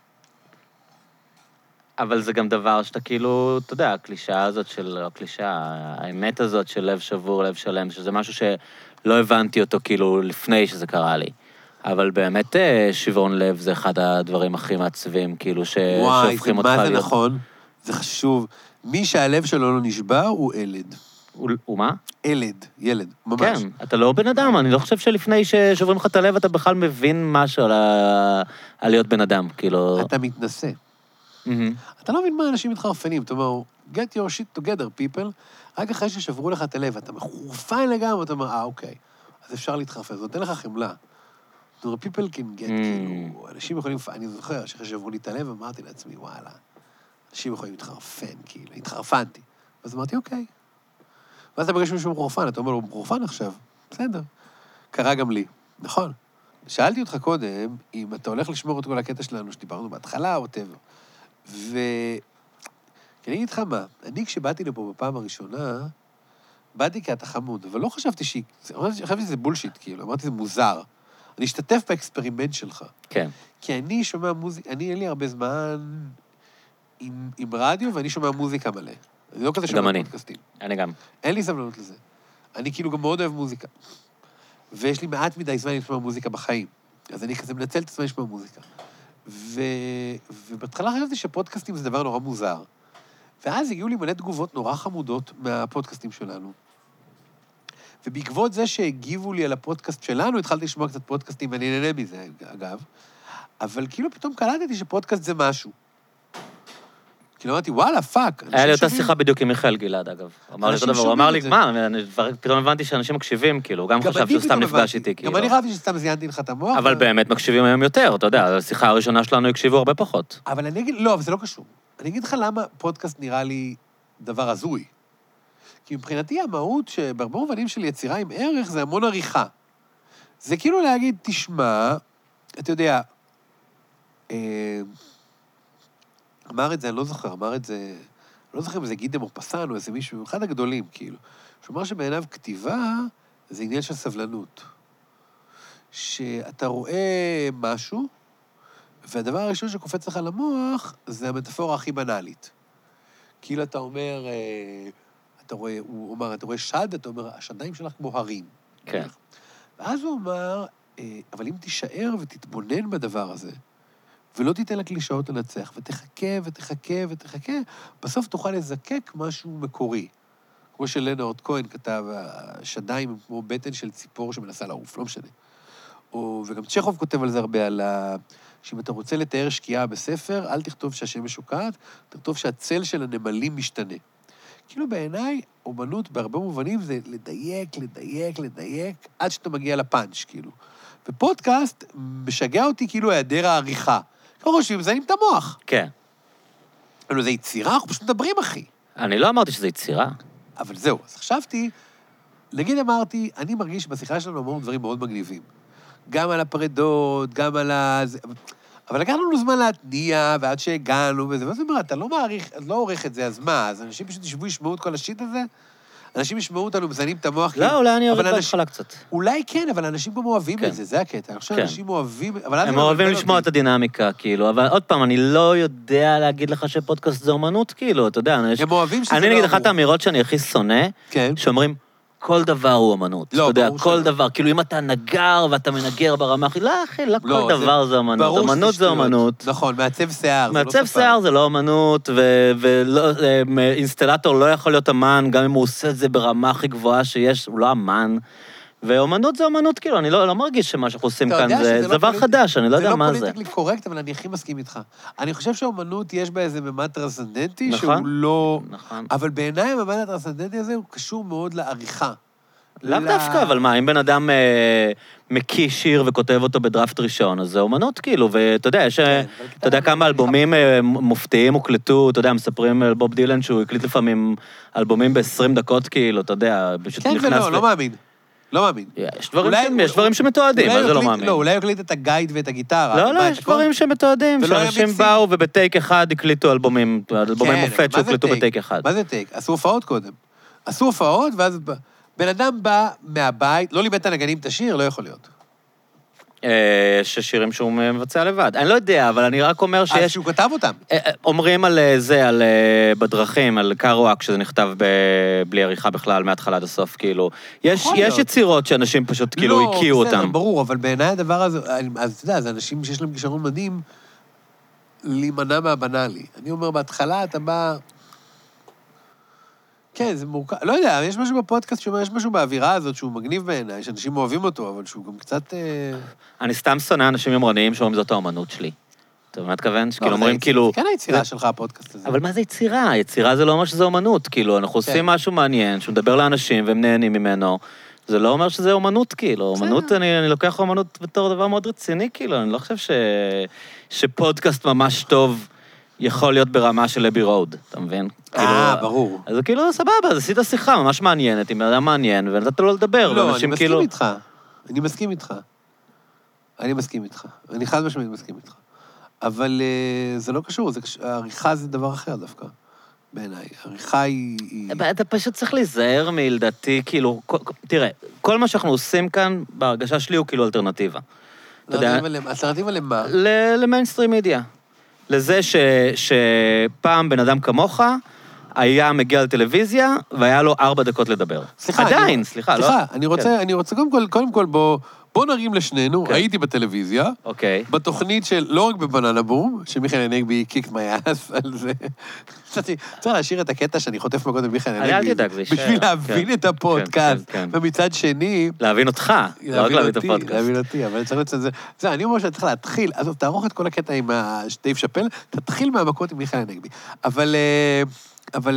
אבל זה גם דבר שאתה כאילו, אתה יודע, הקלישה הזאת של, הקלישה, האמת הזאת של לב שבור, לב שלם, שזה משהו שלא הבנתי אותו כאילו לפני שזה קרה לי. אבל באמת שברון לב זה אחד הדברים הכי מעצבים, כאילו, שהופכים אותך להיות... וואי, מה זה נכון? זה חשוב. מי שהלב שלו לא נשבר הוא ילד. הוא מה? ילד, ילד, ממש. כן, אתה לא בן אדם, אני לא חושב שלפני ששוברים לך את הלב, אתה בכלל מבין משהו על להיות בן אדם, כאילו... אתה מתנסה. אתה לא מבין מה אנשים מתחרפנים, אתה אומר, get your shit together, people, רק אחרי ששברו לך את הלב, אתה מחורפן לגמרי, ואתה אומר, אה, אוקיי, אז אפשר להתחרפן, זה נותן לך חמלה. זאת אומרת, people can get, כאילו, אנשים יכולים, אני זוכר, שאחרי שברו לי את הלב, אמרתי לעצמי, וואלה, אנשים יכולים להתחרפן, כאילו, התחרפנתי. אז אמרתי, אוקיי. ואז אתה מרגיש מישהו מחורפן, אתה אומר לו, מחורפן עכשיו, בסדר. קרה גם לי, נכון. שאלתי אותך קודם, אם אתה הולך לשמור את כל הקטע שלנו, שדיברנו בהתחלה או טבע. ו... כי אני אגיד לך מה, אני כשבאתי לפה בפעם הראשונה, באתי כי אתה חמוד, אבל לא חשבתי שהיא... חשבתי שזה בולשיט, כאילו, אמרתי, זה מוזר. אני אשתתף באקספרימנט שלך. כן. כי אני שומע מוזיקה, אני אין לי הרבה זמן עם, עם רדיו, ואני שומע מוזיקה מלא. אני לא כזה שומע פודקאסטים. אני גם. אין לי סבלנות לזה. אני כאילו גם מאוד אוהב מוזיקה. ויש לי מעט מדי זמן לשמוע מוזיקה בחיים. אז אני כזה מנצל את עצמי לשמוע מוזיקה. ו... ובהתחלה חשבתי שפודקאסטים זה דבר נורא מוזר. ואז הגיעו לי מלא תגובות נורא חמודות מהפודקאסטים שלנו. ובעקבות זה שהגיבו לי על הפודקאסט שלנו, התחלתי לשמוע קצת פודקאסטים, ואני נהנה מזה, אגב. אבל כאילו פתאום קלטתי שפודקאסט זה משהו. כאילו אמרתי, וואלה, פאק. היה לי אותה שיחה בדיוק עם מיכאל גלעד, אגב. אמר לי אותו דבר, הוא אמר לי, מה, פתאום הבנתי שאנשים מקשיבים, כאילו, הוא גם חשב שהוא סתם נפגש איתי, כאילו. גם אני חשבתי שסתם זיינתי לך את המוח. אבל באמת מקשיבים היום יותר, אתה יודע, השיחה הראשונה שלנו הקשיבו הרבה פחות. אבל אני אגיד, לא, אבל זה לא קשור. אני אגיד לך למה פודקאסט נראה לי דבר הזוי. כי מבחינתי המהות שבהרבה מובנים של יצירה עם ערך זה המון עריכה. זה כאילו להגיד, תשמע, אתה יודע, אמר את זה, אני לא זוכר, אמר את זה, אני לא זוכר אם זה גיד דמורפסן או איזה מישהו, אחד הגדולים, כאילו, שאומר שבעיניו כתיבה זה עניין של סבלנות. שאתה רואה משהו, והדבר הראשון שקופץ לך למוח זה המטאפורה הכי בנאלית. כאילו אתה אומר, אתה רואה, הוא אומר, אתה רואה שד, אתה אומר, השדיים שלך כמו הרים. כן. ואז הוא אומר, אבל אם תישאר ותתבונן בדבר הזה, ולא תיתן לקלישאות לנצח, ותחכה ותחכה ותחכה, בסוף תוכל לזקק משהו מקורי. כמו שלנארד כהן כתב, השדיים הם כמו בטן של ציפור שמנסה לעוף, לא משנה. או, וגם צ'כוב כותב על זה הרבה, על ה... שאם אתה רוצה לתאר שקיעה בספר, אל תכתוב שהשמש שוקעת, תכתוב שהצל של הנמלים משתנה. כאילו בעיניי, אומנות בהרבה מובנים זה לדייק, לדייק, לדייק, עד שאתה מגיע לפאנץ', כאילו. ופודקאסט משגע אותי כאילו היעדר העריכה. לא חושבים, זה עם את המוח. כן. אבל זה יצירה, אנחנו פשוט מדברים, אחי. אני לא אמרתי שזה יצירה. אבל זהו, אז חשבתי, נגיד אמרתי, אני מרגיש שבשיחה שלנו אמרנו דברים מאוד מגניבים. גם על הפרדות, גם על ה... אבל לקח לנו זמן להתניע, ועד שהגענו וזה, ואז אומר, אתה לא מעריך, לא עורך את זה, אז מה? אז אנשים פשוט ישבו, ישמעו את כל השיט הזה? אנשים ישמעו אותנו, מזנים את המוח. לא, אולי אני אוהב בהתחלה קצת. אולי כן, אבל אנשים גם אוהבים את זה, זה הקטע. אני חושב שאנשים אוהבים... הם אוהבים לשמוע את הדינמיקה, כאילו, אבל עוד פעם, אני לא יודע להגיד לך שפודקאסט זה אומנות, כאילו, אתה יודע, הם אוהבים שזה לא... אני נגיד, אחת האמירות שאני הכי שונא, שאומרים, כל דבר הוא אמנות. אתה יודע, כל דבר, כאילו אם אתה נגר ואתה מנגר ברמה הכי, לא אחי, לא כל דבר זה אמנות. אמנות זה אמנות. נכון, מעצב שיער. מעצב שיער זה לא אמנות, ואינסטלטור לא יכול להיות אמן, גם אם הוא עושה את זה ברמה הכי גבוהה שיש, הוא לא אמן. ואמנות זה אמנות, כאילו, אני לא מרגיש שמה שאנחנו עושים כאן זה דבר חדש, אני לא יודע מה זה. זה לא פוליטיקלי קורקט, אבל אני הכי מסכים איתך. אני חושב שהאמנות יש בה איזה ממד טרנסצנדנטי, שהוא לא... אבל בעיניי הממד הטרנסצנדנטי הזה הוא קשור מאוד לעריכה. לאו דווקא, אבל מה, אם בן אדם מקיא שיר וכותב אותו בדראפט ראשון, אז זה אומנות, כאילו, ואתה יודע, יש... אתה יודע כמה אלבומים מופתיים הוקלטו, אתה יודע, מספרים על בוב דילן שהוא הקליט לפעמים אלבומים ב-עשרים דקות, כאילו, אתה יודע, פשוט נכנס... כן ולא, לא מאמין. לא מאמין. יש דברים, יש דברים שמתועדים, מה זה לא מאמין? לא, אולי הקליט את הגייד ואת הגיטרה. לא, לא, יש דברים שמתועדים, שאנשים באו ובטייק אחד הקליטו אלבומים, אלבומי מופת שהוקלטו בטייק אחד. מה זה טייק? עשו הופעות קודם. עשו הופעות, ואז בן אדם בא מהבית, לא לימד את הנגנים את השיר, לא יכול להיות. יש שירים שהוא מבצע לבד. אני לא יודע, אבל אני רק אומר שיש... אז שהוא כתב אותם. אומרים על זה, על בדרכים, על קרואק, שזה נכתב בלי עריכה בכלל, מההתחלה עד הסוף, כאילו. יש יצירות שאנשים פשוט כאילו הקיעו אותם. לא, בסדר, ברור, אבל בעיניי הדבר הזה, אז אתה יודע, זה אנשים שיש להם כישרון מדהים להימנע מהבנאלי. אני אומר, בהתחלה אתה בא... כן, זה מורכב, לא יודע, יש משהו בפודקאסט שאומר, יש משהו באווירה הזאת שהוא מגניב בעיניי, שאנשים אוהבים אותו, אבל שהוא גם קצת... אני סתם שונא אנשים יומרניים שאומרים זאת האמנות שלי. אתה באמת כוון? שכאילו אומרים כאילו... זה כן היצירה שלך, הפודקאסט הזה. אבל מה זה יצירה? יצירה זה לא אומר שזה אומנות, כאילו, אנחנו עושים משהו מעניין, שהוא מדבר לאנשים והם נהנים ממנו, זה לא אומר שזה אומנות, כאילו, אומנות, אני לוקח אומנות בתור דבר מאוד רציני, כאילו, אני לא חושב שפודקאסט ממש טוב יכול להיות ברמה של לבי רוד, אתה מבין? אה, ברור. אז כאילו, סבבה, אז עשית שיחה ממש מעניינת, עם אדם מעניין, ונתת לו לדבר, לא, אני מסכים איתך. אני מסכים איתך. אני מסכים איתך. אני חד משמעית מסכים איתך. אבל זה לא קשור, העריכה זה דבר אחר דווקא, בעיניי. העריכה היא... אתה פשוט צריך להיזהר מלדעתי, כאילו, תראה, כל מה שאנחנו עושים כאן, בהרגשה שלי הוא כאילו אלטרנטיבה. אלטרנטיבה למה? למיינסטרים מידיה. לזה שפעם בן אדם כמוך היה מגיע לטלוויזיה, והיה לו ארבע דקות לדבר. סליחה. עדיין, סליחה, לא? סליחה, אני רוצה, אני רוצה קודם כל, קודם כל בוא... בוא נרים לשנינו, הייתי בטלוויזיה, בתוכנית של, לא רק בבננה בום, שמיכאל הנגבי קיקט מי אס על זה. צריך להשאיר את הקטע שאני חוטף מכות במיכאל הנגבי, בשביל להבין את הפודקאסט, ומצד שני... להבין אותך, לא רק להבין את הפודקאסט. להבין אותי, אבל צריך לצאת זה. זה, אני אומר שאתה צריך להתחיל, אז תערוך את כל הקטע עם דייב שאפל, תתחיל מהמכות עם מיכאל הנגבי. אבל... אבל...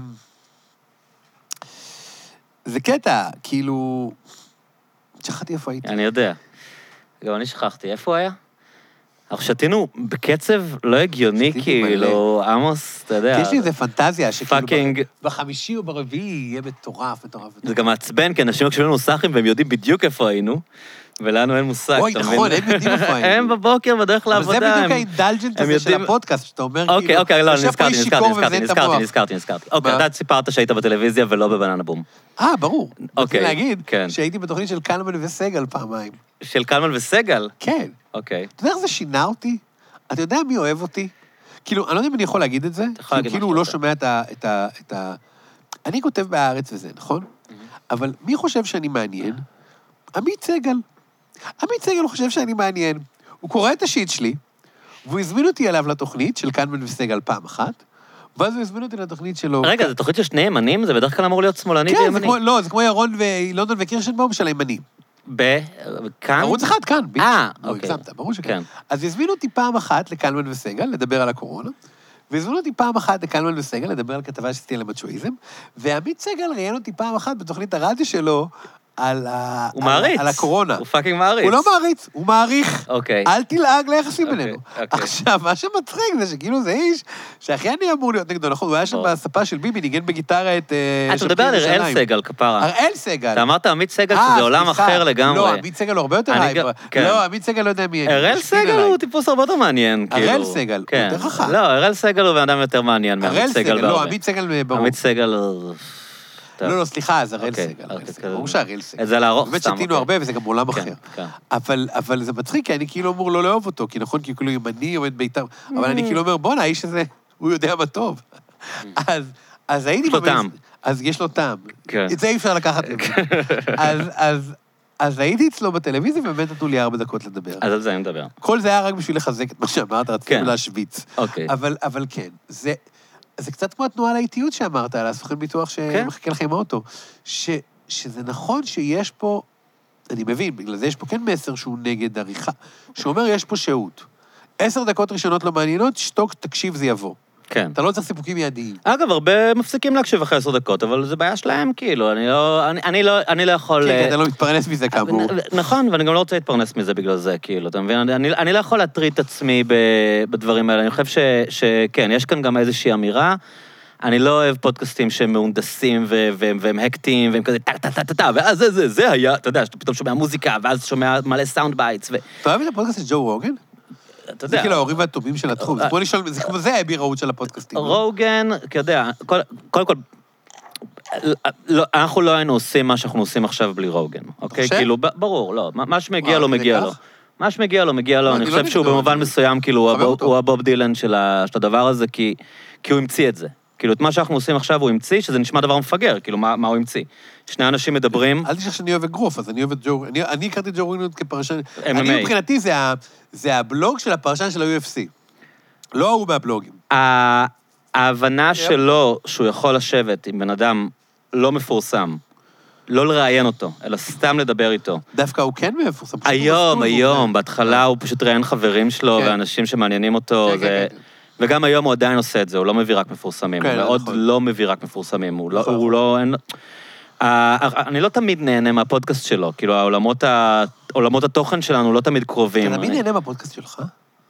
זה קטע, כאילו... שכחתי איפה הייתי. אני יודע. גם אני שכחתי. איפה היה? אנחנו שתינו בקצב לא הגיוני, כאילו, עמוס, אתה יודע. כי יש לי איזה פנטזיה, שכאילו בחמישי או ברביעי יהיה מטורף, מטורף. זה גם מעצבן, כי אנשים מקשיבים לנו סחים, והם יודעים בדיוק איפה היינו, ולנו אין מושג. אוי, נכון, הם יודעים איפה היינו. הם בבוקר, בדרך לעבודה. אבל זה בדיוק האינדלג'נט הזה של הפודקאסט, שאתה אומר כאילו... אוקיי, אוקיי, לא, נזכרתי, נזכרתי, נזכרתי, נזכרתי, נזכרתי. אוקיי, אתה סיפרת שהיית בטלוויזיה ולא בבננה בום. אה, ברור. אוקיי, רציתי להגיד שהייתי בתוכנית של קלמן וסגל פעמיים. של קלמן וסגל? כן. אוקיי. אתה יודע איך זה שינה אותי? אתה יודע מי אוהב אותי? כאילו, אני לא יודע אם אני יכול להגיד את זה, כאילו הוא לא שומע את ה... אני כותב בהארץ וזה, נכון? אבל מי חושב שאני מעניין? עמית סגל. עמית סגל הוא חושב שאני מעניין. הוא קורא את השיט שלי, והוא הזמין אותי אליו לתוכנית של קלמן וסגל פעם אחת, ואז הוא הזמין אותי לתוכנית שלו... רגע, זו תוכנית של שני ימנים? זה בדרך כלל אמור להיות שמאלני וימני. כן, לא, זה כמו ירון ולונדון וקירשנבאום של הימנים. ב... כאן? ערוץ אחד, כאן. אה, אוקיי. לא, הגזמת, ברור שכן. אז הזמינו אותי פעם אחת לקלמן וסגל, לדבר על הקורונה, והזמינו אותי פעם אחת לקלמן וסגל, לדבר על כתבה שעשיתי על המצ'ואיזם, ועמית סגל ראיין אותי פעם אחת בתוכנית הרדיו שלו, על ה... הוא מעריץ. על הקורונה. הוא פאקינג מעריץ. הוא לא מעריץ, הוא מעריך. אוקיי. אל תלעג ליחסים בינינו. עכשיו, מה שמצחיק זה שכאילו זה איש שהכי אני אמור להיות נגדו, נכון? הוא היה שם בספה של ביבי, ניגן בגיטרה את... אתה מדבר על הראל סגל, כפרה. הראל סגל. אתה אמרת עמית סגל שזה עולם אחר לגמרי. לא, עמית סגל הוא הרבה יותר הייפ. לא, עמית סגל לא יודע מי... הראל סגל הוא טיפוס הרבה יותר מעניין. הראל סגל, הוא יותר חכם. לא, הראל סגל הוא בן אדם יותר מעניין מעמית סגל. לא, עמית סגל ברור. עמית סגל... לא, לא, סליחה, זה הראל סגל. ברור שהראל סגל. זה לערוך באמת שתינו הרבה, וזה גם עולם אחר. אבל זה מצחיק, כי אני כאילו אמור לא לאהוב אותו, כי נכון, כי כאילו ימני עומד בית"ר, אבל אני כאילו אומר, בוא, האיש הזה, הוא יודע מה טוב. אז הייתי... יש לו טעם. אז יש לו טעם. את זה אי אפשר לקחת. אז הייתי אצלו בטלוויזיה, ובאמת נתנו לי ארבע דקות לדבר. אז על זה אני מדבר. כל זה היה רק בשביל לחזק את מה שאמרת, רציתי להשוויץ. אבל כן, זה... זה קצת כמו התנועה לאיטיות שאמרת, על הסוכן ביטוח שמחכה לך עם האוטו, שזה נכון שיש פה, אני מבין, בגלל זה יש פה כן מסר שהוא נגד עריכה, שאומר יש פה שהות. עשר דקות ראשונות לא מעניינות, שתוק, תקשיב, זה יבוא. כן. אתה לא צריך סיפוקים יעדיים. אגב, הרבה מפסיקים להקשיב אחרי עשר דקות, אבל זה בעיה שלהם, כאילו, אני לא, אני, אני לא, אני לא יכול... כן, אתה לא מתפרנס מזה כאמור. נכון, ואני גם לא רוצה להתפרנס מזה בגלל זה, כאילו, אתה מבין? אני, אני לא יכול להטריד את עצמי בדברים האלה. אני חושב ש, שכן, יש כאן גם איזושהי אמירה. אני לא אוהב פודקאסטים שהם מהונדסים והם הקטים, והם כזה טה-טה-טה-טה, ואז זה, זה, זה היה, אתה יודע, שאתה פתאום שומע מוזיקה, ואז שומע מלא סאונד בייטס. אתה אוהב את הפודקאסט של ג'ו רוגן? זה כאילו ההורים והטובים של התחום. בוא נשאל, זה כמו זה האבי רעות של הפודקאסטים. רוגן, כי יודע, קודם כל, אנחנו לא היינו עושים מה שאנחנו עושים עכשיו בלי רוגן, אוקיי? כאילו, ברור, לא. מה שמגיע לו, מגיע לו. מה שמגיע לו, מגיע לו. אני חושב שהוא במובן מסוים, כאילו, הוא הבוב דילן של הדבר הזה, כי הוא המציא את זה. כאילו, את מה שאנחנו עושים עכשיו הוא המציא, שזה נשמע דבר מפגר, כאילו, מה הוא המציא. שני אנשים מדברים... אל תשכח שאני אוהב אגרוף, אז אני אוהב את ג'ו... אני הכרתי את ג'ו רוגן כפרשן... אני מבחינתי, זה הבלוג של הפרשן של ה-יו אף סי. לא הוא מהבלוגים. ההבנה שלו, שהוא יכול לשבת עם בן אדם לא מפורסם, לא לראיין אותו, אלא סתם לדבר איתו. דווקא הוא כן מפורסם. היום, היום, בהתחלה הוא פשוט ראיין חברים שלו, ואנשים שמעניינים אותו, וגם היום הוא עדיין עושה את זה, הוא לא מביא רק מפורסמים, הוא מאוד לא מביא רק מפורסמים, הוא לא... אני לא תמיד נהנה מהפודקאסט שלו, כאילו העולמות התוכן שלנו לא תמיד קרובים. אתה תמיד נהנה מהפודקאסט שלך?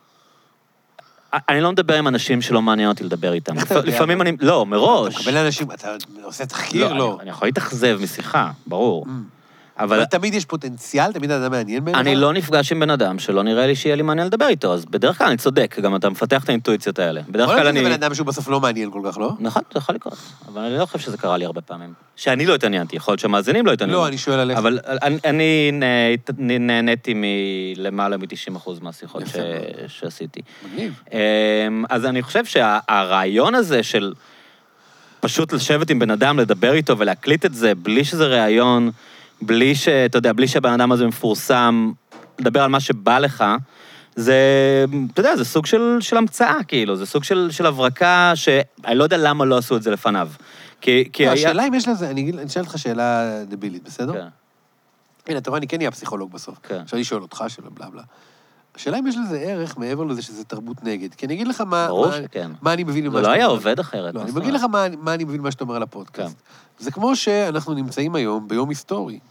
אני לא מדבר עם אנשים שלא מעניין אותי לדבר איתם. לפעמים אני... לא, מראש. אתה מקבל אנשים, אתה עושה תחקיר, לא. אני יכול להתאכזב משיחה, ברור. אבל תמיד יש פוטנציאל, תמיד אדם מעניין בעיניך? אני לא נפגש עם בן אדם שלא נראה לי שיהיה לי מעניין לדבר איתו, אז בדרך כלל אני צודק, גם אתה מפתח את האינטואיציות האלה. בדרך כלל אני... זה בן אדם שהוא בסוף לא מעניין כל כך, לא? נכון, זה יכול לקרות. אבל אני לא חושב שזה קרה לי הרבה פעמים. שאני לא התעניינתי, יכול להיות שהמאזינים לא התעניינו. לא, אני שואל עליך. אבל אני נהניתי מלמעלה מ-תשעים אחוז מהשיחות שעשיתי. מגניב. אז אני חושב שהרעיון הזה של פשוט לשבת עם בן אדם, לדבר איתו ולהקליט את זה, בלי שזה רעיון, בלי ש, אתה יודע, בלי שהבן אדם הזה מפורסם, לדבר על מה שבא לך, זה, אתה יודע, זה סוג של, של המצאה, כאילו, זה סוג של, של הברקה, שאני לא יודע למה לא עשו את זה לפניו. כי, כי לא, היה... השאלה אם יש לזה, אני אשאל אותך שאלה דבילית, בסדר? כן. הנה, אתה רואה, אני כן אהיה פסיכולוג בסוף. כן. עכשיו אני שואל אותך, שאלה בלה בלה. השאלה אם יש לזה ערך מעבר לזה שזה תרבות נגד. כי אני אגיד לך מה, ברור מה, שכן. מה אני מבין ממה זה שאתה לא היה אומר. עובד אחרת. לא, אני מגיד לך מה, מה אני מבין ממה שאתה אומר על הפודקאסט. כן. זה כמו שאנחנו נמצאים היום ביום היסטורי.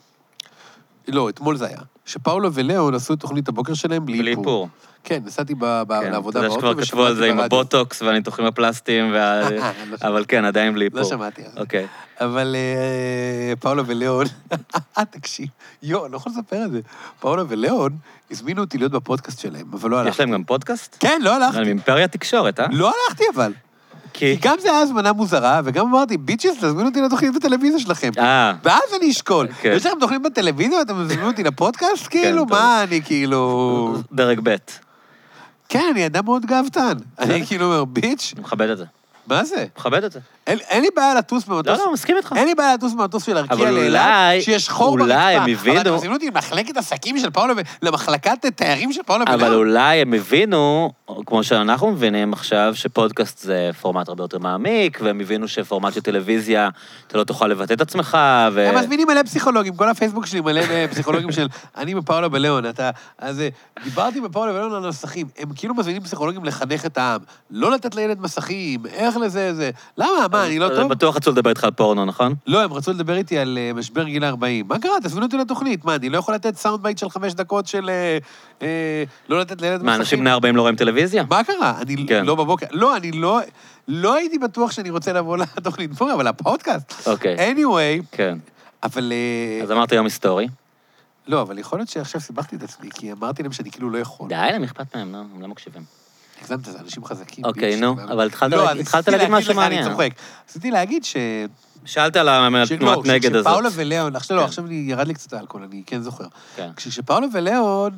לא, אתמול זה היה. שפאולו ולאון עשו את תוכנית הבוקר שלהם בלי איפור. בלי איפור. כן, נסעתי לעבודה באוטו. זה שכבר כתבו על זה עם הבוטוקס והניתוחים הפלסטיים, אבל כן, עדיין בלי איפור. לא שמעתי על זה. אוקיי. אבל פאולו ולאון, תקשיב, יו, אני לא יכול לספר את זה. פאולו ולאון הזמינו אותי להיות בפודקאסט שלהם, אבל לא הלכתי. יש להם גם פודקאסט? כן, לא הלכתי. הם אימפריה תקשורת, אה? לא הלכתי אבל. כי גם זה היה הזמנה מוזרה, וגם אמרתי, ביצ'ס, תזמינו אותי לתוכנית בטלוויזיה שלכם. ואז אני אשקול. יש לכם תוכנית בטלוויזיה ואתם מזמינו אותי לפודקאסט? כאילו, מה אני כאילו... דרג ב'. כן, אני אדם מאוד גאוותן. אני כאילו אומר, ביץ'. אני מכבד את זה. מה זה? מכבד את זה. אין לי בעיה לטוס במטוס. לא, לא, מסכים איתך. אין לי בעיה לטוס במטוס של ארקיע לאילת, שיש חור ברצפה. אולי הם הבינו... אבל הם מזמינו אותי למחלקת עסקים של פאולו, למחלקת תיירים של פאולו. אבל אולי הם הבינו, כמו שאנחנו מבינים עכשיו, שפודקאסט זה פורמט הרבה יותר מעמיק, והם הבינו שפורמט של טלוויזיה, אתה לא תוכל לבטא את עצמך, ו... הם מזמינים מלא פסיכולוגים, כל הפייסבוק שלי מלא פסיכולוגים של אני בפאולו ולאון, אתה... אז דיברתי בפאולו ולאון על מסכים, הם כאילו מזמינים פסיכולוגים לחנך את העם, לא לתת לילד מסכים, איך לזה, זה... למה? מה, אני לא טוב? בטוח רצו לדבר איתך על פורנו, נכון? לא, הם רצו לדבר איתי על משבר גיל ארבעים. מה קרה? תזמינו אותי לתוכנית. מה, אני לא יכול לתת סאונד בייט של חמש דקות של... לא לתת לילד מסכים? מה, אנשים בני ארבעים לא רואים טלוויזיה? מה קרה? אני לא בבוקר... לא, אני לא... לא הייתי בטוח שאני רוצה לבוא לתוכנית פורנו, אבל הפודקאסט. אוקיי. anyway. כן. אבל... אז אמרת יום היסטורי. לא, אבל יכול להיות שעכשיו סיבכתי את עצמי, כי אמרתי להם שאני כאילו לא יכול. די, הם אכפת מהם, לא? הם לא מקשיבים. הגזמת, זה אנשים חזקים. אוקיי, נו, אבל התחלת להגיד משהו מעניין. אני צוחק. רציתי להגיד ש... שאלת על התנועת נגד הזאת. כשפאולו ולאון, עכשיו לא, עכשיו ירד לי קצת האלכוהול, אני כן זוכר. כשפאולו ולאון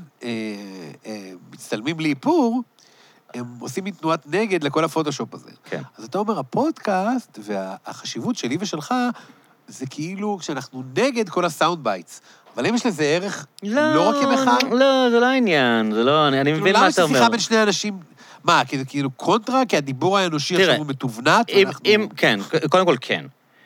מצטלמים בלי איפור, הם עושים תנועת נגד לכל הפוטושופ הזה. אז אתה אומר, הפודקאסט והחשיבות שלי ושלך, זה כאילו כשאנחנו נגד כל הסאונד בייטס. אבל אם יש לזה ערך, לא רק כמחאה? לא, זה לא העניין, זה לא, אני מבין מה אתה אומר. למה שיחה בין שני אנשים... מה, כאילו קונטרה? כי הדיבור האנושי עכשיו הוא מתובנת? כן, קודם כל כן.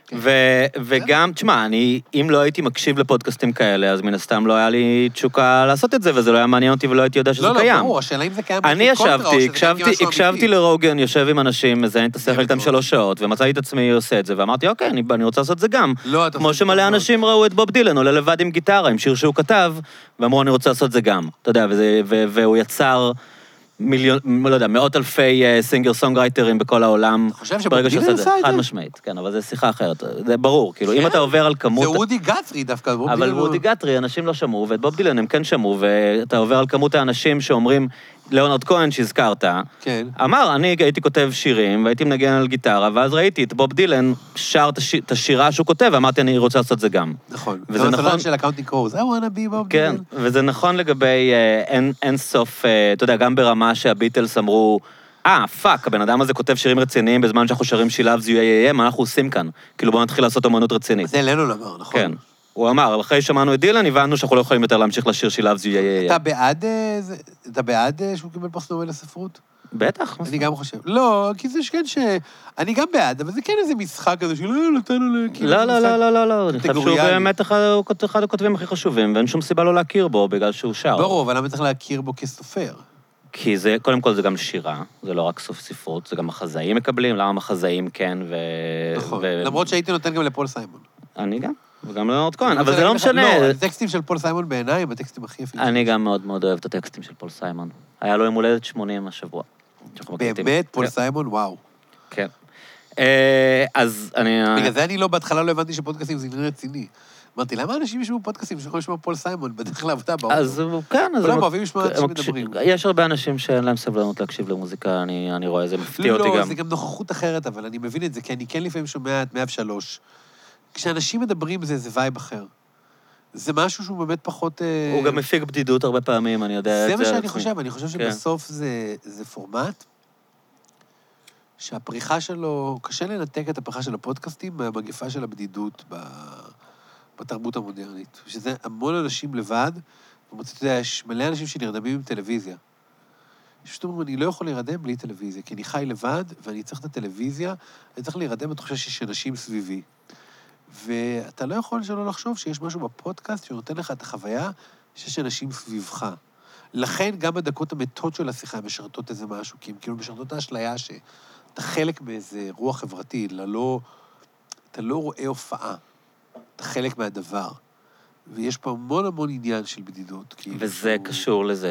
וגם, תשמע, אני, אם לא הייתי מקשיב לפודקאסטים כאלה, אז מן הסתם לא היה לי תשוקה לעשות את זה, וזה לא היה מעניין אותי ולא הייתי יודע שזה קיים. לא, לא, ברור, השאלה אם זה קיים אני ישבתי, הקשבתי לרוגן, יושב עם אנשים, מזיין את השכל איתם שלוש שעות, ומצאתי את עצמי עושה את זה, ואמרתי, אוקיי, אני רוצה לעשות את זה גם. כמו שמלא אנשים ראו את בוב דילן, עולה לבד עם גיטרה, עם שיר שהוא כתב, ואמרו, אני רוצה לעשות את זה גם. אתה יודע, והוא יצר... מיליון, לא יודע, מאות אלפי סינגר סונגרייטרים בכל העולם. אתה חושב שבוב דילן עשה את זה? חד משמעית, כן, אבל זו שיחה אחרת. זה ברור, כאילו, אם אתה עובר על כמות... זה וודי גת'רי דווקא, בוב דילן... אבל וודי גת'רי, אנשים לא שמעו, ואת בוב דילן הם כן שמעו, ואתה עובר על כמות האנשים שאומרים, ליאונרד כהן שהזכרת, אמר, אני הייתי כותב שירים, והייתי מנגן על גיטרה, ואז ראיתי את בוב דילן שר את השירה שהוא כותב, ואמרתי, אני רוצה לעשות את זה גם. נכון. וזה נכון של הקאונטינג קורס, I wanna be בוב דילן. כן, וזה נכון לגבי אין סוף, אתה יודע, גם ברמה שהביטלס אמרו, אה, פאק, הבן אדם הזה כותב שירים רציניים בזמן שאנחנו שרים שילב זיו איי איי אם, אנחנו עושים כאן. כאילו בואו נתחיל לעשות אמנות רצינית. זה לנון אמר, נכון. כן. הוא אמר, אחרי שמענו את דילן, הבנו שאנחנו לא יכולים יותר להמשיך לשיר She Loves You. אתה בעד, אתה בעד שהוא קיבל פרס נובל לספרות? בטח. אני גם חושב. לא, כי זה שכן ש... אני גם בעד, אבל זה כן איזה משחק כזה שלא נתנו ל... לא, לא, לא, לא, לא. אני חושב שהוא באמת אחד הכותבים הכי חשובים, ואין שום סיבה לא להכיר בו בגלל שהוא שר. ברור, אבל למה צריך להכיר בו כסופר? כי זה, קודם כל זה גם שירה, זה לא רק סוף ספרות, זה גם מחזאים מקבלים, למה מחזאים כן ו... נכון, למרות שהייתי נותן גם לפול סיימון. אני גם, וגם לנורד כהן, אבל זה לא משנה. לא, הטקסטים של פול סיימון בעיניי הם הטקסטים הכי יפים. אני גם מאוד מאוד אוהב את הטקסטים של פול סיימון. היה לו יום הולדת שמונים השבוע. באמת, פול סיימון, וואו. כן. אז אני... בגלל זה אני לא, בהתחלה לא הבנתי שפודקאסטים זה עניין רציני. אמרתי, למה אנשים ישמעו פודקאסטים שיכולים לשמוע פול סיימון בדרך לעבודה באוטו? אז כן, אז... כולם אוהבים לשמוע אנשים מדברים. יש הרבה אנשים שאין להם סבלנות להקשיב למוזיקה, אני רואה, זה מפתיע אותי גם. לא, זה גם נוכחות אחרת, אבל אני מבין את זה, כי אני כן לפעמים שומע את מאה ושלוש. כשאנשים מדברים זה איזה וייב אחר. זה משהו שהוא באמת פחות... הוא גם מפיק בדידות הרבה פעמים, אני יודע. זה מה שאני חושב, אני חושב שבסוף זה פורמט שהפריחה שלו, קשה לנתק את הפריחה של הפודקאסטים מהמגפה של הבדידות בתרבות המודרנית. שזה המון אנשים לבד, ומוצאת, אתה יודע, יש מלא אנשים שנרדמים עם טלוויזיה. יש פשוט אומרים, אני לא יכול להירדם בלי טלוויזיה, כי אני חי לבד, ואני צריך את הטלוויזיה, אני צריך להירדם בתחושה שיש אנשים סביבי. ואתה לא יכול שלא לחשוב שיש משהו בפודקאסט שנותן לך את החוויה שיש אנשים סביבך. לכן גם בדקות המתות של השיחה משרתות איזה משהו, כי הם כאילו משרתות האשליה שאתה חלק מאיזה רוח חברתי, לא, אתה לא רואה הופעה, אתה חלק מהדבר. ויש פה המון המון עניין של בדידות. וזה קשור לזה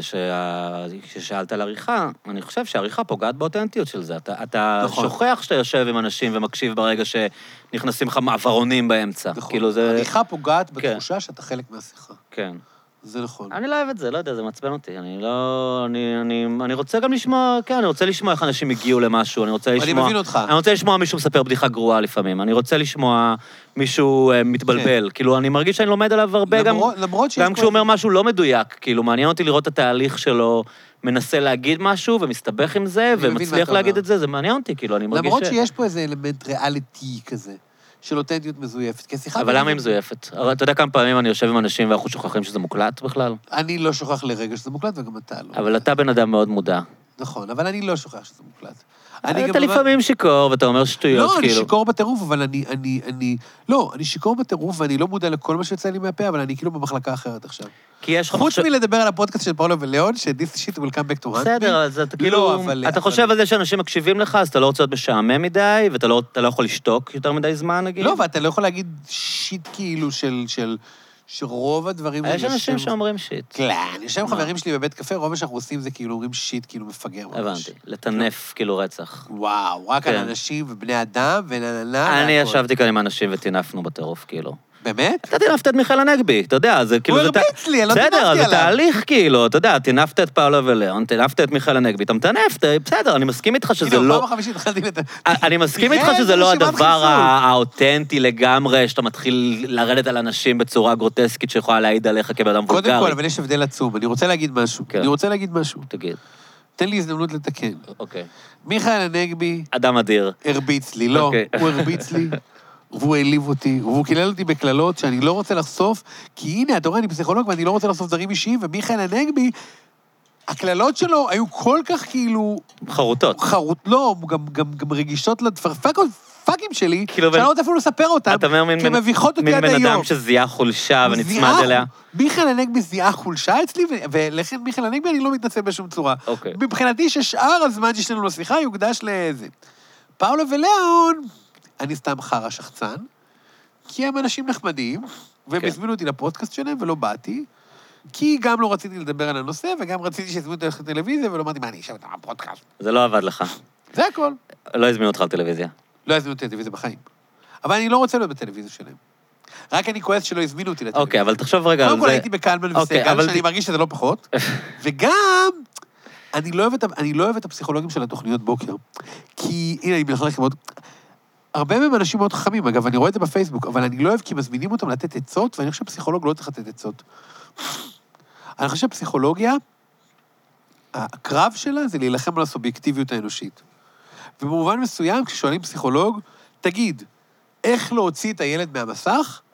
ששאלת על עריכה, אני חושב שהעריכה פוגעת באותנטיות של זה. אתה שוכח שאתה יושב עם אנשים ומקשיב ברגע שנכנסים לך מעברונים באמצע. נכון, העריכה פוגעת בתחושה שאתה חלק מהשיחה. כן. זה נכון. אני לא אוהב את זה, לא יודע, זה מעצבן אותי. אני לא... אני, אני, אני רוצה גם לשמוע, כן, אני רוצה לשמוע איך אנשים הגיעו למשהו, אני רוצה לשמוע... אני מבין אותך. אני רוצה לשמוע מישהו מספר בדיחה גרועה לפעמים, אני רוצה לשמוע מישהו מתבלבל, כאילו, אני מרגיש שאני לומד עליו הרבה גם... גם כשהוא אומר משהו לא מדויק, כאילו, מעניין אותי לראות את התהליך שלו, מנסה להגיד משהו ומסתבך עם זה, ומצליח להגיד את זה, זה מעניין אותי, כאילו, אני מרגיש... למרות שיש פה איזה אלמנט ריאליטי כזה. של אותנטיות מזויפת. אבל למה היא מזויפת? אתה יודע כמה פעמים אני יושב עם אנשים ואנחנו שוכחים שזה מוקלט בכלל? אני לא שוכח לרגע שזה מוקלט, וגם אתה לא. אבל אתה בן אדם מאוד מודע. נכון, אבל אני לא שוכח שזה מוקלט. אתה לפעמים שיקור, ואתה אומר שטויות, כאילו. לא, אני שיקור בטירוף, אבל אני, אני, אני, לא, אני שיקור בטירוף, ואני לא מודע לכל מה שיוצא לי מהפה, אבל אני כאילו במחלקה אחרת עכשיו. כי יש חוץ מלדבר על הפודקאסט של פאולו וליאון, ש-This shit will come back to run. בסדר, אז אתה כאילו, אתה חושב על זה שאנשים מקשיבים לך, אז אתה לא רוצה להיות משעמם מדי, ואתה לא יכול לשתוק יותר מדי זמן, נגיד? לא, ואתה לא יכול להגיד שיט כאילו של... שרוב הדברים... יש אנשים שאומרים שיט. כן, יש שם חברים שלי בבית קפה, רוב מה שאנחנו עושים זה כאילו אומרים שיט, כאילו מפגר ממש. הבנתי, לטנף כאילו רצח. וואו, רק על אנשים ובני אדם ונננה. אני ישבתי כאן עם אנשים וטינפנו בטירוף, כאילו. באמת? אתה טינפת את מיכאל הנגבי, אתה יודע, זה כאילו... הוא הרביץ לי, אני לא טינפתי עליו. בסדר, זה תהליך כאילו, אתה יודע, טינפת את פאולו וליאון, טינפת את מיכאל הנגבי, אתה מטנף, בסדר, אני מסכים איתך שזה לא... כאילו, פעם החמישית התחלתי לת... אני מסכים איתך שזה לא הדבר האותנטי לגמרי, שאתה מתחיל לרדת על אנשים בצורה גרוטסקית שיכולה להעיד עליך כבן אדם וולגרי. קודם כל, אבל יש הבדל עצום, אני רוצה להגיד משהו. אני רוצה להגיד משהו. תגיד. תן לי הזדמנות לתקן. אוקיי. מיכאל הנגבי... אדם אדיר. הרביץ לי, לא, הוא הרביץ לי. והוא העליב אותי, והוא קילל אותי בקללות שאני לא רוצה לחשוף, כי הנה, אתה רואה, אני פסיכולוג ואני לא רוצה לחשוף דברים אישיים, ומיכאל הנגבי, הקללות שלו היו כל כך כאילו... חרוטות. חרוט, לא, גם, גם, גם רגישות לדפרפקות, פאקים שלי, שאני לא רוצה אפילו לספר אותם, כי הם מביכות אותי עד היום. מין בן אדם שזיהה חולשה ונצמד אליה. מיכאל הנגבי זיהה חולשה אצלי, ולכן מיכאל הנגבי אני לא מתנצל בשום צורה. מבחינתי ששאר הזמן שיש לנו לשיחה יוקדש לזה. פאולו וליאון, אני סתם חרא שחצן, כי הם אנשים נחמדים, והם הזמינו אותי לפודקאסט שלהם ולא באתי, כי גם לא רציתי לדבר על הנושא, וגם רציתי שיזמינו אותי לטלוויזיה, ולא אמרתי, מה, אני אשב אותם בפודקאסט. זה לא עבד לך. זה הכל. לא הזמינו אותך לטלוויזיה. לא הזמינו אותי לטלוויזיה בחיים. אבל אני לא רוצה להיות בטלוויזיה שלהם. רק אני כועס שלא הזמינו אותי לטלוויזיה. אוקיי, אבל תחשוב רגע על זה. קודם כל הייתי בקלמן וסגל, שאני מרגיש שזה לא פחות, וגם, אני לא אוהב את, אני לא אוהב את הפסיכולוגים של התוכניות בוקר, כי, הנה, אני מלכלך מאוד, הרבה מהם אנשים מאוד חכמים, אגב, אני רואה את זה בפייסבוק, אבל אני לא אוהב כי מזמינים אותם לתת עצות, ואני חושב שפסיכולוג לא צריך לתת עצות. אני חושב שפסיכולוגיה, הקרב שלה זה להילחם על הסובייקטיביות האנושית. ובמובן מסוים, כששואלים פסיכולוג, תגיד, איך להוציא את הילד מהמסך?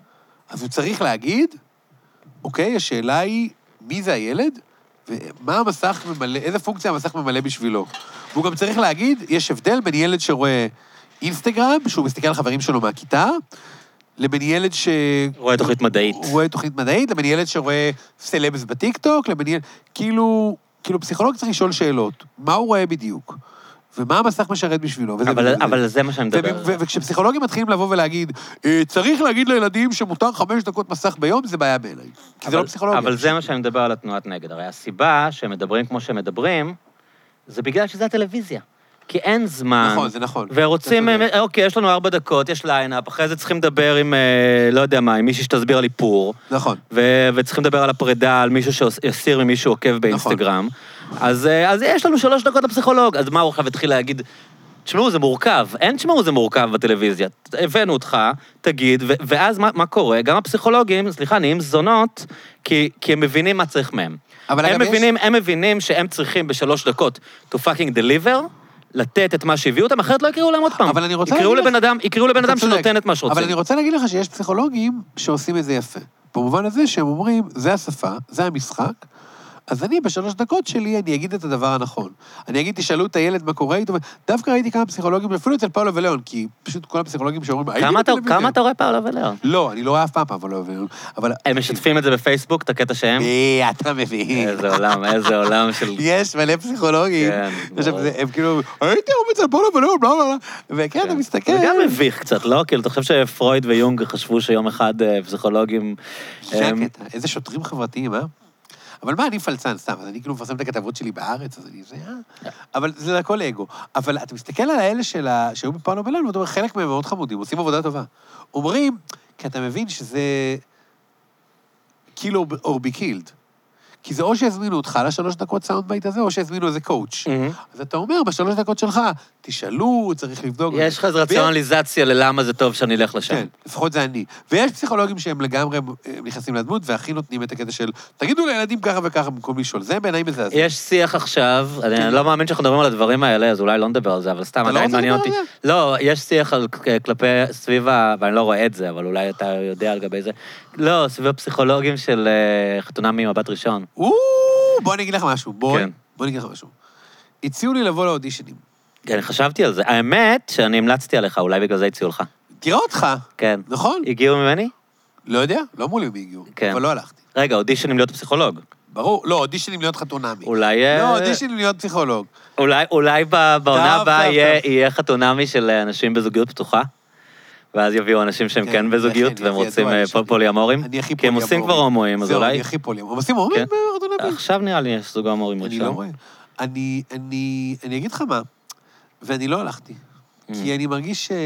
אז הוא צריך להגיד, אוקיי, השאלה היא, מי זה הילד, ומה המסך ממלא, איזה פונקציה המסך ממלא בשבילו. והוא גם צריך להגיד, יש הבדל בין ילד שרואה אינסטגרם, שהוא מסתכל על חברים שלו מהכיתה, לבין ילד ש... רואה תוכנית מדעית. רואה תוכנית מדעית, לבין ילד שרואה סלבס בטיקטוק, לבין ילד... כאילו, כאילו פסיכולוג צריך לשאול שאלות. מה הוא רואה בדיוק? ומה המסך משרת בשבילו? אבל, אבל זה מה שאני מדבר. וכשפסיכולוגים מתחילים לבוא ולהגיד, צריך להגיד לילדים שמותר חמש דקות מסך ביום, זה בעיה בעיניי. כי זה לא פסיכולוגיה. אבל זה מה שאני מדבר על התנועת נגד. הרי הסיבה שהם מדברים כמו שהם מדברים, זה בגלל שזה הטלוויזיה. כי אין זמן. נכון, זה נכון. ורוצים, אוקיי, יש לנו ארבע דקות, יש ליינאפ, אחרי זה צריכים לדבר עם, לא יודע מה, עם מישהי שתסביר על איפור. נכון. וצריכים לדבר על הפרידה, על מישהו שיסיר ממישהו עוקב באינסטגרם. אז, אז יש לנו שלוש דקות לפסיכולוג. אז מה הוא עכשיו התחיל להגיד? תשמעו, זה מורכב. אין תשמעו, זה מורכב בטלוויזיה. הבאנו אותך, תגיד, ו- ואז מה, מה קורה? גם הפסיכולוגים, סליחה, נהיים זונות, כי, כי הם מבינים מה צריך מהם. אבל הם מבינים, יש... הם מבינים שהם צריכים בשלוש דקות to fucking deliver, לתת את מה שהביאו אותם, אחרת לא יקראו להם עוד פעם. אבל אני רוצה יקראו להגיד לבן אדם, יקראו לבן אדם שנותן את מה שרוצים. אבל אני רוצה להגיד לך שיש פסיכולוגים שעושים את זה יפה. במובן הזה שהם אומרים, זה השפה, זה המשחק, אז אני בשלוש דקות שלי, אני אגיד את הדבר הנכון. אני אגיד, תשאלו את הילד מה קורה איתו, דווקא ראיתי כמה פסיכולוגים, אפילו אצל פאולו ולאון, כי פשוט כל הפסיכולוגים שאומרים, כמה אתה רואה פאולו ולאון? לא, אני לא רואה אף פעם פאולו ולאון, אבל... הם משתפים את זה בפייסבוק, את הקטע שהם? אתה מבין. איזה עולם, איזה עולם של... יש מלא פסיכולוגים. הם כאילו, הייתי רואה אצל פאולו ולאון, בלה בלה, וכן, אתה מסתכל. זה גם מביך קצת, לא? כאילו, אתה חושב שפרויד ויונג חשבו שיום אחד פסיכולוגים... איזה שוטרים חברתיים, אה? אבל מה, אני פלצן, סתם, אז אני כאילו מפרסם את הכתבות שלי בארץ, אז אני זה, אה? אבל זה הכל אגו. אבל אתה מסתכל על האלה שהיו בפאולו ולאון, ואתה אומר, חלק מהם מאוד חמודים, עושים עבודה טובה. אומרים, כי אתה מבין שזה כאילו or be killed. כי זה או שהזמינו אותך לשלוש דקות סאונד בייט הזה, או שהזמינו איזה קואוץ'. אז אתה אומר, בשלוש דקות שלך, תשאלו, צריך לבדוק. יש לך איזו רציונליזציה ללמה זה טוב שאני אלך לשם. כן, לפחות זה אני. ויש פסיכולוגים שהם לגמרי נכנסים לדמות, והכי נותנים את הקטע של, תגידו לילדים ככה וככה במקום לשאול. זה בעיניי מזעזע. יש שיח עכשיו, אני לא מאמין שאנחנו מדברים על הדברים האלה, אז אולי לא נדבר על זה, אבל סתם עדיין מעניין אותי. לא, יש שיח כלפי סביבה, ואני לא רואה את זה, אבל אולי אתה יודע לגבי זה. לא, סביב הפסיכולוגים של חתונה ממבט ראשון. בוא אני אגיד לך משהו, בוא, בוא אני אגיד לך משהו. הציעו לי לבוא לאודישנים. כן, חשבתי על זה. האמת שאני המלצתי עליך, אולי בגלל זה הציעו לך. תראה אותך. כן. נכון? הגיעו ממני? לא יודע, לא מולי מי הגיעו, אבל לא הלכתי. רגע, אודישנים להיות פסיכולוג. ברור, לא, אודישנים להיות חתונמי. אולי... לא, אודישנים להיות פסיכולוג. אולי, אולי בעונה הבאה יהיה חתונמי של אנשים בזוגיות פתוחה? ואז יביאו אנשים שהם כן בזוגיות, והם רוצים פוליאמורים. אני הכי פוליאמורים. כי הם עושים כבר הומואים, אז אולי... זהו, אני הכי פוליאמורים. הם עושים הומואים בחתונמי? עכשיו נראה לי יש זוג הומורים ראשון. אני לא רואה. אני, אני, אני אגיד לך מה, ואני לא הלכתי. כי אני מרגיש ש...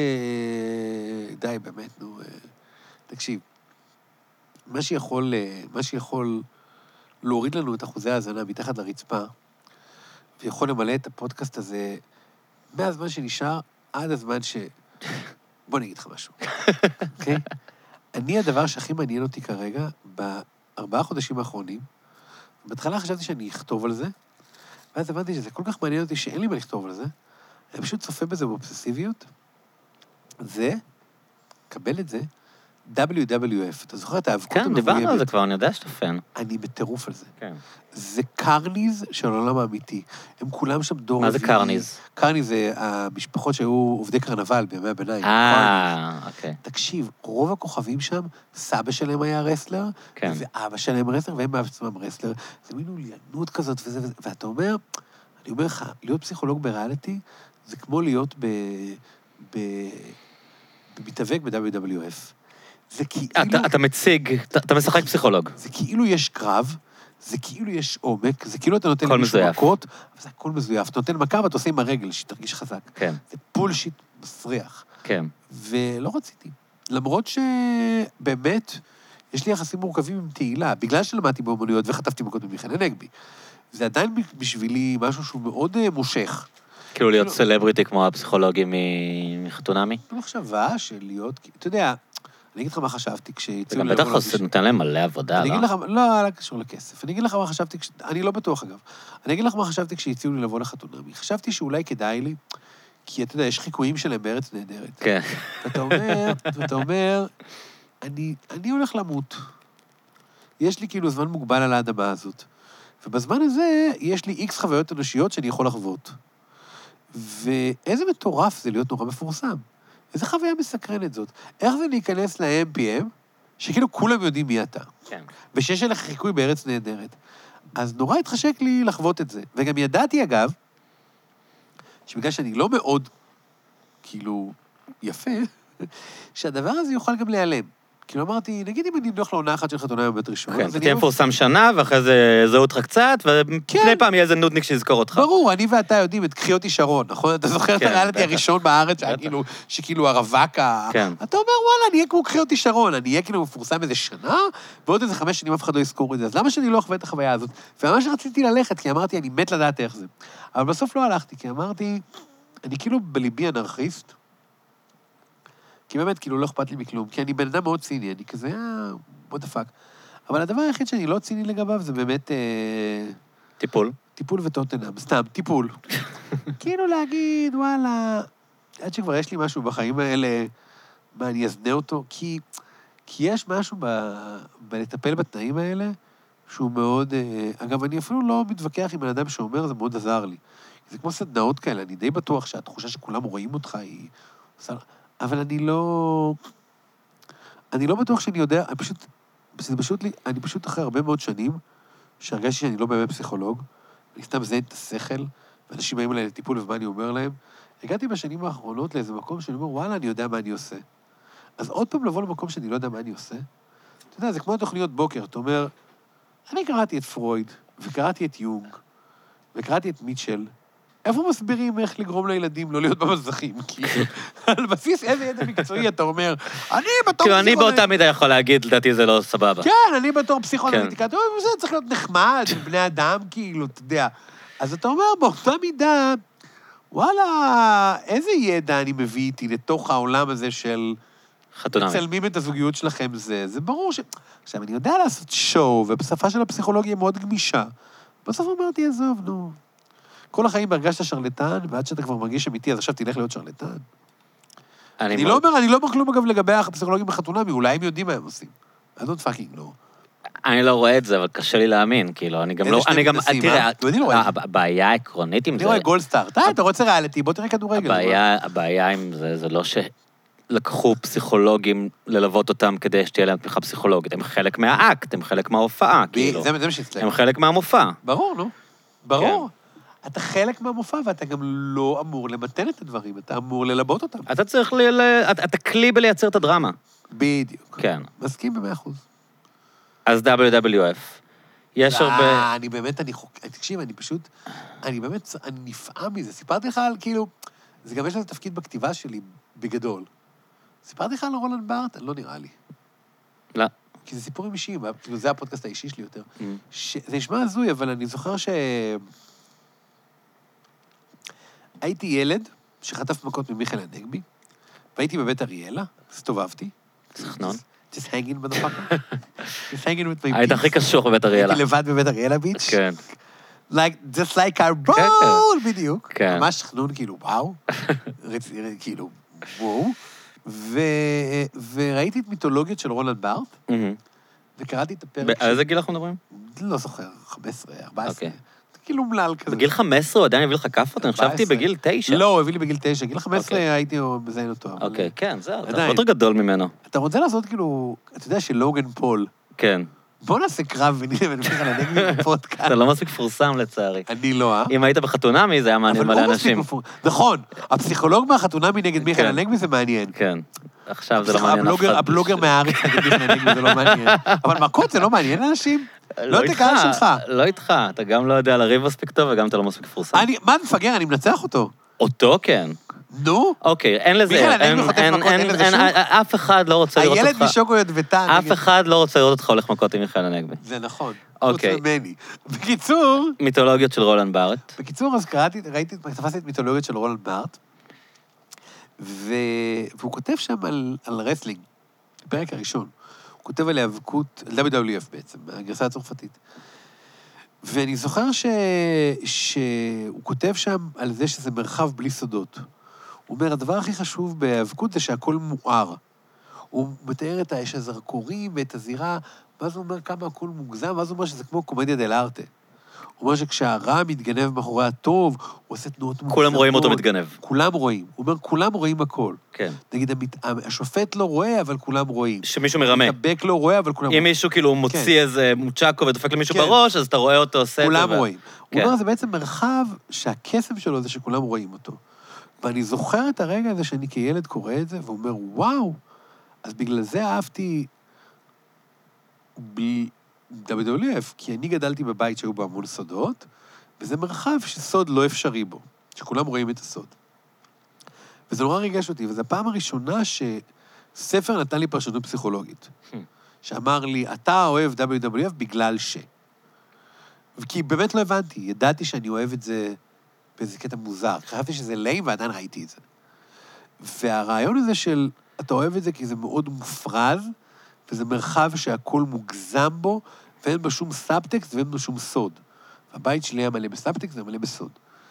די, באמת, נו... תקשיב, מה שיכול, מה שיכול להוריד לנו את אחוזי ההזנה מתחת לרצפה, ויכול למלא את הפודקאסט הזה מהזמן שנשאר עד הזמן ש... בוא נגיד לך משהו, אוקיי? אני הדבר שהכי מעניין אותי כרגע, בארבעה חודשים האחרונים, בהתחלה חשבתי שאני אכתוב על זה, ואז הבנתי שזה כל כך מעניין אותי שאין לי מה לכתוב על זה, אני פשוט צופה בזה באובססיביות, זה, קבל את זה, דאבליו דאבליו אף, אתה זוכר את האבקות המבוימת? כן, דיברנו על זה כבר, אני יודע שאתה פן. אני בטירוף על זה. כן. זה קרניז של העולם האמיתי. הם כולם שם דור... מה זה קרניז? קרניז זה המשפחות שהיו עובדי קרנבל בימי הביניים. אה, אוקיי. תקשיב, רוב הכוכבים שם, סבא שלהם היה רסלר, ואבא שלהם רסלר, והם בעצמם רסלר. זה מין עוליינות כזאת וזה וזה. ואתה אומר, אני אומר לך, להיות פסיכולוג בריאליטי, זה כמו להיות במתאבק ב-דאבליו דאבליו אף. זה כאילו... אתה מציג, אתה משחק פסיכולוג. זה כאילו יש קרב, זה כאילו יש עומק, זה כאילו אתה נותן למישהו מכות, אבל זה הכל מזויף. אתה נותן מכה ואתה עושה עם הרגל, שתרגיש חזק. כן. זה פולשיט מסריח. כן. ולא רציתי. למרות שבאמת, יש לי יחסים מורכבים עם תהילה, בגלל שלמדתי באומנויות וחטפתי מכות במיכאל הנגבי. זה עדיין בשבילי משהו שהוא מאוד מושך. כאילו להיות סלבריטי כמו הפסיכולוגים מחתונמי? במחשבה של להיות, אתה יודע, אני אגיד לך מה חשבתי כשהציעו... גם בטח נותן להם מלא עבודה, לא? אני אגיד לך, לא, לא קשור לכסף. אני אגיד לך מה חשבתי, אני לא בטוח אגב. אני אגיד לך מה חשבתי כשהציעו לי לבוא לחתונמי. חשבתי שאולי כדאי לי, כי אתה יודע, יש חיקויים שלהם בארץ נהדרת. כן. ואתה אומר, ואתה אומר, אני, אני הולך למות. יש לי כאילו זמן מוגבל על האדמה הזאת. ובזמן הזה יש לי איקס חוויות אנושיות שאני יכול לחוות. ואיזה מטורף זה להיות נורא מפורסם. איזה חוויה מסקרנת זאת. איך זה להיכנס ל-אם פי אם, שכאילו כולם יודעים מי אתה. כן. ושיש עליך חיקוי בארץ נהדרת. אז נורא התחשק לי לחוות את זה. וגם ידעתי, אגב, שבגלל שאני לא מאוד, כאילו, יפה, שהדבר הזה יוכל גם להיעלם. כאילו אמרתי, נגיד אם אני נלך לעונה אחת של חתונה בבית ראשון, כן, תהיה מפורסם שנה, ואחרי זה זהו אותך קצת, ובני פעם יהיה איזה נודניק שיזכור אותך. ברור, אני ואתה יודעים את קחי אותי שרון, נכון? אתה זוכר את הריאליטי הראשון בארץ, שכאילו הרווק ה... אתה אומר, וואלה, אני אהיה כמו קחי אותי שרון, אני אהיה כאילו מפורסם איזה שנה, ועוד איזה חמש שנים אף אחד לא יזכור את זה, אז למה שאני לא אחווה את החוויה הזאת? וממש רציתי ללכת, כי אמרתי, אני מת לדעת איך זה. אבל בסוף לא הלכתי, כי אמרתי, אני כאילו בליבי אנרכיסט, כי באמת, כאילו, לא אכפת לי מכלום, כי אני בן אדם מאוד ציני, אני כזה, אה, what the fuck. אבל הדבר היחיד שאני לא ציני לגביו זה באמת... אה, טיפול. טיפול וטוטנאם, סתם, טיפול. כאילו להגיד, וואלה, עד שכבר יש לי משהו בחיים האלה, מה, אני אזנה אותו? כי, כי יש משהו ב, בלטפל בתנאים האלה, שהוא מאוד... אה, אגב, אני אפילו לא מתווכח עם בן אדם שאומר, זה מאוד עזר לי. זה כמו סדנאות כאלה, אני די בטוח שהתחושה שכולם רואים אותך היא... אבל אני לא... אני לא בטוח שאני יודע, אני פשוט... זה פשוט לי, אני פשוט אחרי הרבה מאוד שנים, שהרגשתי שאני לא באמת פסיכולוג, אני סתם מזיין את השכל, ואנשים באים אליי לטיפול ומה אני אומר להם, הגעתי בשנים האחרונות לאיזה מקום שאני אומר, וואלה, אני יודע מה אני עושה. אז עוד פעם לבוא למקום שאני לא יודע מה אני עושה, אתה יודע, זה כמו תוכניות בוקר, אתה אומר, אני קראתי את פרויד, וקראתי את יונג, וקראתי את מיטשל, איפה מסבירים איך לגרום לילדים לא להיות במסכים? כאילו, על בסיס איזה ידע מקצועי אתה אומר, אני בתור פסיכולוגיה... כאילו, אני באותה מידה יכול להגיד, לדעתי זה לא סבבה. כן, אני בתור פסיכולוגיה, אתה אומר, זה צריך להיות נחמד, בני אדם, כאילו, אתה יודע. אז אתה אומר, באותה מידה, וואלה, איזה ידע אני מביא איתי לתוך העולם הזה של... חתונמי. מצלמים את הזוגיות שלכם זה. זה ברור ש... עכשיו, אני יודע לעשות שואו, ובשפה של הפסיכולוגיה היא מאוד גמישה. בסוף אמרתי, עזוב, נו. כל החיים הרגשת שרלטן, ועד שאתה כבר מרגיש אמיתי, אז עכשיו תלך להיות שרלטן. אני, אני לא אומר, אני לא אומר כלום אגב לגבי הפסיכולוגים בחתונמי, אולי הם יודעים מה הם עושים. I don't fucking know. אני לא רואה את זה, אבל קשה לי להאמין, כאילו, אני גם לא... אני גם, תראה, הבעיה העקרונית עם זה... אני רואה גולדסטאר, אתה רוצה ריאליטי, בוא תראה כדורגל. הבעיה עם זה, זה לא שלקחו פסיכולוגים ללוות אותם כדי שתהיה להם תמיכה פסיכולוגית. הם חלק מהאקט, הם חלק מההופעה, כאילו. זה מה שאצלם. הם חלק מהמופע. ברור, נו. ברור. אתה חלק מהמופע, ואתה גם לא אמור למתן את הדברים, אתה אמור ללבות אותם. אתה צריך ל... אתה כלי בלייצר את הדרמה. בדיוק. כן. מסכים במאה אחוז. אז דאבליו דאבליו אף. יש הרבה... אני באמת, אני חוק... תקשיב, אני פשוט... אני באמת, אני נפעם מזה. סיפרתי לך על, כאילו... זה גם יש לזה תפקיד בכתיבה שלי, בגדול. סיפרתי לך על רולנד בארת? לא נראה לי. לא. כי זה סיפורים אישיים, כאילו זה הפודקאסט האישי שלי יותר. ש... זה נשמע הזוי, אבל אני זוכר ש... הייתי ילד שחטף מכות ממיכאל הנגבי, והייתי בבית אריאלה, הסתובבתי. סחנון. Just hanging motherfucker. Just hanging with my beach. היית הכי קשוח בבית אריאלה. הייתי לבד בבית אריאלה ביץ'. כן. Like, just like our ball, בדיוק. כן. ממש חנון, כאילו, וואו. כאילו, וואו. וראיתי את מיתולוגיות של רולנד בארת, וקראתי את הפרק... על איזה גיל אנחנו מדברים? לא זוכר, חמש עשרה, ארבע עשרה. כאילו מלל כזה. בגיל חמש עשרה הוא עדיין הביא לך כאפות? אני חשבתי בגיל תשע. לא, הוא הביא לי בגיל תשע. גיל חמש עשרה הייתי מזיין אותו. אוקיי, כן, זהו, אתה יותר גדול ממנו. אתה רוצה לעשות כאילו, אתה יודע שלוגן פול. כן. בוא נעשה קרב ונראה ונמשיך על הנגבי בפודקאסט. אתה לא מספיק פורסם לצערי. אני לא, אה? אם היית בחתונמי, זה היה מעניין מלא אנשים. נכון, הפסיכולוג מהחתונמי נגד מיכאל הנגבי זה מעניין. כן, עכשיו זה לא מעניין אף אחד. הבלוגר מהארץ נגד מיכאל הנגבי זה לא מעניין. אבל מכות זה לא מעניין אנשים? לא את הקהל שלך. לא איתך, אתה גם לא יודע לריב מספיק טוב וגם אתה לא מספיק פורסם. מה מפגר, אני מנצח אותו. אותו כן. נו? אוקיי, אין לזה, מיכאל הנגבי חוטף מכות, אין לזה שום? אף אחד לא רוצה לראות אותך. הילד משוקו ידבטן. אף אחד לא רוצה לראות אותך הולך מכות עם מיכאל הנגבי. זה נכון. אוקיי. בקיצור... מיתולוגיות של רולנד בארת. בקיצור, אז קראתי, ראיתי, תפסתי את מיתולוגיות של רולנד בארת, והוא כותב שם על רסלינג, בפרק הראשון. הוא כותב על היאבקות, דאבליו דאבליו אף בעצם, הגרסה הצרפתית. ואני זוכר ש... שהוא כותב שם על זה שזה מרחב בלי סודות. הוא אומר, הדבר הכי חשוב בהיאבקות זה שהכל מואר. הוא מתאר את האש הזרקורים ואת הזירה, ואז הוא אומר כמה הכל מוגזם, ואז הוא אומר שזה כמו קומדיה דל ארטה. הוא אומר שכשהרע מתגנב מאחורי הטוב, הוא עושה תנועות מוגזמות. כולם רואים אותו מתגנב. כולם רואים. הוא אומר, כולם רואים הכל. כן. נגיד, השופט לא רואה, אבל כולם רואים. שמישהו מרמה. המתאבק לא רואה, אבל כולם רואים. אם מישהו כאילו מוציא איזה מוצ'קו ודופק למישהו בראש, אז אתה רואה אותו עושה את זה. כולם רואים. הוא אומר, זה בעצם מרחב שהקסם שלו זה שכולם רואים אותו. ואני זוכר את הרגע הזה שאני כילד קורא את זה, ואומר, וואו, אז בגלל זה אהבתי דאבליו דאבליו אף, כי אני גדלתי בבית שהיו בו המון סודות, וזה מרחב שסוד לא אפשרי בו, שכולם רואים את הסוד. וזה נורא ריגש אותי, וזו הפעם הראשונה שספר נתן לי פרשנות פסיכולוגית, שאמר לי, אתה אוהב דאבליו דאבליו אף בגלל ש... כי באמת לא הבנתי, ידעתי שאני אוהב את זה באיזה קטע מוזר, חשבתי שזה ליים ועדיין ראיתי את זה. והרעיון הזה של, אתה אוהב את זה כי זה מאוד מופרז, וזה מרחב שהכל מוגזם בו, ואין בו שום סאבטקסט ואין בו שום סוד. הבית שלי היה מלא בסאבטקסט ומלא בסוד.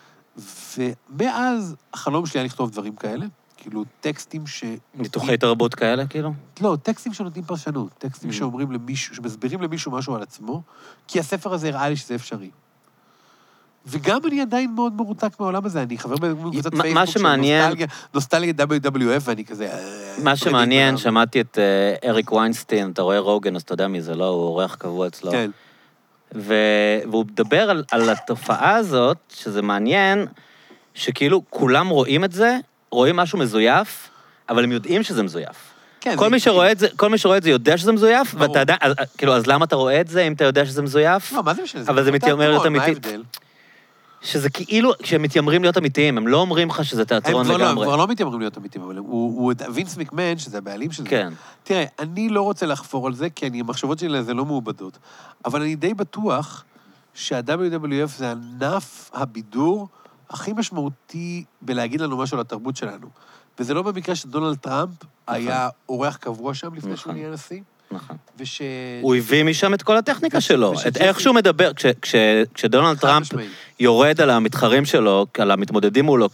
ומאז החלום שלי היה לכתוב דברים כאלה, כאילו טקסטים ש... ניתוחי תרבות כאלה, כאילו? לא, טקסטים שנותנים פרשנות, טקסטים שאומרים למישהו, שמסבירים למישהו משהו על עצמו, כי הספר הזה הראה לי שזה אפשרי. וגם אני עדיין מאוד מרותק מהעולם הזה, אני חבר בקבוצת פייסבוק של נוסטלגיה דאבליו דאבליו אף, ואני כזה... מה שמעניין, שמעתי את אריק ויינסטיין, אתה רואה רוגן, אז אתה יודע מי זה, לא? הוא אורח קבוע אצלו. כן. והוא מדבר על, על התופעה הזאת, שזה מעניין, שכאילו כולם רואים את זה, רואים משהו מזויף, אבל הם יודעים שזה מזויף. כן, כל מי שרואה את זה, כל מי שרואה את זה יודע שזה מזויף, ואתה יודע, כאילו, אז למה אתה רואה את זה אם אתה יודע שזה מזויף? לא, מה זה משנה? אבל זה מתיימר להיות אמיתי. שזה כאילו, כשהם מתיימרים להיות אמיתיים, הם לא אומרים לך שזה תיאטרון לגמרי. הם כבר לא מתיימרים להיות אמיתיים, אבל הוא, וינס מקמן, שזה הבעלים של זה. כן. תראה, אני לא רוצה לחפור על זה, כי המחשבות שלי לזה לא מעובדות, אבל אני די בטוח שה-דאבליו דאבליו אף זה ענף הבידור הכי משמעותי בלהגיד לנו משהו על התרבות שלנו. וזה לא במקרה שדונלד טראמפ היה אורח קבוע שם לפני שהוא נהיה נשיא. נכון. וש... הוא הביא משם את כל הטכניקה שלו, את איך שהוא מדבר, כשדונלד טראמפ יורד על המתחרים שלו, על המתמודדים מולו,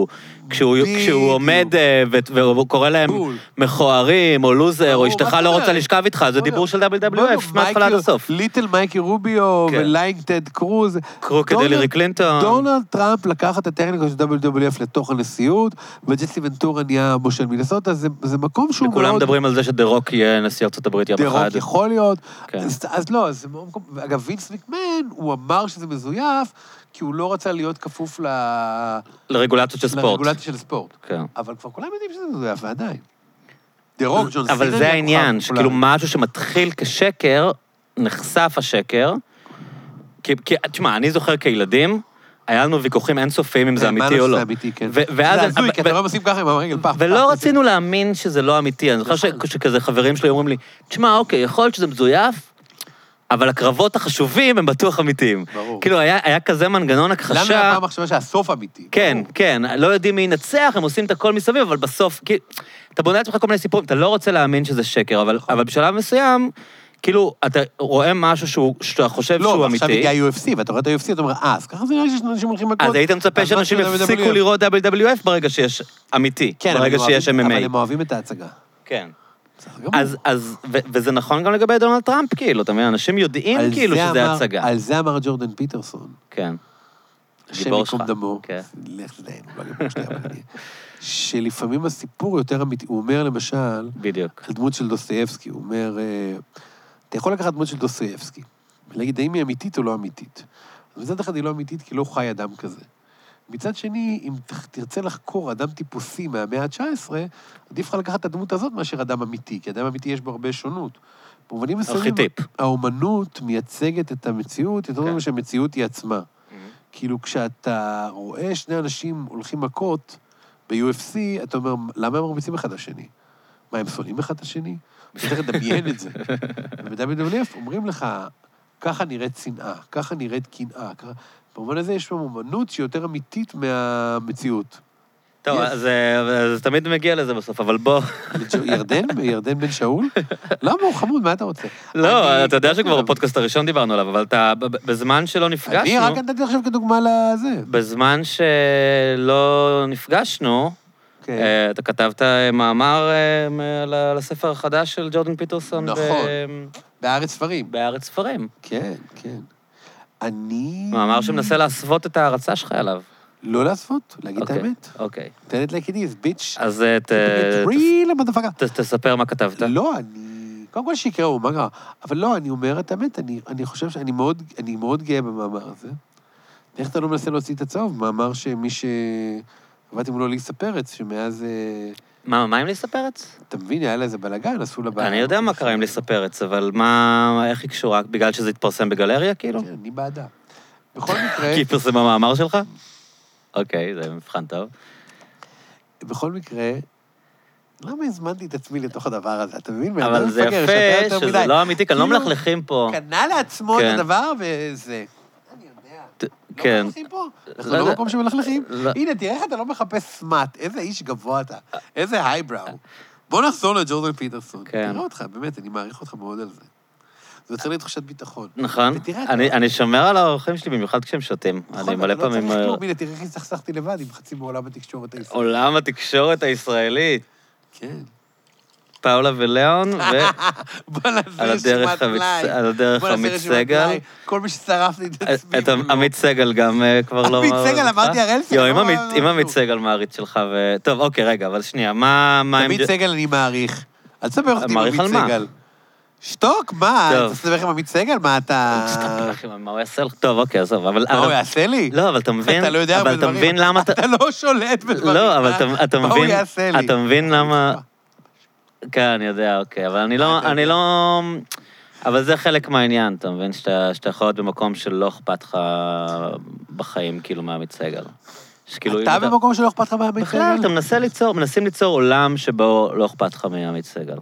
כשהוא עומד והוא קורא להם מכוערים, או לוזר, או אשתך לא רוצה לשכב איתך, זה דיבור של דאבליו דאבליו אף, מההתחלה עד הסוף. ליטל מייקי רוביו וליינג טד קרוז. קרוקד הילרי קלינטון. דונלד טראמפ לקח את הטכניקה של דאבליו דאבליו אף לתוך הנשיאות, וג'סי ונטורה נהיה מושל מינסוטה, זה מקום שהוא מאוד... וכולם מדברים על זה שדה רוק יהיה נשיא ארצות הברית יום אחד. דה רוק יכול להיות. אז לא, אגב, וינס מקמן, הוא אמר שזה מזויף, כי הוא לא רצה להיות כפוף ל... לרגולציות של ספורט. לרגולציות של ספורט. כן. אבל כבר כולם יודעים שזה מזויף, ועדיין. דה רוק, ג'ון סינה... אבל זה העניין, שכאילו משהו שמתחיל כשקר, נחשף השקר, כי, תשמע, אני זוכר כילדים, היה לנו ויכוחים אינסופיים אם זה אמיתי או לא. זה אמיתי, כן. זה הזוי, כי אתה לא עושים ככה עם הרגל פח. ולא רצינו להאמין שזה לא אמיתי. אני זוכר שכזה חברים שלי אומרים לי, תשמע, אוקיי, יכול להיות שזה מזויף, אבל הקרבות החשובים הם בטוח אמיתיים. ברור. כאילו, היה כזה מנגנון הכחשה... לנו היה פעם מחשבה שהסוף אמיתי. כן, כן, לא יודעים מי ינצח, הם עושים את הכל מסביב, אבל בסוף, אתה בונה לעצמך כל מיני סיפורים, אתה לא רוצה להאמין שזה שקר, אבל בשלב מסוים, כאילו, אתה רואה משהו שאתה חושב שהוא אמיתי. לא, עכשיו הגיע יו אף סי, ואתה רואה את ה-יו אף סי, אתה אומר, אה, אז ככה זה נראה שאנשים הולכים מכות. אז היית מצפה שאנשים יפסיקו לראות דאבליו דאבליו אף ברגע שיש אמיתי, ברגע שיש אם אם איי. אבל הם אוהבים את ההצגה. כן. אז, אז, וזה נכון גם לגבי דונלד טראמפ, כאילו, אתה מבין, אנשים יודעים כאילו שזה הצגה. על זה אמר ג'ורדן פיטרסון. כן. השם יקום דמו. לך תדעים, לא גיבור שלי, אבל אני... שלפעמים הסיפור יותר אמיתי, הוא אומר למשל, בדיוק. על דמות של דוסטויבסקי, הוא אומר, אתה יכול לקחת דמות של דוסטויבסקי, ולהגיד, האם היא אמיתית או לא אמיתית. אז מצד אחד היא לא אמיתית, כי לא חי אדם כזה. מצד שני, אם תרצה לחקור אדם טיפוסי מהמאה ה-תשע עשרה, עדיף לך לקחת את הדמות הזאת מאשר אדם אמיתי, כי אדם אמיתי יש בו הרבה שונות. במובנים מסוימים, האומנות מייצגת את המציאות, יותר טוב שהמציאות היא עצמה. כאילו, כשאתה רואה שני אנשים הולכים מכות ב-יו אף סי, אתה אומר, למה הם מרביצים אחד השני? מה, הם שונאים אחד השני? צריך לדמיין את זה. וב-דאבליו דאבליו אף אומרים לך, ככה נראית שנאה, ככה נראית קנאה, ככה... במובן הזה יש פה אומנות שהיא יותר אמיתית מהמציאות. טוב, אז תמיד מגיע לזה בסוף, אבל בוא... ירדן? ירדן בן שאול? למה הוא חמוד? מה אתה רוצה? לא, אתה יודע שכבר בפודקאסט הראשון דיברנו עליו, אבל אתה, בזמן שלא נפגשנו... אני רק נתתי עכשיו כדוגמה לזה. בזמן שלא נפגשנו, אתה כתבת מאמר על הספר החדש של ג'ורדן פיטרסון. נכון, בארץ ספרים. בארץ ספרים. כן, כן. אני... מאמר שמנסה להסוות את ההרצה שלך עליו. לא להסוות, להגיד את האמת. אוקיי. תן את להגידיז, ביץ'. אז תספר מה כתבת. לא, אני... קודם כל שיקראו, מה קרה? אבל לא, אני אומר את האמת, אני חושב שאני מאוד גאה במאמר הזה. איך אתה לא מנסה להוציא את הצהוב? מאמר שמי ש... עבדתי מולו ליסה פרץ, שמאז... מה, מה עם ליסה פרץ? אתה מבין, היה לה איזה בלגן, עשו לה... אני יודע מה קרה עם ליסה פרץ, אבל מה... איך היא קשורה? בגלל שזה התפרסם בגלריה, כאילו? כן, אני בעדה. בכל מקרה... כי פרסם המאמר שלך? אוקיי, זה מבחן טוב. בכל מקרה, למה הזמנתי את עצמי לתוך הדבר הזה? אתה מבין? אבל זה יפה, שזה לא אמיתי, כי אני לא מלכלכים פה. קנה לעצמו את הדבר, וזה... כן. לא מלכלכים פה? אנחנו לא מקום שמלכלכים? הנה, תראה איך אתה לא מחפש סמאט, איזה איש גבוה אתה, איזה הייבראו. בוא נחזור לג'ורדן פיטרסון. תראה אותך, באמת, אני מעריך אותך מאוד על זה. זה יוצר לי תחושת ביטחון. נכון. אני שומר על האורחים שלי, במיוחד כשהם שותים. אני מלא פעמים... לא צריך כלום, הנה, תראה איך סכסכתי לבד עם חצי מעולם התקשורת הישראלית. עולם התקשורת הישראלית. כן. פאולה וליאון, ועל הדרך עמית סגל. כל מי ששרפתי את עצמי. את עמית סגל גם כבר לא... עמית סגל, אמרתי הראל סגל. עם עמית סגל מעריץ שלך, ו... טוב, אוקיי, רגע, אבל שנייה, מה... עמית סגל אני מעריך. אל תספר אותי עם עמית סגל. שתוק, מה? אתה תסתבך עם עמית סגל? מה אתה... מה הוא יעשה לך? טוב, אוקיי, עזוב, אבל... מה הוא יעשה לי? לא, אבל אתה מבין... אתה לא יודע בדברים. אתה לא שולט בדברים. לא, אבל אתה מבין... מה הוא יעשה לי? אתה מבין למה... כן, אני יודע, אוקיי, אבל אני לא... אני לא... אבל זה חלק מהעניין, אתה מבין? שאתה יכול להיות במקום שלא אכפת לך בחיים, כאילו, מעמית סגל. אתה במקום שלא אכפת לך מעמית סגל? בכלל, אתה מנסה ליצור, מנסים ליצור עולם שבו לא אכפת לך מעמית סגל.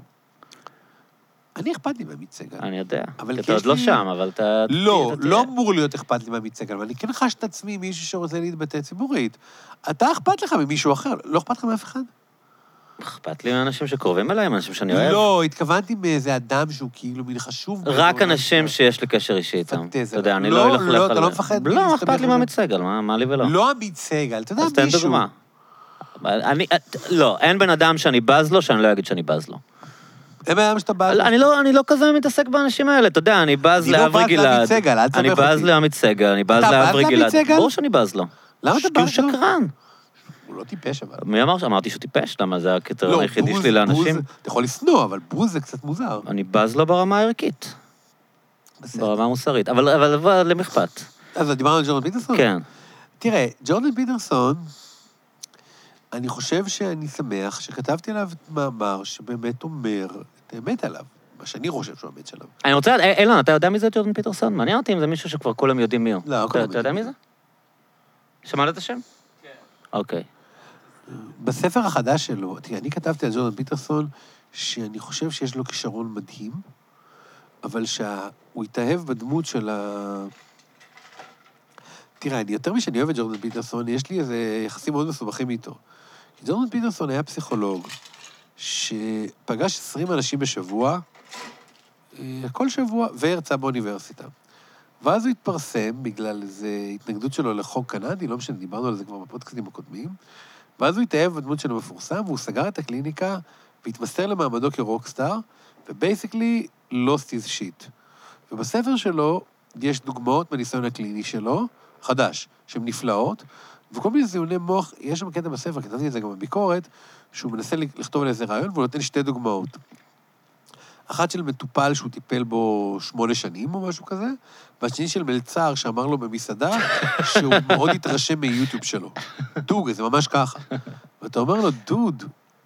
אני אכפת לי מעמית סגל. אני יודע. כי אתה עוד לא שם, אבל אתה... לא, לא אמור להיות אכפת לי מעמית סגל, אבל אני כן חש את עצמי מישהו שרוצה להתבטא ציבורית. אתה אכפת לך ממישהו אחר, לא אכפת לך מאף אחד? אכפת לי מאנשים שקרובים אליי, מאנשים שאני אוהב. לא, התכוונתי מאיזה אדם שהוא כאילו מין חשוב... רק אנשים שיש לי קשר אישי איתם. פנטזיה. אתה יודע, אני לא אלך לך... לא, אתה לא מפחד... לא, אכפת לי מעמית סגל, מה לי ולא. לא עמית סגל, אתה יודע מישהו. אז תן דוגמה. לא, אין בן אדם שאני בז לו, שאני לא אגיד שאני בז לו. אין בן אדם שאתה בז לו. אני לא כזה מתעסק באנשים האלה, אתה יודע, אני בז לאברי גלעד. אני בז לעמית סגל, אני בז לאברי גלעד. ברור שאני בז לו. למה אתה בז לו? כי הוא שקרן. הוא לא טיפש, אבל... מי אמר? אמרתי שהוא טיפש, למה זה הקריטריון היחידי שלי לאנשים? אתה יכול לשנוא, אבל בוז זה קצת מוזר. אני בז לו ברמה הערכית. ברמה המוסרית, אבל למי אכפת? אז דיברנו על ג'ורדן פיטרסון? כן. תראה, ג'ורדן פיטרסון, אני חושב שאני שמח שכתבתי עליו מאמר שבאמת אומר את האמת עליו, מה שאני חושב שהוא האמת שלו. אני רוצה, אילון, אתה יודע מי זה ג'ורדן פיטרסון? מעניין אותי אם זה מישהו שכבר כולם יודעים מי הוא. לא, אתה יודע מי זה? שמעת את השם? כן. אוקיי. בספר החדש שלו, תראה, אני כתבתי על ג'ורדן פיטרסון, שאני חושב שיש לו כישרון מדהים, אבל שהוא התאהב בדמות של ה... תראה, אני יותר משאני אוהב את ג'ורדן פיטרסון, יש לי איזה יחסים מאוד מסובכים איתו. כי ג'ורדן פיטרסון היה פסיכולוג, שפגש עשרים אנשים בשבוע, כל שבוע, והרצה באוניברסיטה. ואז הוא התפרסם בגלל איזו התנגדות שלו לחוק קנדי, לא משנה, דיברנו על זה כבר בפודקאסטים הקודמים, ואז הוא התאהב בדמות שלו מפורסם, והוא סגר את הקליניקה, והתמסר למעמדו כרוקסטאר, ובייסיקלי lost his shit. ובספר שלו יש דוגמאות מהניסיון הקליני שלו, חדש, שהן נפלאות, וכל מיני זיוני מוח, יש שם קטע בספר, כתבתי את זה גם בביקורת, שהוא מנסה לכתוב על איזה רעיון, והוא נותן שתי דוגמאות. אחת של מטופל שהוא טיפל בו שמונה שנים או משהו כזה, והשני של מלצר שאמר לו במסעדה שהוא מאוד התרשם מיוטיוב שלו. דוג, זה ממש ככה. ואתה אומר לו, דוד,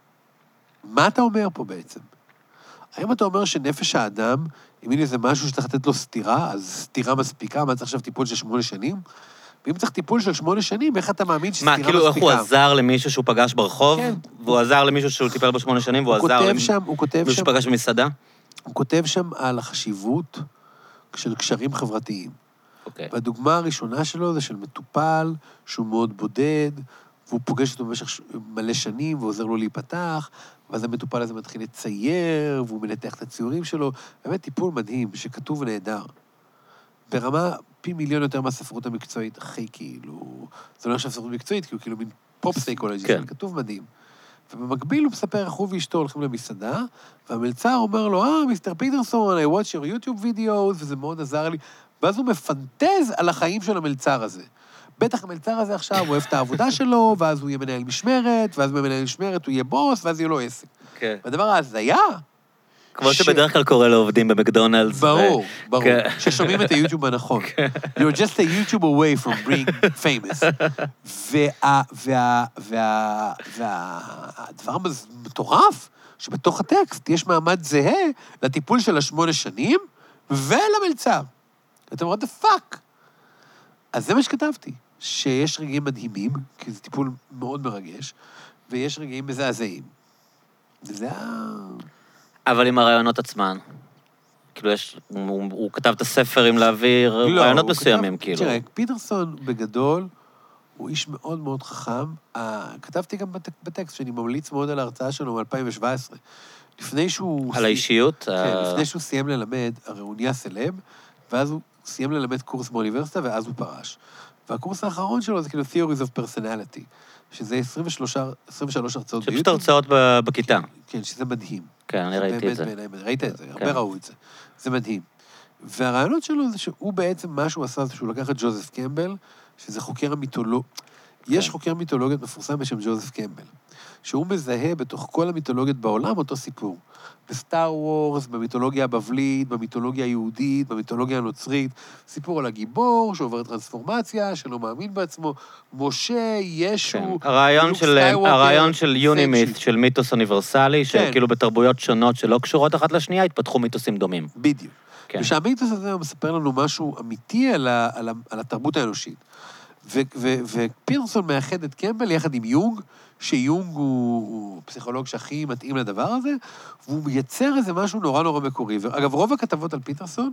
מה אתה אומר פה בעצם? האם אתה אומר שנפש האדם, אם אין איזה משהו שצריך לתת לו סתירה, אז סתירה מספיקה, מה צריך עכשיו טיפול של שמונה שנים? ואם צריך טיפול של שמונה שנים, איך אתה מאמין שסתירה מספיקה? מה, כאילו איך הוא עזר למישהו שהוא פגש ברחוב? כן. והוא עזר למישהו שהוא טיפל בשמונה שנים, והוא עזר למישהו שהוא פגש במסעדה? הוא כותב שם על החשיבות של קשרים חברתיים. אוקיי. והדוגמה הראשונה שלו זה של מטופל, שהוא מאוד בודד, והוא פוגש אותו במשך מלא שנים, ועוזר לו להיפתח, ואז המטופל הזה מתחיל לצייר, והוא מנתח את הציורים שלו. באמת טיפול מדהים, שכתוב ונהדר. ברמה פי מיליון יותר מהספרות המקצועית, אחי, כאילו... זה לא עכשיו ספרות מקצועית, כי הוא כאילו מין פופ סייקולוגי, זה כתוב מדהים. ובמקביל הוא מספר איך הוא ואשתו הולכים למסעדה, והמלצר אומר לו, אה, מיסטר פיטרסון, I watch your YouTube videos, וזה מאוד עזר לי. ואז הוא מפנטז על החיים של המלצר הזה. בטח המלצר הזה עכשיו, הוא אוהב את העבודה שלו, ואז הוא יהיה מנהל משמרת, ואז במנהל משמרת הוא יהיה בוס, ואז יהיה לו עסק. כן. והדבר ההזיה... כמו שבדרך כלל קורה לעובדים במקדונלדס. ברור, ברור. ששומעים את היוטיוב הנכון. You're just a YouTube away from being famous. והדבר המטורף, שבתוך הטקסט יש מעמד זהה לטיפול של השמונה שנים, ולמלצר. אתה אומר, what the fuck? אז זה מה שכתבתי, שיש רגעים מדהימים, כי זה טיפול מאוד מרגש, ויש רגעים מזעזעים. וזה ה... אבל עם הרעיונות עצמן. כאילו, יש... הוא, הוא כתב את הספר עם להעביר לא, רעיונות מסוימים, כתב, כאילו. תראה, פיטרסון בגדול, הוא איש מאוד מאוד חכם. כתבתי גם בטקסט, שאני ממליץ מאוד על ההרצאה שלו מ-אלפיים שבע עשרה. לפני שהוא... על האישיות? כן, לפני שהוא סיים ללמד, הרי הוא נהיה סלב, ואז הוא סיים ללמד קורס באוניברסיטה, ואז הוא פרש. והקורס האחרון שלו זה כאילו Theories of Personality, שזה עשרים ושלוש הרצאות ביוטיוב. שפשוט הרצאות בכיתה. כן, שזה מדהים. כן, אני ראיתי את זה. ראית את זה, הרבה ראו את זה. זה מדהים. והרעיונות שלו זה שהוא בעצם, מה שהוא עשה, זה שהוא לקח את ג'וזף קמבל, שזה חוקר המיתולוג... יש חוקר מיתולוגיות מפורסם בשם ג'וזף קמבל, שהוא מזהה בתוך כל המיתולוגיות בעולם אותו סיפור. בסטאר וורס, במיתולוגיה הבבלית, במיתולוגיה היהודית, במיתולוגיה הנוצרית, סיפור על הגיבור שעובר טרנספורמציה, שלא מאמין בעצמו, משה, ישו, הרעיון של הרעיון של יונימית', של מיתוס אוניברסלי, שכאילו בתרבויות שונות שלא קשורות אחת לשנייה, התפתחו מיתוסים דומים. בדיוק. ושהמיתוס הזה מספר לנו משהו אמיתי על התרבות האנושית. ופיטרסון מאחד את קמבל יחד עם יונג, שיונג הוא פסיכולוג שהכי מתאים לדבר הזה, והוא מייצר איזה משהו נורא נורא מקורי. ואגב, רוב הכתבות על פיטרסון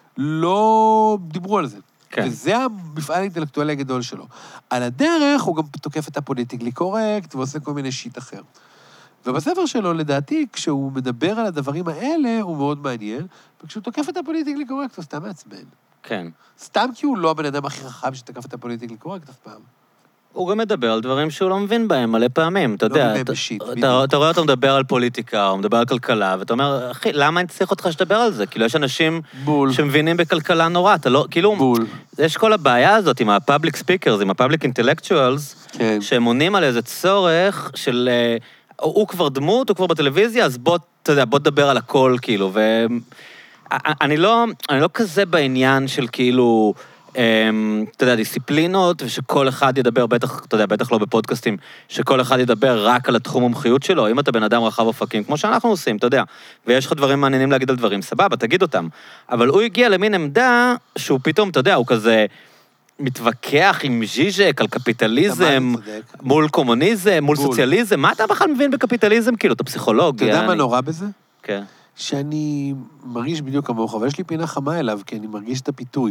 לא דיברו על זה. כן. וזה המפעל האינטלקטואלי הגדול שלו. על הדרך הוא גם תוקף את הפוליטיקלי קורקט, ועושה כל מיני שיט אחר. ובספר שלו, לדעתי, כשהוא מדבר על הדברים האלה, הוא מאוד מעניין, וכשהוא תוקף את הפוליטיקלי קורקט, הוא סתם מעצבן. כן. סתם כי הוא לא הבן אדם הכי חכם שתקף את הפוליטיקלי קורקט אף פעם. הוא גם מדבר על דברים שהוא לא מבין בהם מלא פעמים, אתה יודע. אתה רואה אותו מדבר על פוליטיקה, הוא מדבר על כלכלה, ואתה אומר, אחי, למה אני צריך אותך שתדבר על זה? כאילו, יש אנשים שמבינים בכלכלה נורא, אתה לא, כאילו, יש כל הבעיה הזאת עם ה-public speakers, עם ה-public intellectuals, שהם עונים על איזה צורך של, הוא כבר דמות, הוא כבר בטלוויזיה, אז בוא, אתה יודע, בוא תדבר על הכל, כאילו, ו... אני לא, אני לא כזה בעניין של כאילו, אתה יודע, דיסציפלינות, ושכל אחד ידבר, בטח, אתה יודע, בטח לא בפודקאסטים, שכל אחד ידבר רק על התחום המומחיות שלו, אם אתה בן אדם רחב אופקים, כמו שאנחנו עושים, אתה יודע, ויש לך דברים מעניינים להגיד על דברים, סבבה, תגיד אותם. אבל הוא הגיע למין עמדה שהוא פתאום, אתה יודע, הוא כזה מתווכח עם ז'יז'ק על קפיטליזם, מול קומוניזם, מול סוציאליזם, מה אתה בכלל מבין בקפיטליזם? כאילו, אתה פסיכולוג. אתה יודע מה נורא בזה? כן. שאני מרגיש בדיוק כמוך, ויש לי פינה חמה אליו, כי אני מרגיש את הפיתוי.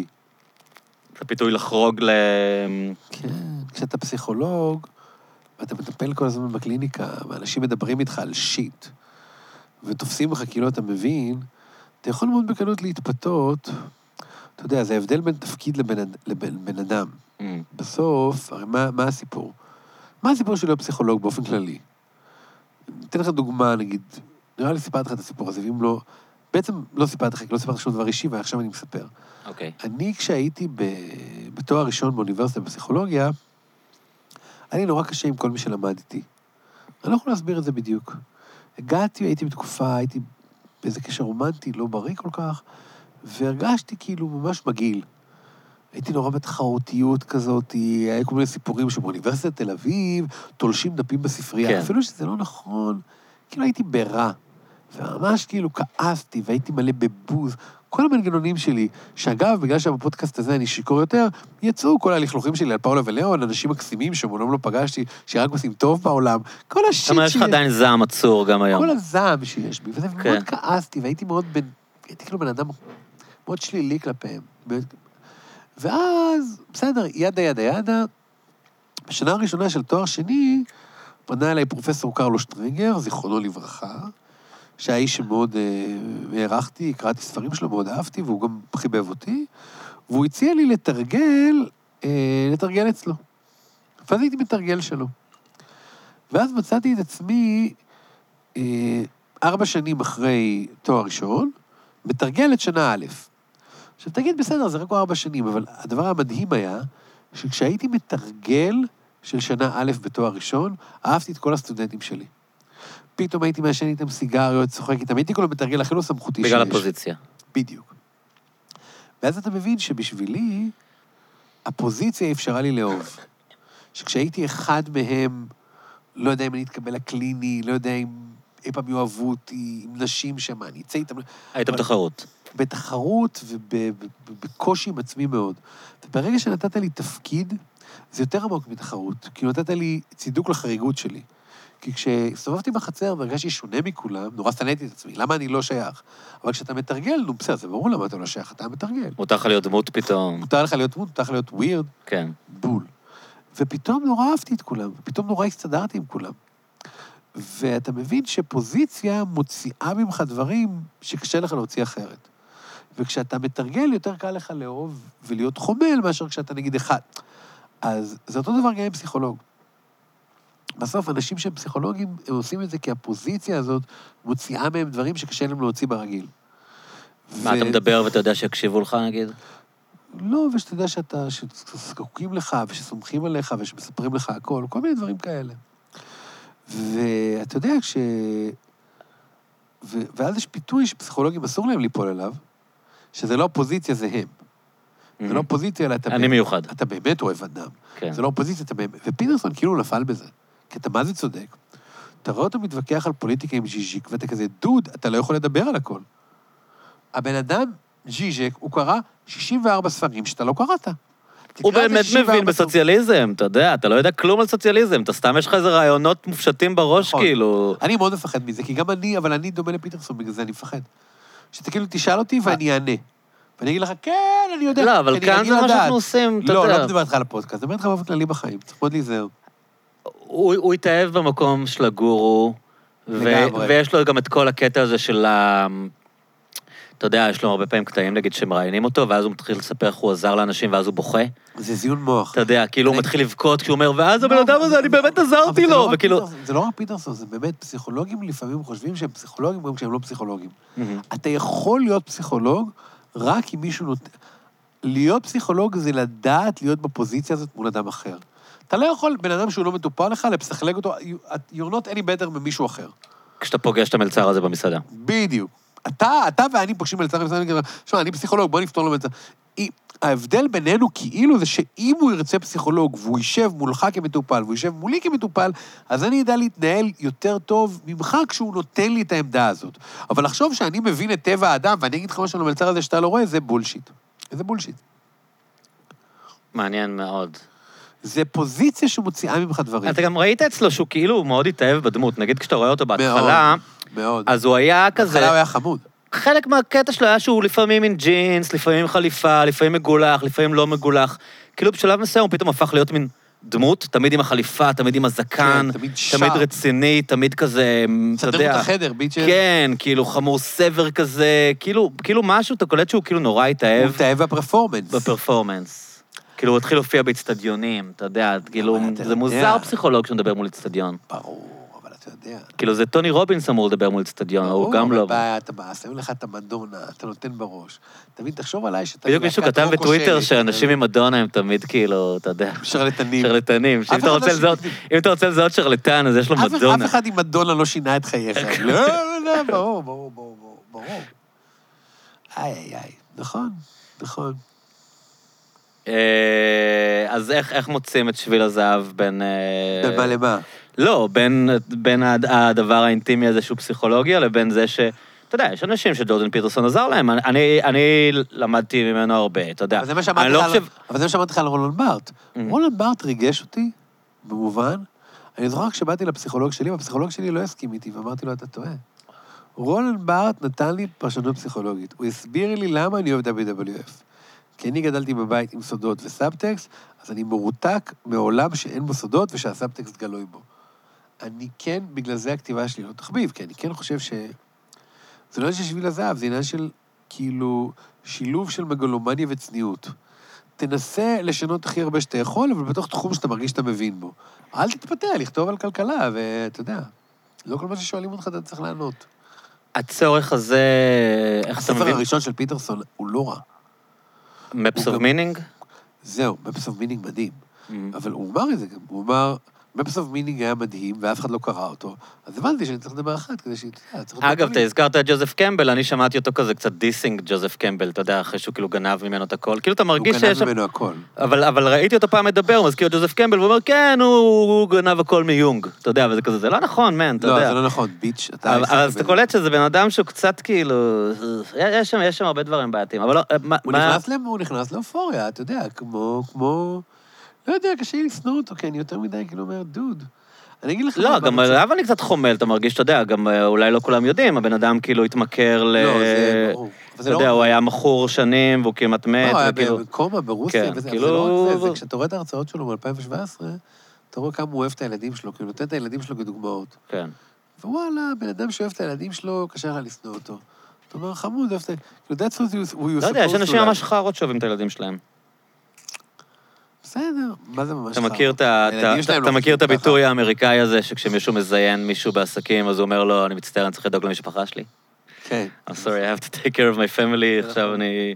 את הפיתוי לחרוג ל... כן, כשאתה פסיכולוג, ואתה מטפל כל הזמן בקליניקה, ואנשים מדברים איתך על שיט, ותופסים לך כאילו אתה מבין, אתה יכול מאוד בקלות להתפתות, אתה יודע, זה ההבדל בין תפקיד לבן, לבן, לבן אדם. Mm. בסוף, הרי מה, מה הסיפור? מה הסיפור של להיות פסיכולוג באופן כללי? אתן לך דוגמה, נגיד, נראה לי סיפרתי לך את הסיפור הזה, ואם לא, בעצם לא סיפרתי לך, לא סיפרתי שום דבר אישי, ועכשיו אני מספר. אוקיי. Okay. אני, כשהייתי ב... בתואר ראשון באוניברסיטה בפסיכולוגיה, היה לי נורא קשה עם כל מי שלמד איתי. אני לא יכול להסביר את זה בדיוק. הגעתי, הייתי בתקופה, הייתי באיזה קשר רומנטי, לא בריא כל כך, והרגשתי כאילו ממש מגעיל. הייתי נורא בתחרותיות כזאת, היה כל מיני סיפורים שבאוניברסיטת תל אביב, תולשים דפים בספרייה, כן. אפילו שזה לא נכון, כאילו הייתי ברע, וממש כאילו כעסתי, והייתי מלא בבוז, כל המנגנונים שלי, שאגב, בגלל שבפודקאסט הזה אני שיקור יותר, יצאו כל הלכלוכים שלי על פאולה וליאון, אנשים מקסימים שמעולם לא פגשתי, שרק עושים טוב בעולם, כל השיט שיש... כמה יש לך עדיין זעם עצור גם היום. כל הזעם שיש בי, וזה מאוד כעסתי, והייתי מאוד בן... הייתי כאילו בן אדם מאוד שלילי כלפיהם. ואז, בסדר, ידה ידה ידה, בשנה הראשונה של תואר שני, פנה אליי פרופסור קרלו שטרינגר, זיכרונו לברכה, שהאיש שמאוד הערכתי, קראתי ספרים שלו, מאוד אהבתי, והוא גם חיבב אותי, והוא הציע לי לתרגל, לתרגל אצלו. ואז הייתי מתרגל שלו. ואז מצאתי את עצמי אה, ארבע שנים אחרי תואר ראשון, מתרגל את שנה א'. עכשיו תגיד, בסדר, זה רק ארבע שנים, אבל הדבר המדהים היה, שכשהייתי מתרגל של שנה א' בתואר ראשון, אהבתי את כל הסטודנטים שלי. פתאום הייתי מעשן איתם סיגריות, צוחק איתם, הייתי כל מתרגל הכי לא סמכותי שיש. בגלל הפוזיציה. בדיוק. ואז אתה מבין שבשבילי, הפוזיציה אפשרה לי לאהוב. שכשהייתי אחד מהם, לא יודע אם אני אתקבל לקליני, לא יודע אם אי פעם יאהבו אותי, עם נשים שם, אני אצא איתם... היית בתחרות. בתחרות ובקושי עם עצמי מאוד. וברגע שנתת לי תפקיד, זה יותר עמוק מתחרות, כי נתת לי צידוק לחריגות שלי. כי כשהסתובבתי בחצר והרגשתי שונה מכולם, נורא סתניתי את עצמי, למה אני לא שייך? אבל כשאתה מתרגל, נו בסדר, זה ברור למה אתה לא שייך, אתה מתרגל. מותר לך להיות דמות פתאום. מותר לך להיות דמות, מותר לך להיות ווירד. כן. בול. ופתאום נורא אהבתי את כולם, ופתאום נורא הסתדרתי עם כולם. ואתה מבין שפוזיציה מוציאה ממך דברים שקשה לך להוציא אחרת. וכשאתה מתרגל, יותר קל לך לאהוב ולהיות חומל מאשר כשאתה נגיד אחד. אז זה אותו דבר גם עם פסיכולוג. בסוף, אנשים שהם פסיכולוגים, הם עושים את זה כי הפוזיציה הזאת מוציאה מהם דברים שקשה להם להוציא ברגיל. מה, ו... אתה מדבר ואתה יודע שיקשיבו לך, נגיד? לא, ושאתה יודע שאתה, שזקוקים לך, ושסומכים עליך, ושמספרים לך הכל, כל מיני דברים כאלה. ואתה יודע, כש... ו... ואז יש פיתוי שפסיכולוגים אסור להם ליפול עליו, שזה לא אופוזיציה, זה הם. זה לא אופוזיציה, אלא אתה... אני מיוחד. אתה באמת אוהב אדם. כן. זה לא אופוזיציה, אתה באמת... ופיטרסון כאילו נפל בזה. כי אתה מה זה צודק? אתה רואה אותו מתווכח על פוליטיקה עם ז'יז'יק, ואתה כזה, דוד, אתה לא יכול לדבר על הכל. הבן אדם, ז'יז'יק, הוא קרא שישים וארבעה ספרים שאתה לא קראת. הוא באמת מבין בסוציאליזם, אתה יודע, אתה לא יודע כלום על סוציאליזם, אתה סתם יש לך איזה רעיונות מופשטים בראש, כאילו... אני מאוד מפחד מזה, כי גם אני, אבל אני דומה לפיטרסון, בגלל זה אני מפחד. שאתה כאילו תשאל אותי ואני אענה. ואני אגיד לך, כן, אני יודע. לא, אבל כאן זה מה שאנחנו עושים, אתה יודע. לא, לא מדבר איתך על הפודקאסט, מדבר איתך באופן כללי בחיים, צריך מאוד להיזהר. הוא התאהב במקום של הגורו, ויש לו גם את כל הקטע הזה של ה... אתה יודע, יש לו הרבה פעמים קטעים, נגיד, שמראיינים אותו, ואז הוא מתחיל לספר איך הוא עזר לאנשים, ואז הוא בוכה. זה זיון מוח. אתה יודע, כאילו הוא מתחיל לבכות, כשהוא אומר, ואז הבן אדם הזה, אני באמת עזרתי לו, וכאילו... זה לא רק פיטרסון, זה באמת, פסיכולוגים לפעמים חושבים שהם פסיכולוגים, גם כשהם לא פסיכולוגים. אתה יכול להיות פסיכולוג רק אם מישהו נותן... להיות פסיכולוג זה לדעת להיות בפוזיציה הזאת מול אדם אחר. אתה לא יכול, בן אדם שהוא לא מטופל לך, לפסחלג אותו, you're not any better ממישהו אחר. כשאתה פוגש את המלצר הזה במסעדה. בדיוק. אתה, אתה ואני פוגשים מלצר במסעדה, אני אומר, שמה, אני פסיכולוג, בוא נפתור לו מלצר. ההבדל בינינו כאילו זה שאם הוא ירצה פסיכולוג, והוא יישב מולך כמטופל, והוא יישב מולי כמטופל, אז אני ידע להתנהל יותר טוב ממך כשהוא נותן לי את העמדה הזאת. אבל לחשוב שאני מבין את טבע האדם, ואני אגיד לך משהו למלצר הזה שאתה לא רואה, זה בולשיט. זה בולשיט. מעניין מאוד. זה פוזיציה שמוציאה ממך דברים. אתה גם ראית אצלו שהוא כאילו מאוד התאהב בדמות. נגיד כשאתה רואה אותו בהתחלה, מאוד. אז הוא היה כזה... בהתחלה הוא היה חמוד. חלק מהקטע שלו היה שהוא לפעמים עם ג'ינס, לפעמים עם חליפה, לפעמים מגולח, לפעמים לא מגולח. כאילו בשלב מסוים הוא פתאום הפך להיות מין דמות, תמיד עם החליפה, תמיד עם הזקן, כן, תמיד שב. תמיד רציני, תמיד כזה, אתה יודע... סדר את החדר, ביצ'ר. כן, כאילו חמור סבר כזה, כאילו, כאילו משהו, אתה קולט שהוא כאילו נורא התאהב. הוא התאהב בפרפורמנס. בפרפורמנס. כאילו הוא התחיל להופיע באצטדיונים, אתה יודע, כאילו, זה מוזר פסיכולוג שמדבר מול אצטדיון. ברור, אבל אתה יודע. כאילו זה טוני רובינס אמור לדבר מול אצטדיון, הוא גם לא... אתה בא, שמים לך את המדונה, אתה נותן בראש. תמיד תחשוב עליי שאתה... בדיוק מישהו כתב בטוויטר שאנשים עם מדונה הם תמיד כאילו, אתה יודע... שרלטנים. שרלטנים. אם אתה רוצה לזהות שרלטן, אז יש לו מדונה. אף אחד עם מדונה לא שינה את חייך. לא, לא, לא, ברור, ברור, ברור, ברור. איי, איי, איי. נכון, נכון. אז איך, איך מוצאים את שביל הזהב בין... בין מה למה? לא, בין, בין הדבר האינטימי הזה שהוא פסיכולוגיה, לבין זה ש... אתה יודע, יש אנשים שג'ורדן פיטרסון עזר להם, אני, אני למדתי ממנו הרבה, אתה יודע. אבל זה מה שאמרתי לך, חושב... אבל זה מה שאמרתי לך על רולנד בארט. Mm-hmm. רולנד בארט ריגש אותי, במובן, אני זוכר כשבאתי לפסיכולוג שלי, והפסיכולוג שלי לא הסכים איתי, ואמרתי לו, אתה טועה. רולנד בארט נתן לי פרשנות פסיכולוגית. הוא הסביר לי למה אני אוהב דאבליו דאבליו אף. כי אני גדלתי בבית עם סודות וסאבטקסט, אז אני מרותק מעולם שאין בו סודות ושהסאבטקסט גלוי בו. אני כן, בגלל זה הכתיבה שלי לא תחביב, כי אני כן חושב ש... זה לא עניין של שביל הזהב, זה עניין של כאילו שילוב של מגלומניה וצניעות. תנסה לשנות הכי הרבה שאתה יכול, אבל בתוך תחום שאתה מרגיש שאתה מבין בו. אל תתפתח, לכתוב על כלכלה, ואתה יודע, לא כל מה ששואלים אותך אתה צריך לענות. הצורך הזה, איך אתה מבין? הספר הראשון של פיטרסון הוא לא רע. Maps of Meaning? זהו, Maps of Meaning מדהים. אבל הוא אמר את זה גם, הוא אמר, Maps of Meaning היה מדהים, ואף אחד לא קרא אותו, אז הבנתי שאני צריך לדבר אחת, כדי שהיא... אגב, אתה הזכרת את ג'וזף קמבל, אני שמעתי אותו כזה קצת דיסינג ג'וזף קמבל, אתה יודע, אחרי שהוא כאילו גנב ממנו את הכל, כאילו אתה מרגיש שיש... הוא גנב ממנו הכל. אבל ראיתי אותו פעם מדבר, הוא מזכיר את ג'וזף קמבל, והוא אומר, כן, הוא גנב הכל מיונג, אתה יודע, וזה כזה, זה לא נכון, מן, אתה יודע. לא, זה לא נכון, ביץ', אתה... אז אתה קולט שזה בן אדם שהוא קצת כאילו... יש שם הרבה דברים בעייתיים, אבל לא... הוא נכנס לאופוריה, אתה יודע, כמו... לא יודע, קשה לי לשנוא אותו, כי אני יותר מדי כאילו אומר, דוד. אני אגיד לך... לא, גם עליו אני קצת חומל, אתה מרגיש, אתה יודע, גם אולי לא כולם יודעים, הבן אדם כאילו התמכר ל... לא, זה ברור. אתה יודע, הוא היה מכור שנים, והוא כמעט מת, לא, היה בקומה ברוסיה, וזה לא רק זה, כשאתה רואה את ההרצאות שלו ב-אלפיים שבע עשרה, אתה רואה כמה הוא אוהב את הילדים שלו, כאילו נותן את הילדים שלו כדוגמאות. כן. ווואלה, בן אדם שאוהב את הילדים שלו, קשה לך לשנוא אותו. אתה אומר, חמוד, אוהב את ה... that's what you supposed to... לא יודע, יש אנשים ממש חרות שאוהבים את הילדים שלהם. בסדר, מה זה ממש חר? אתה מכיר את הביטוי האמריקאי הזה, שכשמישהו מזיין מישהו בעסקים, אז הוא אומר לו, אני מצטער, אני צריך לדאוג למשפחה שלי? כן. I'm sorry, I have to take care of my family, עכשיו אני...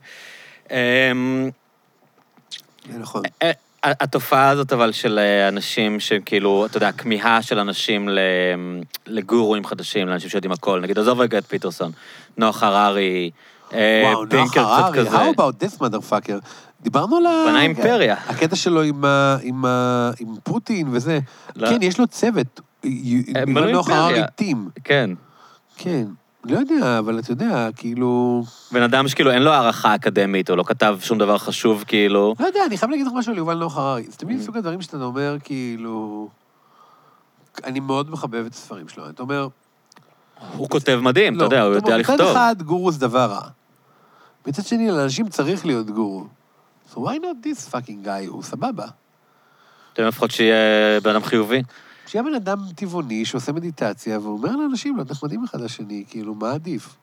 נכון. התופעה הזאת, אבל, של אנשים שכאילו, אתה יודע, הכמיהה של אנשים לגורואים חדשים, לאנשים שיודעים הכל, נגיד, עזוב רגע את פיטרסון, נוח הררי, וואו, נוח הררי, how about this motherfucker? דיברנו על ה... בנה אימפריה. הקטע שלו עם פוטין וזה. כן, יש לו צוות. בנו נוח הררי אימפריה. טים. כן. כן. לא יודע, אבל אתה יודע, כאילו... בן אדם שכאילו אין לו הערכה אקדמית, או לא כתב שום דבר חשוב, כאילו... לא יודע, אני חייב להגיד לך משהו על יובל נוח הררי. זה תמיד סוג הדברים שאתה אומר, כאילו... אני מאוד מחבב את הספרים שלו. אתה אומר... הוא כותב מדהים, אתה יודע, הוא יודע לכתוב. מצד אחד, גורו זה דבר רע. מצד שני, לאנשים צריך להיות גורו. So why not this fucking guy? הוא סבבה. אתם לפחות שיהיה בן אדם חיובי? שיהיה בן אדם טבעוני שעושה מדיטציה, והוא אומר לאנשים, לא נחמדים אחד לשני, כאילו, מה עדיף?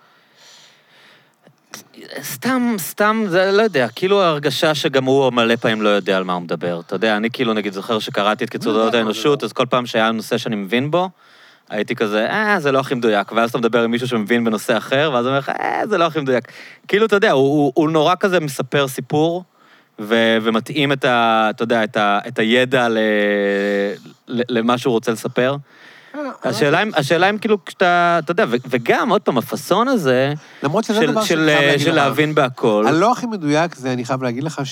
סתם, סתם, זה לא יודע, כאילו ההרגשה שגם הוא מלא פעמים לא יודע על מה הוא מדבר. אתה יודע, אני כאילו, נגיד, זוכר שקראתי את קיצור דעות האנושות, אז כל פעם שהיה נושא שאני מבין בו, הייתי כזה, אה, זה לא הכי מדויק, ואז אתה מדבר עם מישהו שמבין בנושא אחר, ואז הוא אומר לך, אה, זה לא הכי מדויק. כאילו, אתה יודע, הוא, הוא, הוא נורא כזה מספר סיפור, ו, ומתאים את ה, אתה יודע, את, ה, את הידע ל, ל, למה שהוא רוצה לספר. השאלה אם, השאלה אם כאילו, כשאתה, אתה יודע, וגם, עוד פעם, הפסון הזה, למרות שזה של, דבר של, שאני חייב להגיד של לך. להבין בהכל. הלא הכי מדויק זה, אני חייב להגיד לך ש...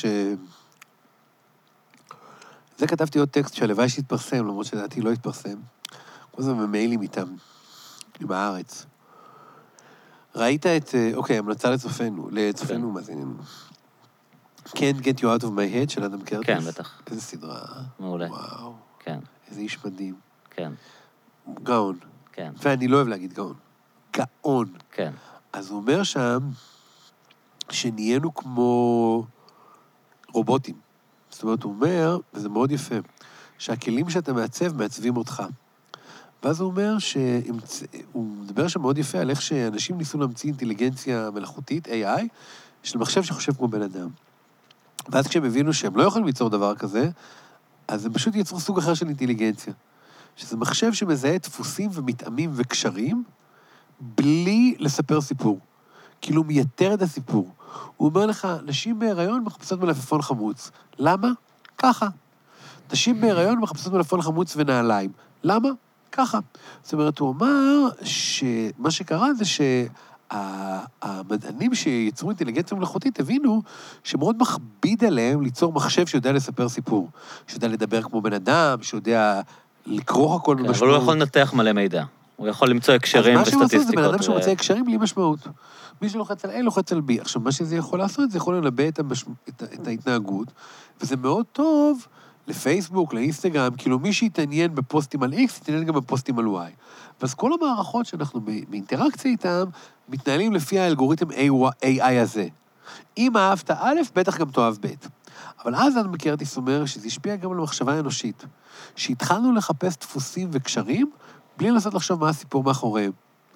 זה כתבתי עוד טקסט שהלוואי שהתפרסם, למרות שדעתי לא התפרסם. כל זה במיילים איתם, עם הארץ. ראית את, אוקיי, המלצה לצופנו, לצופנו מאזינים. Can't get you out of my head של אדם קרטיס. כן, בטח. איזה סדרה. מעולה. וואו. כן. איזה איש מדהים. כן. גאון. כן. ואני לא אוהב להגיד גאון. גאון. כן. אז הוא אומר שם, שנהיינו כמו רובוטים. זאת אומרת, הוא אומר, וזה מאוד יפה, שהכלים שאתה מעצב, מעצבים אותך. ואז הוא אומר שהוא מדבר שם מאוד יפה על איך שאנשים ניסו להמציא אינטליגנציה מלאכותית, איי איי, של מחשב שחושב כמו בן אדם. ואז כשהם הבינו שהם לא יכולים ליצור דבר כזה, אז הם פשוט יצרו סוג אחר של אינטליגנציה. שזה מחשב שמזהה דפוסים ומתאמים וקשרים, בלי לספר סיפור. כאילו הוא מייתר את הסיפור. הוא אומר לך, נשים בהיריון מחפשות מלפפון חמוץ. למה? ככה. נשים בהיריון מחפשות מלפפון חמוץ ונעליים. למה? ככה. זאת אומרת, הוא אמר שמה שקרה זה שהמדענים שיצרו אינטליגנציה מלאכותית הבינו שמאוד מכביד עליהם ליצור מחשב שיודע לספר סיפור. שיודע לדבר כמו בן אדם, שיודע לקרוא הכל במשמעות. אבל הוא יכול לנתח מלא מידע. הוא יכול למצוא הקשרים וסטטיסטיקות. אז מה שהוא עושה זה בן אדם שמוצא הקשרים בלי משמעות. מי שלוחץ על A, לוחץ על B. עכשיו, מה שזה יכול לעשות, זה יכול לנבא את, המשמע... את, את ההתנהגות, וזה מאוד טוב לפייסבוק, לאינסטגרם, כאילו מי שיתעניין בפוסטים על X, יתעניין גם בפוסטים על Y. ואז כל המערכות שאנחנו באינטראקציה איתם, מתנהלים לפי האלגוריתם איי איי הזה. אם אהבת א', בטח גם תאהב ב'. אבל אז אני מקרטיס אומר שזה השפיע גם על המחשבה האנושית, שהתחלנו לחפש דפוסים וקשרים, בלי לנסות לחשוב מה הסיפור מאחוריהם.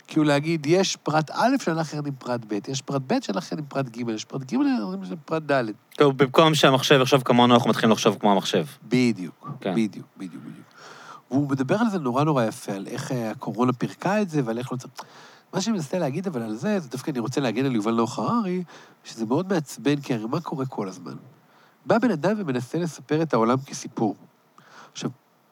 כאילו להגיד, יש פרט א' שהלך יחד עם פרט ב', יש פרט ב' שהלך יחד עם פרט ג', יש פרט ג' שהלך עם פרט ד'. טוב, במקום שהמחשב יחשוב כמונו, אנחנו מתחילים לחשוב כמו המחשב. בדיוק, בדיוק, בדיוק, בדיוק. והוא מדבר על זה נורא נורא יפה, על איך הקורונה פירקה את זה, ועל איך לא צריך... מה שאני מנסה להגיד אבל על זה, זה דווקא אני רוצה להגן על יובל נוח הררי, שזה מאוד מעצבן, כי הרי מה קורה כל הזמן? בא בן אדם ומנסה לספר את העולם כסיפור. עכשיו,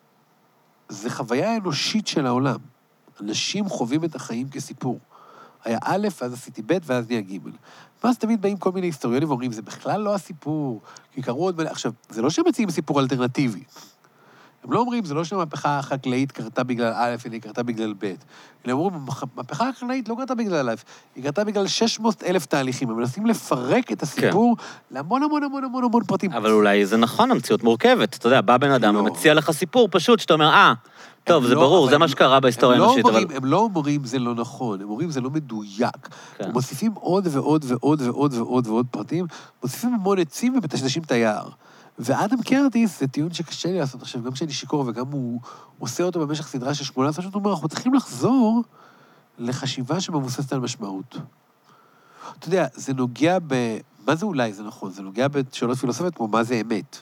זה חוויה אנושית של העולם. אנשים חווים את החיים כסיפור. היה א', ואז עשיתי ב', ואז נהיה ג'. ואז תמיד באים כל מיני היסטוריונים ואומרים, זה בכלל לא הסיפור, כי קראו עוד... עכשיו, זה לא שהם מציעים סיפור אלטרנטיבי. הם לא אומרים, זה לא שהמהפכה החקלאית קרתה בגלל א', אלא היא קרתה בגלל ב'. הם אומרים, המהפכה החקלאית לא קרתה בגלל א', היא קרתה בגלל שש מאות אלף תהליכים. הם מנסים לפרק את הסיפור להמון המון המון המון המון פרטים. אבל אולי זה נכון, המציאות מורכבת. אתה יודע, בא בן אדם ומציע לך סיפור פשוט, שאתה אומר, אה, טוב, זה ברור, זה מה שקרה בהיסטוריה האנושית, אבל... הם לא אומרים, זה לא נכון, הם אומרים, זה לא מדויק. הם מוסיפים עוד ועוד ועוד ועוד ועוד ועוד פרטים, מוסיפים המון עצים ומטשטשים את היער. ואדם קרטיס זה טיעון שקשה לי לעשות עכשיו, גם כשאני שיקור וגם הוא עושה אותו במשך סדרה של שמונה עשרה שנות, הוא אומר, אנחנו צריכים לחזור לחשיבה שמבוססת על משמעות. אתה יודע, זה נוגע ב... מה זה אולי, זה נכון, זה נוגע בשאלות פילוסופיות כמו מה זה אמת.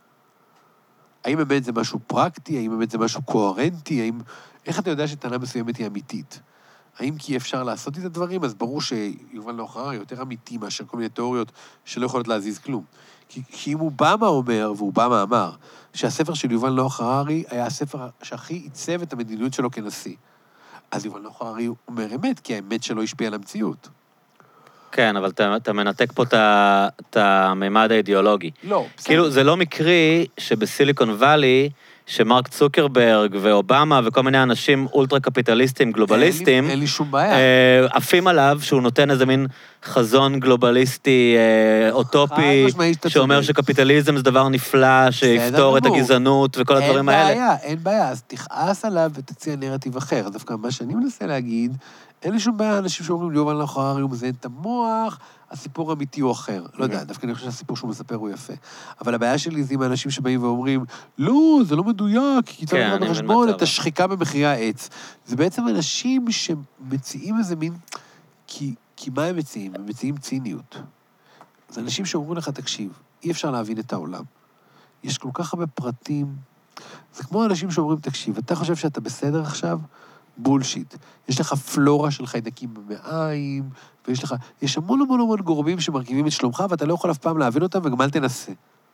האם אמת זה משהו פרקטי, האם אמת זה משהו קוהרנטי, האם... איך אתה יודע שטענה מסוימת היא אמיתית? האם כי אפשר לעשות את הדברים, אז ברור שיובל נוח הררי יותר אמיתי מאשר כל מיני תיאוריות שלא יכולות להזיז כלום. כי, כי אם אובמה אומר, ואובמה אמר, שהספר של יובל נוח הררי היה הספר שהכי עיצב את המדיניות שלו כנשיא. אז יובל נוח הררי אומר אמת, כי האמת שלו השפיעה על המציאות. כן, אבל אתה, אתה מנתק פה את הממד האידיאולוגי. לא, בסדר. כאילו, זה לא מקרי שבסיליקון ואלי, שמרק צוקרברג ואובמה וכל מיני אנשים אולטרה-קפיטליסטים, גלובליסטים, אין לי, אין לי שום בעיה. עפים עליו שהוא נותן איזה מין חזון גלובליסטי אוטופי, שאומר שקפיטליזם זה דבר נפלא, שיפתור את הגזענות וכל הדברים האלה. אין בעיה, אין בעיה, אז תכעס עליו ותציע נרטיב אחר. אז דווקא מה שאני מנסה להגיד, אין לי שום בעיה, אנשים שאומרים, יובל נוח הררי הוא מזיין את המוח, הסיפור האמיתי הוא אחר. לא יודע, דווקא אני חושב שהסיפור שהוא מספר הוא יפה. אבל הבעיה שלי זה עם האנשים שבאים ואומרים, לא, זה לא מדויק, כי צריך לראות בחשבון את השחיקה במחירי העץ. זה בעצם אנשים שמציעים איזה מין... כי, כי מה הם מציעים? הם מציעים ציניות. זה אנשים שאומרים לך, תקשיב, אי אפשר להבין את העולם. יש כל כך הרבה פרטים. זה כמו אנשים שאומרים, תקשיב, אתה חושב שאתה בסדר עכשיו? בולשיט. יש לך פלורה של חיידקים במעיים, ויש לך, יש המון המון המון גורמים שמרכיבים את שלומך, ואתה לא יכול אף פעם להבין אותם, וגם אל תנסה.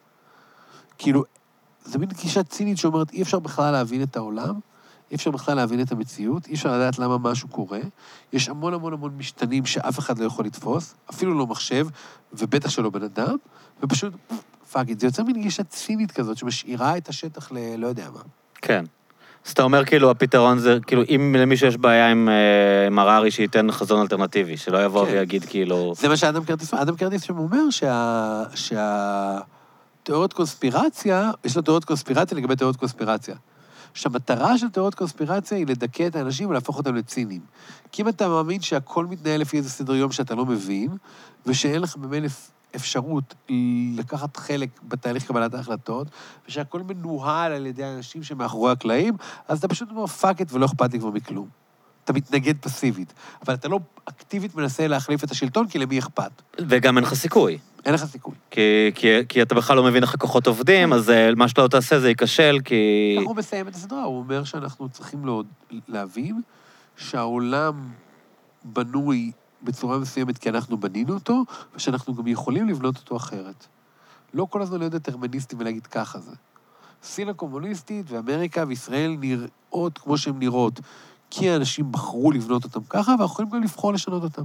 כאילו, זה מין גישה צינית שאומרת, אי אפשר בכלל להבין את העולם, אי אפשר בכלל להבין את המציאות, אי אפשר לדעת למה משהו קורה, יש המון המון המון משתנים שאף אחד לא יכול לתפוס, אפילו לא מחשב, ובטח שלא בן אדם, ופשוט, פאק, זה יוצר מין גישה צינית כזאת, שמשאירה את השטח ל... לא יודע מה. כן. אז אתה אומר, כאילו, הפתרון זה, כאילו, אם למישהו יש בעיה עם, עם הררי, שייתן חזון אלטרנטיבי, שלא יבוא כן. ויגיד, כאילו... זה מה שאדם קרטיס, אדם קרטיס שם אומר, שה... שהתיאוריות קונספירציה, יש לו תיאוריות קונספירציה לגבי תיאוריות קונספירציה. שהמטרה של תיאוריות קונספירציה היא לדכא את האנשים ולהפוך אותם לצינים. כי אם אתה מאמין שהכל מתנהל לפי איזה סדר יום שאתה לא מבין, ושאין לך ממילא אפשרות לקחת חלק בתהליך קבלת ההחלטות, ושהכל מנוהל על ידי האנשים שמאחורי הקלעים, אז אתה פשוט אומר פאקט ולא אכפת לי כבר מכלום. אתה מתנגד פסיבית, אבל אתה לא אקטיבית מנסה להחליף את השלטון, כי למי אכפת. וגם אין לך סיכוי. אין לך סיכוי. כי, כי, כי אתה בכלל לא מבין איך הכוחות עובדים, אז מה שאתה לא תעשה זה ייכשל, כי... אנחנו מסיים את הסדרה, הוא אומר שאנחנו צריכים לא, להבין שהעולם בנוי בצורה מסוימת כי אנחנו בנינו אותו, ושאנחנו גם יכולים לבנות אותו אחרת. לא כל הזמן להיות דטרמיניסטים ולהגיד ככה זה. סין הקומוניסטית ואמריקה וישראל נראות כמו שהן נראות, כי האנשים בחרו לבנות אותם ככה, ואנחנו יכולים גם לבחור לשנות אותם.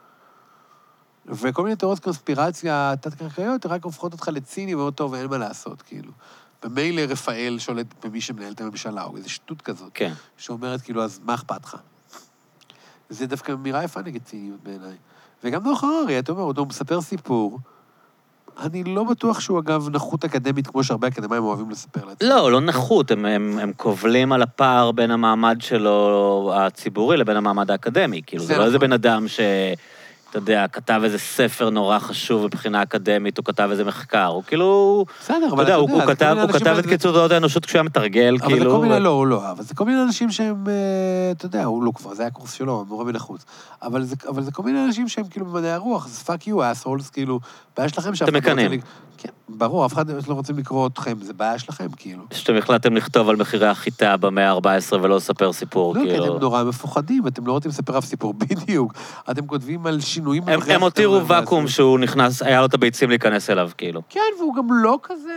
וכל מיני תיאוריות קונספירציה תת-קרקעיות, רק הופכות אותך לציני מאוד טוב, ואין מה לעשות, כאילו. במילא רפאל שולט במי שמנהל את הממשלה, או איזו שטות כזאת, כן. שאומרת, כאילו, אז מה אכפת לך? זה דווקא אמירה יפה נגד ציניות בעיניי. וגם נוח הררי, אתה אומר, הוא מספר סיפור, אני לא בטוח שהוא, אגב, נחות אקדמית, כמו שהרבה אקדמיים אוהבים לספר לעצמם. לא, לא נחות, הם, הם, הם קובלים על הפער בין המעמד שלו הציבורי לבין המעמד האקדמי. כאילו, זה, זה לא איזה בן אדם ש... אתה יודע, כתב איזה ספר נורא חשוב מבחינה אקדמית, הוא כתב איזה מחקר, הוא כאילו... בסדר, אבל אתה יודע, הוא כתב, הוא כתב את קיצור תולדות האנושות כשהוא היה מתרגל, כאילו... אבל זה כל מיני, לא, הוא לא, אבל זה כל מיני אנשים שהם, אתה יודע, הוא לא כבר, זה היה קורס שלו, מורה מן החוץ. אבל זה כל מיני אנשים שהם כאילו במדעי הרוח, זה fuck you, assholes, כאילו, בעיה שלכם שאף אחד לא רוצה... כן, ברור, אף אחד לא רוצים לקרוא אתכם, זה בעיה שלכם, כאילו. שאתם החלטתם לכתוב על מחירי החיטה במאה ה-ארבע עשרה ולא לספר סיפור, כאילו... לא, כי אתם נורא מפוחדים, אתם לא רוצים לספר אף סיפור, בדיוק. אתם כותבים על שינויים... הם הותירו ואקום שהוא נכנס, היה לו את הביצים להיכנס אליו, כאילו. כן, והוא גם לא כזה...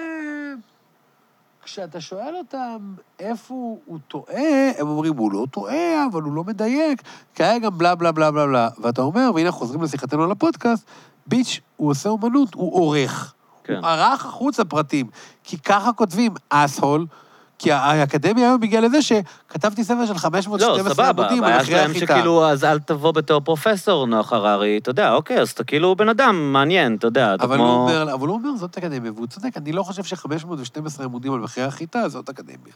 כשאתה שואל אותם איפה הוא טועה, הם אומרים, הוא לא טועה, אבל הוא לא מדייק, כי היה גם בלה בלה בלה בלה בלה. ואתה אומר, והנה חוזרים לשיחתנו על הפודקאסט, ביץ', הוא עושה אומנות, הוא עורך. הוא ערך החוץ הפרטים, כי ככה כותבים אסהול, כי האקדמיה היום בגלל לזה שכתבתי ספר של חמש מאות ושתים עשרה עמודים על מחירי החיטה. שכאילו, אז אל תבוא בתור פרופסור, נוח הררי, אתה יודע, אוקיי, אז אתה כאילו בן אדם מעניין, אתה יודע, אתה אבל כמו... הוא אומר, אבל הוא אומר, זאת אקדמיה, והוא צודק, אני לא חושב ש-חמש מאות ושתים עשרה עמודים על מחירי החיטה, זאת אקדמיה.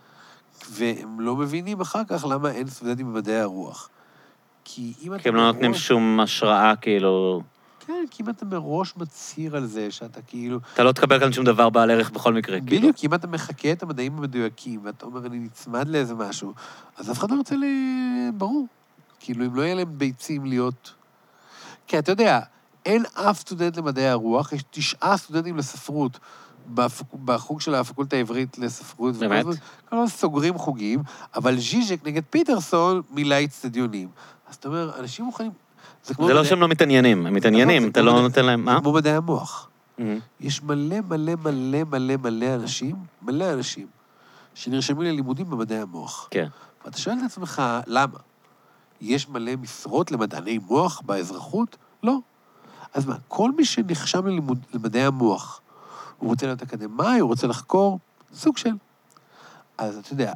והם לא מבינים אחר כך למה אין סטודנטים במדעי הרוח. כי אם כי הם לא נותנים שום השראה, כאילו... כן, כי אם אתה מראש מצהיר על זה, שאתה כאילו... אתה לא תקבל כאן שום דבר בעל ערך בכל מקרה, כאילו. בדיוק, כי אם אתה מחכה את המדעים המדויקים, ואתה אומר, אני נצמד לאיזה משהו, אז אף אחד לא רוצה ל... ברור. כאילו, אם לא יהיה להם ביצים להיות... כי אתה יודע, אין אף סטודנט למדעי הרוח, יש תשעה סטודנטים לספרות בחוג של הפקולטה העברית לספרות. באמת? כל סוגרים חוגים, אבל ז'יז'ק נגד פיטרסון מילא אצטדיונים. אז אתה אומר, אנשים מוכנים... זה לא שהם לא מתעניינים, הם מתעניינים, אתה לא נותן להם, מה? זה כמו מדעי המוח. יש מלא מלא מלא מלא מלא אנשים, מלא אנשים, שנרשמים ללימודים במדעי המוח. כן. ואתה שואל את עצמך, למה? יש מלא משרות למדעני מוח באזרחות? לא. אז מה, כל מי שנחשם למדעי המוח, הוא רוצה להיות אקדמאי, הוא רוצה לחקור, סוג של. אז אתה יודע,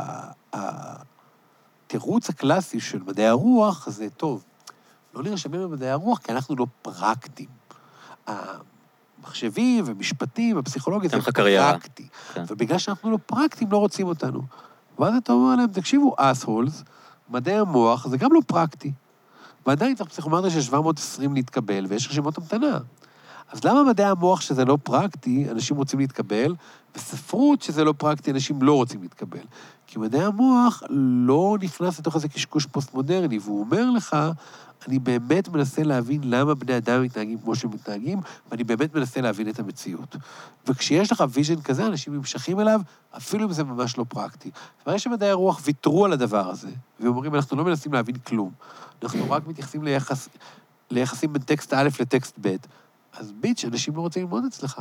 התירוץ הקלאסי של מדעי הרוח זה טוב. לא נרשמים במדעי הרוח, כי אנחנו לא פרקטיים. המחשבים ומשפטים ופסיכולוגיה זה פרקטי. ובגלל שאנחנו לא פרקטיים, לא רוצים אותנו. ואז אתה אומר להם, תקשיבו, אסהולס, מדעי המוח זה גם לא פרקטי. ועדיין צריך פסיכומטריה של שבע מאות ועשרים להתקבל, ויש רשימות המתנה. אז למה מדעי המוח שזה לא פרקטי, אנשים רוצים להתקבל, וספרות שזה לא פרקטי, אנשים לא רוצים להתקבל? כי מדעי המוח לא נכנס לתוך איזה קשקוש פוסט-מודרני, והוא אומר לך, אני באמת מנסה להבין למה בני אדם מתנהגים כמו שהם מתנהגים, ואני באמת מנסה להבין את המציאות. וכשיש לך ויז'ן כזה, אנשים נמשכים אליו, אפילו אם זה ממש לא פרקטי. והרי שמדעי הרוח ויתרו על הדבר הזה, ואומרים, אנחנו לא מנסים להבין כלום. אנחנו רק מתייחסים ליחס, ליחסים בין טקסט א' לטקסט ב'. אז ביץ', אנשים לא רוצים ללמוד אצלך.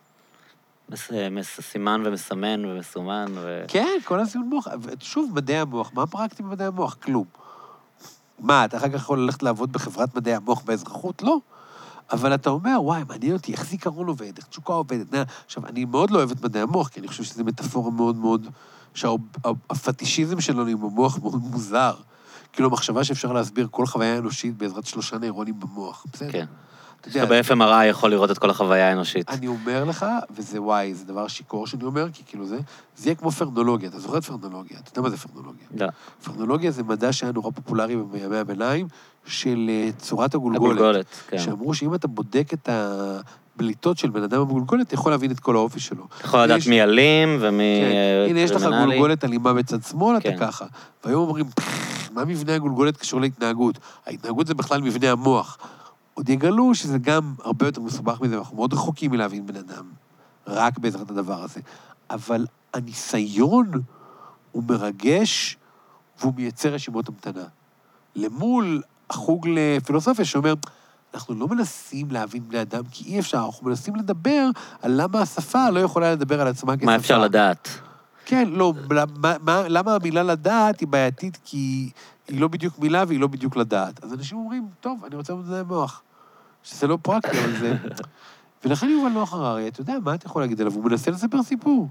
סימן ומסמן ומסומן ו... כן, כל הסימן מוח. שוב, מדעי המוח, מה פרקטי במדעי המוח? כלום. מה, אתה אחר כך יכול ללכת לעבוד בחברת מדעי המוח באזרחות? לא. אבל אתה אומר, וואי, מעניין אותי, איך זיכרון עובד, איך תשוקה עובדת. עכשיו, אני מאוד לא אוהב את מדעי המוח, כי אני חושב שזו מטאפורה מאוד מאוד, שהפטישיזם שלנו עם המוח מאוד מוזר. כאילו, מחשבה שאפשר להסביר כל חוויה אנושית בעזרת שלושה נוירונים במוח. בסדר? כן. ב-אף אם אר איי יכול לראות את כל החוויה האנושית. אני אומר לך, וזה וואי, זה דבר שיקור שאני אומר, כי כאילו זה, זה יהיה כמו פרנולוגיה. אתה זוכר את פרנולוגיה? אתה יודע מה זה פרנולוגיה? לא. פרנולוגיה זה מדע שהיה נורא פופולרי בימי הביניים, של צורת הגולגולת. הגולגולת, כן. שאמרו שאם אתה בודק את הבליטות של בן אדם המגולגולת, אתה יכול להבין את כל האופי שלו. אתה יכול לדעת מי אלים ומי... הנה, יש לך גולגולת אלימה בצד שמאל, אתה ככה. והיום אומרים, מה מבנה הגולגולת קשור להתנהגות? ההתנהגות זה בכלל מבנה המוח. עוד יגלו שזה גם הרבה יותר מסובך מזה, אנחנו מאוד רחוקים מלהבין בן אדם, רק בעזרת הדבר הזה. אבל הניסיון הוא מרגש, והוא מייצר רשימות המתנה. למול החוג לפילוסופיה שאומר, אנחנו לא מנסים להבין בני אדם כי אי אפשר, אנחנו מנסים לדבר על למה השפה לא יכולה לדבר על עצמה כשפה. מה אפשר לדעת? כן, לא, למה, למה המילה לדעת היא בעייתית כי היא לא בדיוק מילה והיא לא בדיוק לדעת. אז אנשים אומרים, טוב, אני רוצה מדעי מוח. שזה לא פרקטי, אבל זה... ולכן יובל נוח הררי, אתה יודע, מה אתה יכול להגיד עליו? הוא מנסה לספר סיפור.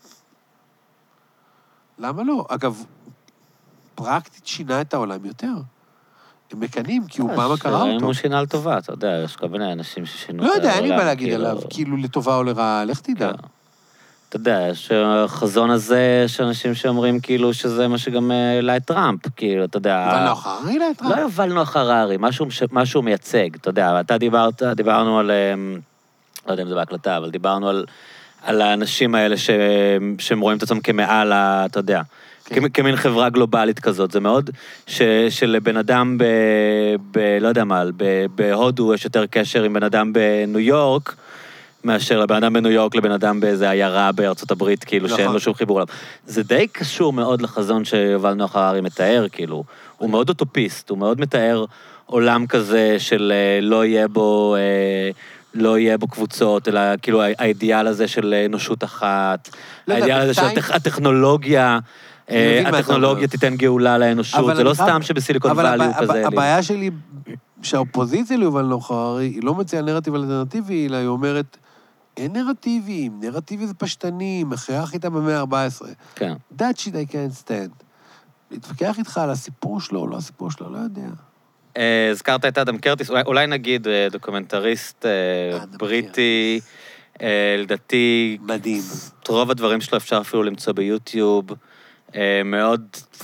למה לא? אגב, פרקטית שינה את העולם יותר. הם מקנים, כי הוא בא קרא אותו. אם הוא שינה לטובה, אתה יודע, יש כל מיני אנשים ששינו את לא העולם. יודע, אין לי מה להגיד עליו, כאילו לטובה או לרעה, לך תדע. אתה יודע, שהחזון הזה, יש אנשים שאומרים כאילו שזה מה שגם העלה את טראמפ, כאילו, אתה יודע... יובל נוח הררי העלה את טראמפ? לא יובל נוח הררי, משהו מייצג, אתה יודע, אתה דיברת, דיברנו על... לא יודע אם זה בהקלטה, אבל דיברנו על, על האנשים האלה ש, שהם רואים את עצמם כמעל, אתה יודע, כן. כמין חברה גלובלית כזאת. זה מאוד ש, שלבן אדם ב, ב... לא יודע מה, ב, בהודו יש יותר קשר עם בן אדם בניו יורק, מאשר לבן אדם בניו יורק לבן אדם באיזה עיירה בארצות הברית, כאילו נכון. שאין לו שום חיבור עליו. זה די קשור מאוד לחזון שיובל נוח הררי מתאר, כאילו. הוא מאוד אוטופיסט, הוא מאוד מתאר עולם כזה של לא יהיה בו... לא יהיה בו קבוצות, אלא כאילו האידיאל הזה של אנושות אחת, האידיאל הזה של הטכנולוגיה, הטכנולוגיה תיתן גאולה לאנושות, זה לא סתם שבסיליקון ואלי הוא כזה. הבעיה שלי, שהאופוזיציה ליובל נוח הררי, היא לא מציעה נרטיב אלטרנטיבי, אלא היא אומרת, אין נרטיבים, נרטיבי זה פשטני, מכריח איתה במאה ה-ארבע עשרה. כן. That shit I can't stand. להתווכח איתך על הסיפור שלו, או לא הסיפור שלו, לא יודע. הזכרת את אדם קרטיס, אולי נגיד דוקומנטריסט בריטי, לדעתי... מדהים. רוב הדברים שלו אפשר אפילו למצוא ביוטיוב, מאוד,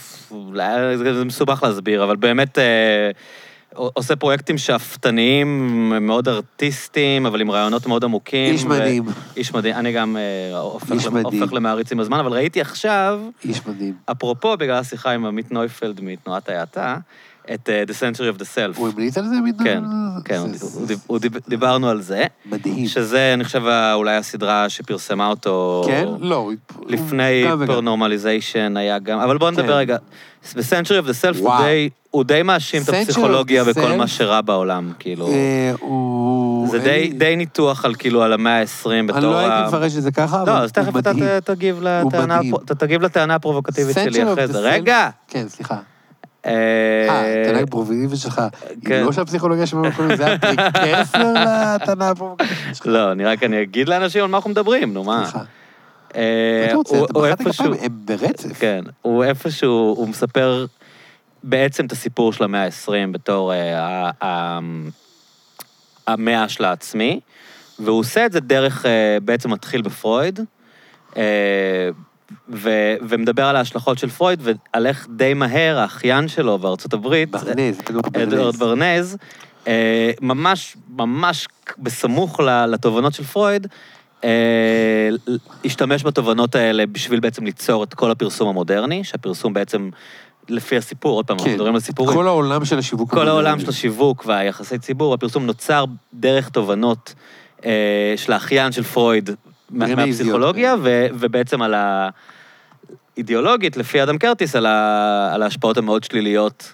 זה מסובך להסביר, אבל באמת עושה פרויקטים שאפתניים, מאוד ארטיסטיים, אבל עם רעיונות מאוד עמוקים. איש מדהים. איש מדהים, אני גם הופך למעריץ עם הזמן, אבל ראיתי עכשיו... איש מדהים. אפרופו, בגלל השיחה עם עמית נויפלד מתנועת ההאטה, את The Century of the Self. הוא המליץ על זה? כן, כן, דיברנו על זה. מדהים. שזה, אני חושב, אולי הסדרה שפרסמה אותו... כן? לא. לפני פרנורמליזיישן היה גם... אבל בואו נדבר רגע. The Century of the Self הוא די מאשים את הפסיכולוגיה בכל מה שרע בעולם, כאילו. זה די ניתוח על כאילו על המאה ה-עשרים בתור... אני לא הייתי מפרש את זה ככה, אבל לא, אז תכף אתה תגיב לטענה הפרובוקטיבית שלי אחרי זה. רגע! כן, סליחה. אה, הטענה הפרובוקטיבית שלך, היא לא שהפסיכולוגיה שבאמת קוראים, זה היה פריקסר לטענה הפרובוקטיבית שלך. לא, אני רק אני אגיד לאנשים על מה אנחנו מדברים, נו מה. סליחה. אתה רוצה, אתה בחרת כפיים, הם ברצף. כן, הוא איפשהו, הוא מספר בעצם את הסיפור של המאה ה-עשרים בתור המאה של העצמי, והוא עושה את זה דרך, בעצם מתחיל בפרויד, ו- ומדבר על ההשלכות של פרויד, ועל איך די מהר האחיין שלו בארצות הברית, ברנז, אדוארד ברנז, ממש, ממש בסמוך לתובנות של פרויד, השתמש בתובנות האלה בשביל בעצם ליצור את כל הפרסום המודרני, שהפרסום בעצם, לפי הסיפור, עוד פעם, אנחנו מדברים על סיפורים. כל העולם של השיווק. כל העולם של השיווק והיחסי ציבור, הפרסום נוצר דרך תובנות של האחיין של פרויד, מהפסיכולוגיה, ובעצם על האידיאולוגית, לפי אדם קרטיס, על ההשפעות המאוד שליליות,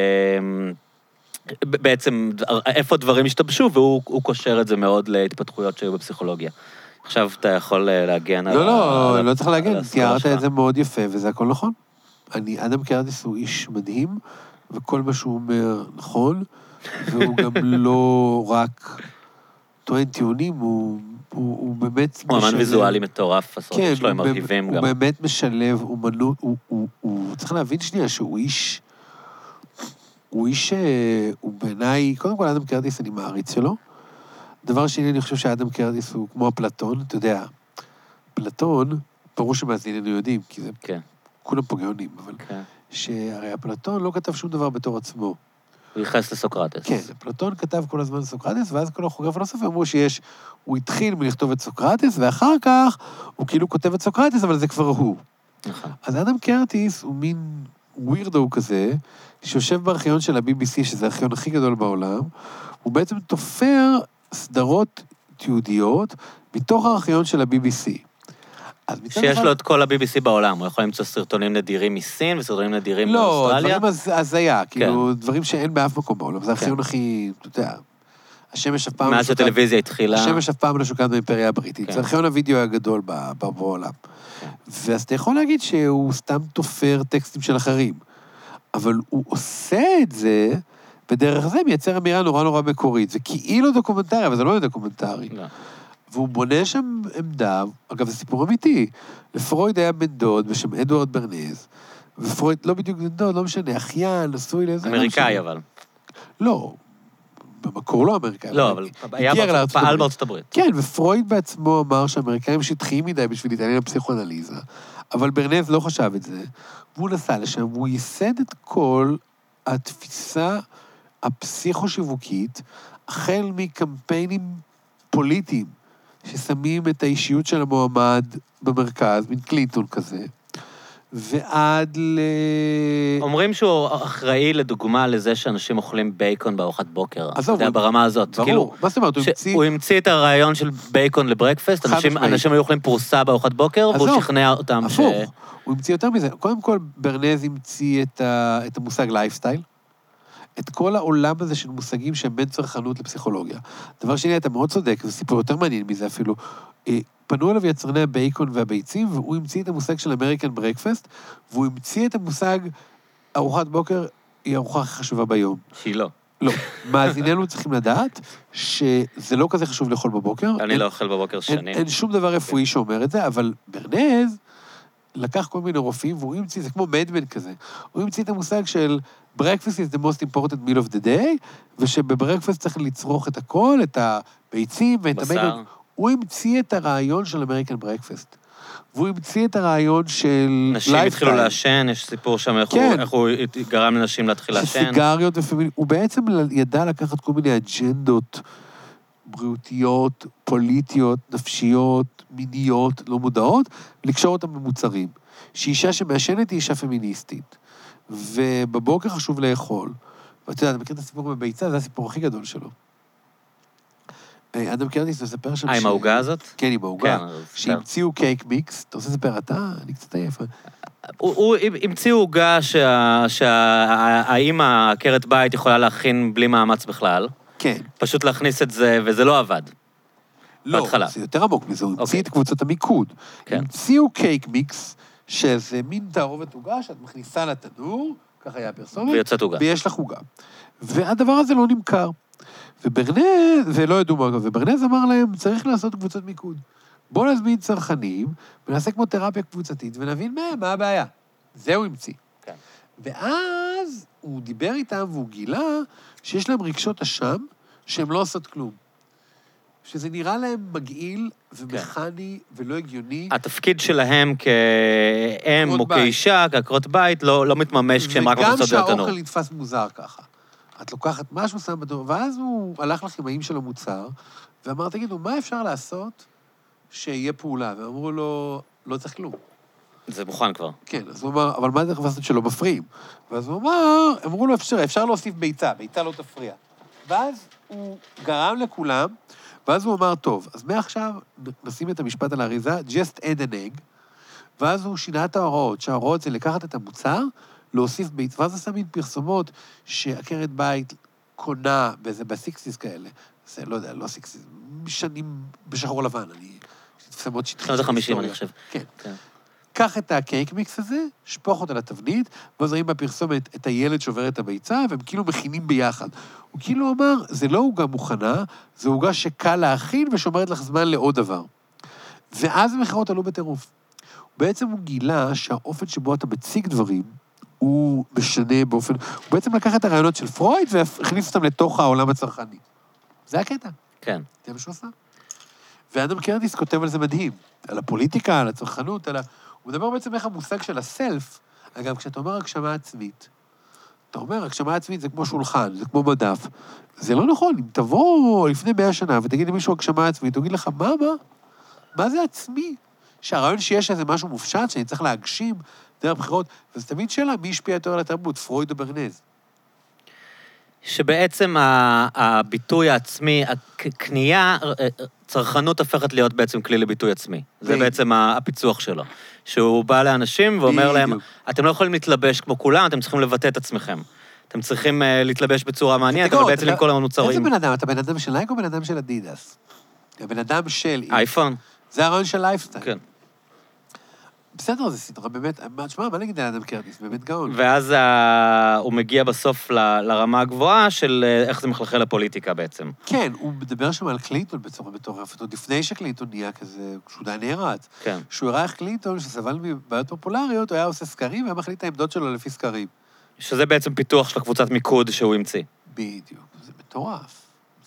בעצם איפה דברים השתבשו, והוא קושר את זה מאוד להתפתחויות שהיו בפסיכולוגיה. עכשיו אתה יכול להגן על... לא, לא, לא צריך להגן, תיארת את זה מאוד יפה, וזה הכל נכון. אני, אדם קרטיס הוא איש מדהים, וכל מה שהוא אומר נכון, והוא גם לא רק טוען טיעונים, הוא... הוא, הוא באמת הוא אמן ויזואלי מטורף, הסרטים כן, שלו הם מרהיבים גם. הוא באמת משלב אומנות, הוא, הוא, הוא צריך להבין שנייה שהוא איש, הוא איש, הוא בעיניי, קודם כל אדם קרטיס אני מעריץ שלו, דבר שני אני חושב שאדם קרטיס הוא כמו אפלטון, אתה יודע, אפלטון, ברור שמאזיננו יודעים, כי זה כן. כולם פה גאונים, אבל כן. שהרי אפלטון לא כתב שום דבר בתור עצמו. הוא ייחס לסוקרטס. כן, אפלטון כתב כל הזמן סוקרטס, ואז כל החוקרי הפילוסופיה אמרו שיש, הוא התחיל מלכתוב את סוקרטס, ואחר כך הוא כאילו כותב את סוקרטס, אבל זה כבר הוא. נכון. אז אדם קרטיס הוא מין ווירדו כזה, שיושב בארכיון של ה-בי בי סי, שזה הארכיון הכי גדול בעולם, הוא בעצם תופר סדרות תיעודיות מתוך הארכיון של ה-בי בי סי. שיש לו את כל ה-בי בי סי בעולם, הוא יכול למצוא סרטונים נדירים מסין, וסרטונים נדירים מאוסטרליה. לא, דברים הזיה, כאילו, דברים שאין באף מקום בעולם, זה הארכיון הכי, אתה יודע, השמש אף פעם... מאז שהטלוויזיה התחילה... השמש אף פעם לא שוקעת באימפריה הבריטית, זה הארכיון הוידאו הגדול בעולם. ואז אתה יכול להגיד שהוא סתם תופר טקסטים של אחרים, אבל הוא עושה את זה, בדרך זה מייצר אמירה נורא נורא מקורית, זה כאילו דוקומנטרי, אבל זה לא דוקומנטרי. והוא בונה שם עמדה, אגב, זה סיפור אמיתי. לפרויד היה בן דוד בשם אדוארד ברנז, ופרויד לא בדיוק בן דוד, לא משנה, אחיין, נשוי לאיזה... אמריקאי אבל. לא, במקור לא אמריקאי. לא, אבל היה פעל בארצות הברית. כן, ופרויד בעצמו אמר שהאמריקאים שטחיים מדי בשביל להתעניין בפסיכואנליזה, אבל ברנז לא חשב את זה, והוא נסע לשם, והוא ייסד את כל התפיסה הפסיכו-שיווקית, החל מקמפיינים פוליטיים, ששמים את האישיות של המועמד במרכז, מין קלינטון כזה, ועד ל... אומרים שהוא אחראי לדוגמה לזה שאנשים אוכלים בייקון בארוחת בוקר. עזוב, זה ברמה הזאת. ברור, מה זאת אומרת? הוא המציא... הוא המציא את הרעיון של בייקון לברקפסט, אנשים היו אוכלים פרוסה בארוחת בוקר, והוא שכנע אותם ש... הפוך, הוא המציא יותר מזה. קודם כל, ברנז המציא את המושג לייפסטייל, את כל העולם הזה של מושגים שהם בין צרכנות לפסיכולוגיה. דבר שני, אתה מאוד צודק, זה סיפור יותר מעניין מזה אפילו. פנו אליו יצרני הבייקון והביצים, והוא המציא את המושג של אמריקן ברקפסט, והוא המציא את המושג ארוחת בוקר היא הארוחה הכי חשובה ביום. שהיא לא. לא. מאזיננו צריכים לדעת שזה לא כזה חשוב לאכול בבוקר. אני לא אוכל בבוקר שנים. אין שום דבר רפואי שאומר את זה, אבל ברנז לקח כל מיני רופאים, והוא המציא, זה כמו מדמן כזה, הוא המציא את המושג של breakfast is the most important meal of the day, ושבברקפסט צריך לצרוך את הכל, את הביצים ואת בשר. הוא המציא את הרעיון של אמריקן ברקפסט. והוא המציא את הרעיון של... נשים התחילו לעשן, יש סיפור שם איך, כן. הוא, איך הוא גרם לנשים להתחיל לעשן. סיגריות ופמינים. הוא בעצם ידע לקחת כל מיני אג'נדות בריאותיות, פוליטיות, נפשיות, מיניות, לא מודעות, לקשור אותם במוצרים. שאישה שמעשנת היא אישה פמיניסטית. ובבוקר חשוב לאכול. ואתה יודע, אתה מכיר את הסיפור בביצה, זה הסיפור הכי גדול שלו. אדם קרטיס מספר שם... אה, עם ההוגה הזאת? כן, עם ההוגה. שהמציאו קייק מיקס. אתה רוצה לספר אתה? אני קצת עייף. הוא המציאו הוגה שהאמא, עקרת בית, יכולה להכין בלי מאמץ בכלל. כן. פשוט להכניס את זה, וזה לא עבד. לא, זה יותר עמוק מזה. הוא המציא את קבוצת המיקוד. המציאו קייק מיקס, שזה מין תערובת הוגה שאת מכניסה לתנור, ככה היה הפרסומת. ויוצאת הוגה. ויש לך הוגה. והדבר הזה לא נמכר. וברנז, ולא ידעו מה, וברנז אמר להם, צריך לעשות קבוצות מיקוד. בואו נזמין צרכנים, ונעשה כמו תרפיה קבוצתית, ונבין מהם מה הבעיה. זהו המציא. כן. ואז הוא דיבר איתם, והוא גילה שיש להם רגשות אשם, שהם לא עושות כלום. שזה נראה להם מגעיל ומכני ולא הגיוני. התפקיד שלהם כאם או כאישה, כעקרות בית, לא, לא מתממש כשהם רק מכניסות לתנור. וגם שהאוכל נתפס מוזר ככה. את לוקחת משהו, שם בתור, ואז הוא הלך לכימאים של המוצר, ואמר, תגידו, מה אפשר לעשות שיהיה פעולה? ואמרו לו, לא צריך כלום. זה מוכן כבר. כן, אז הוא אמר, אבל מה צריך לעשות שלא מפריעים? ואז הוא אמר, אמרו לו, אפשר, אפשר להוסיף ביצה, ביצה לא תפריע. ואז הוא גרם לכולם, ואז הוא אמר, טוב, אז מעכשיו נשים את המשפט על האריזה, just add an egg, ואז הוא שינה את ההוראות, שההוראות זה לקחת את המוצר, להוסיף ביצה, ואז עשה מין פרסומות שעקרת בית קונה באיזה בסיקסיס כאלה, זה לא יודע, לא סיקסיס, שנים בשחור לבן, אני... פרסומות שטחית. שנות החמישים, אני חושב. כן. קח את הקייק מיקס הזה, שפוך אותה לתבנית, ואז רואים בפרסומת את הילד שעובר את הביצה, והם כאילו מכינים ביחד. הוא כאילו אמר, זה לא הוגה מוכנה, זה הוגה שקל להכין ושומרת לך זמן לעוד דבר. ואז המחירות עלו בטירוף. בעצם הוא גילה שהאופן שבו אתה מציג דברים, הוא משנה באופן... הוא בעצם לקח את הרעיונות של פרויד והכניס אותם לתוך העולם הצרכני. זה הקטע. כן. זה מה שהוא עשה. ואדם קרטיס כותב על זה מדהים, על הפוליטיקה, על הצרכנות, על ה... הוא מדבר בעצם איך המושג של הסלף, אגב, כשאתה אומר הגשמה עצמית, אתה אומר, הגשמה עצמית זה כמו שולחן, זה כמו מדף. זה לא נכון, אם תבוא לפני מאה שנה ותגיד למישהו הגשמה עצמית, הוא יגיד לך, מה, מה? מה זה עצמי? שהרעיון שיש איזה משהו מופשט, שאני צריך להגשים דרך בחירות, וזה תמיד שאלה, מי השפיע יותר על התרבות, פרויד או ברנז? שבעצם הביטוי העצמי, הקנייה, צרכנות הופכת להיות בעצם כלי לביטוי עצמי. זה בעצם הפיצוח שלו. שהוא בא לאנשים ואומר להם, אתם לא יכולים להתלבש כמו כולם, אתם צריכים לבטא את עצמכם. אתם צריכים להתלבש בצורה מעניינת, אבל בעצם עם כל המוצרים. איזה בן אדם? אתה בן אדם של נייק או בן אדם של אדידס? הבן אדם של... אייפון. זה הרעיון של לייפסטייל. כן. בסדר, זה סדרה באמת, תשמע, מה נגיד על אדם קרטיס? באמת גאון. ואז הוא מגיע בסוף לרמה הגבוהה של איך זה מחלחל לפוליטיקה בעצם. כן, הוא מדבר שם על קלינטון בצורה מטורפת, עוד לפני שקלינטון נהיה כזה, כשהוא די נערץ. כן. שהוא הראה איך קלינטון, שסבל מבעיות פופולריות, הוא היה עושה סקרים, והיה מחליט את העמדות שלו לפי סקרים. שזה בעצם פיתוח של הקבוצת מיקוד שהוא המציא. בדיוק, זה מטורף.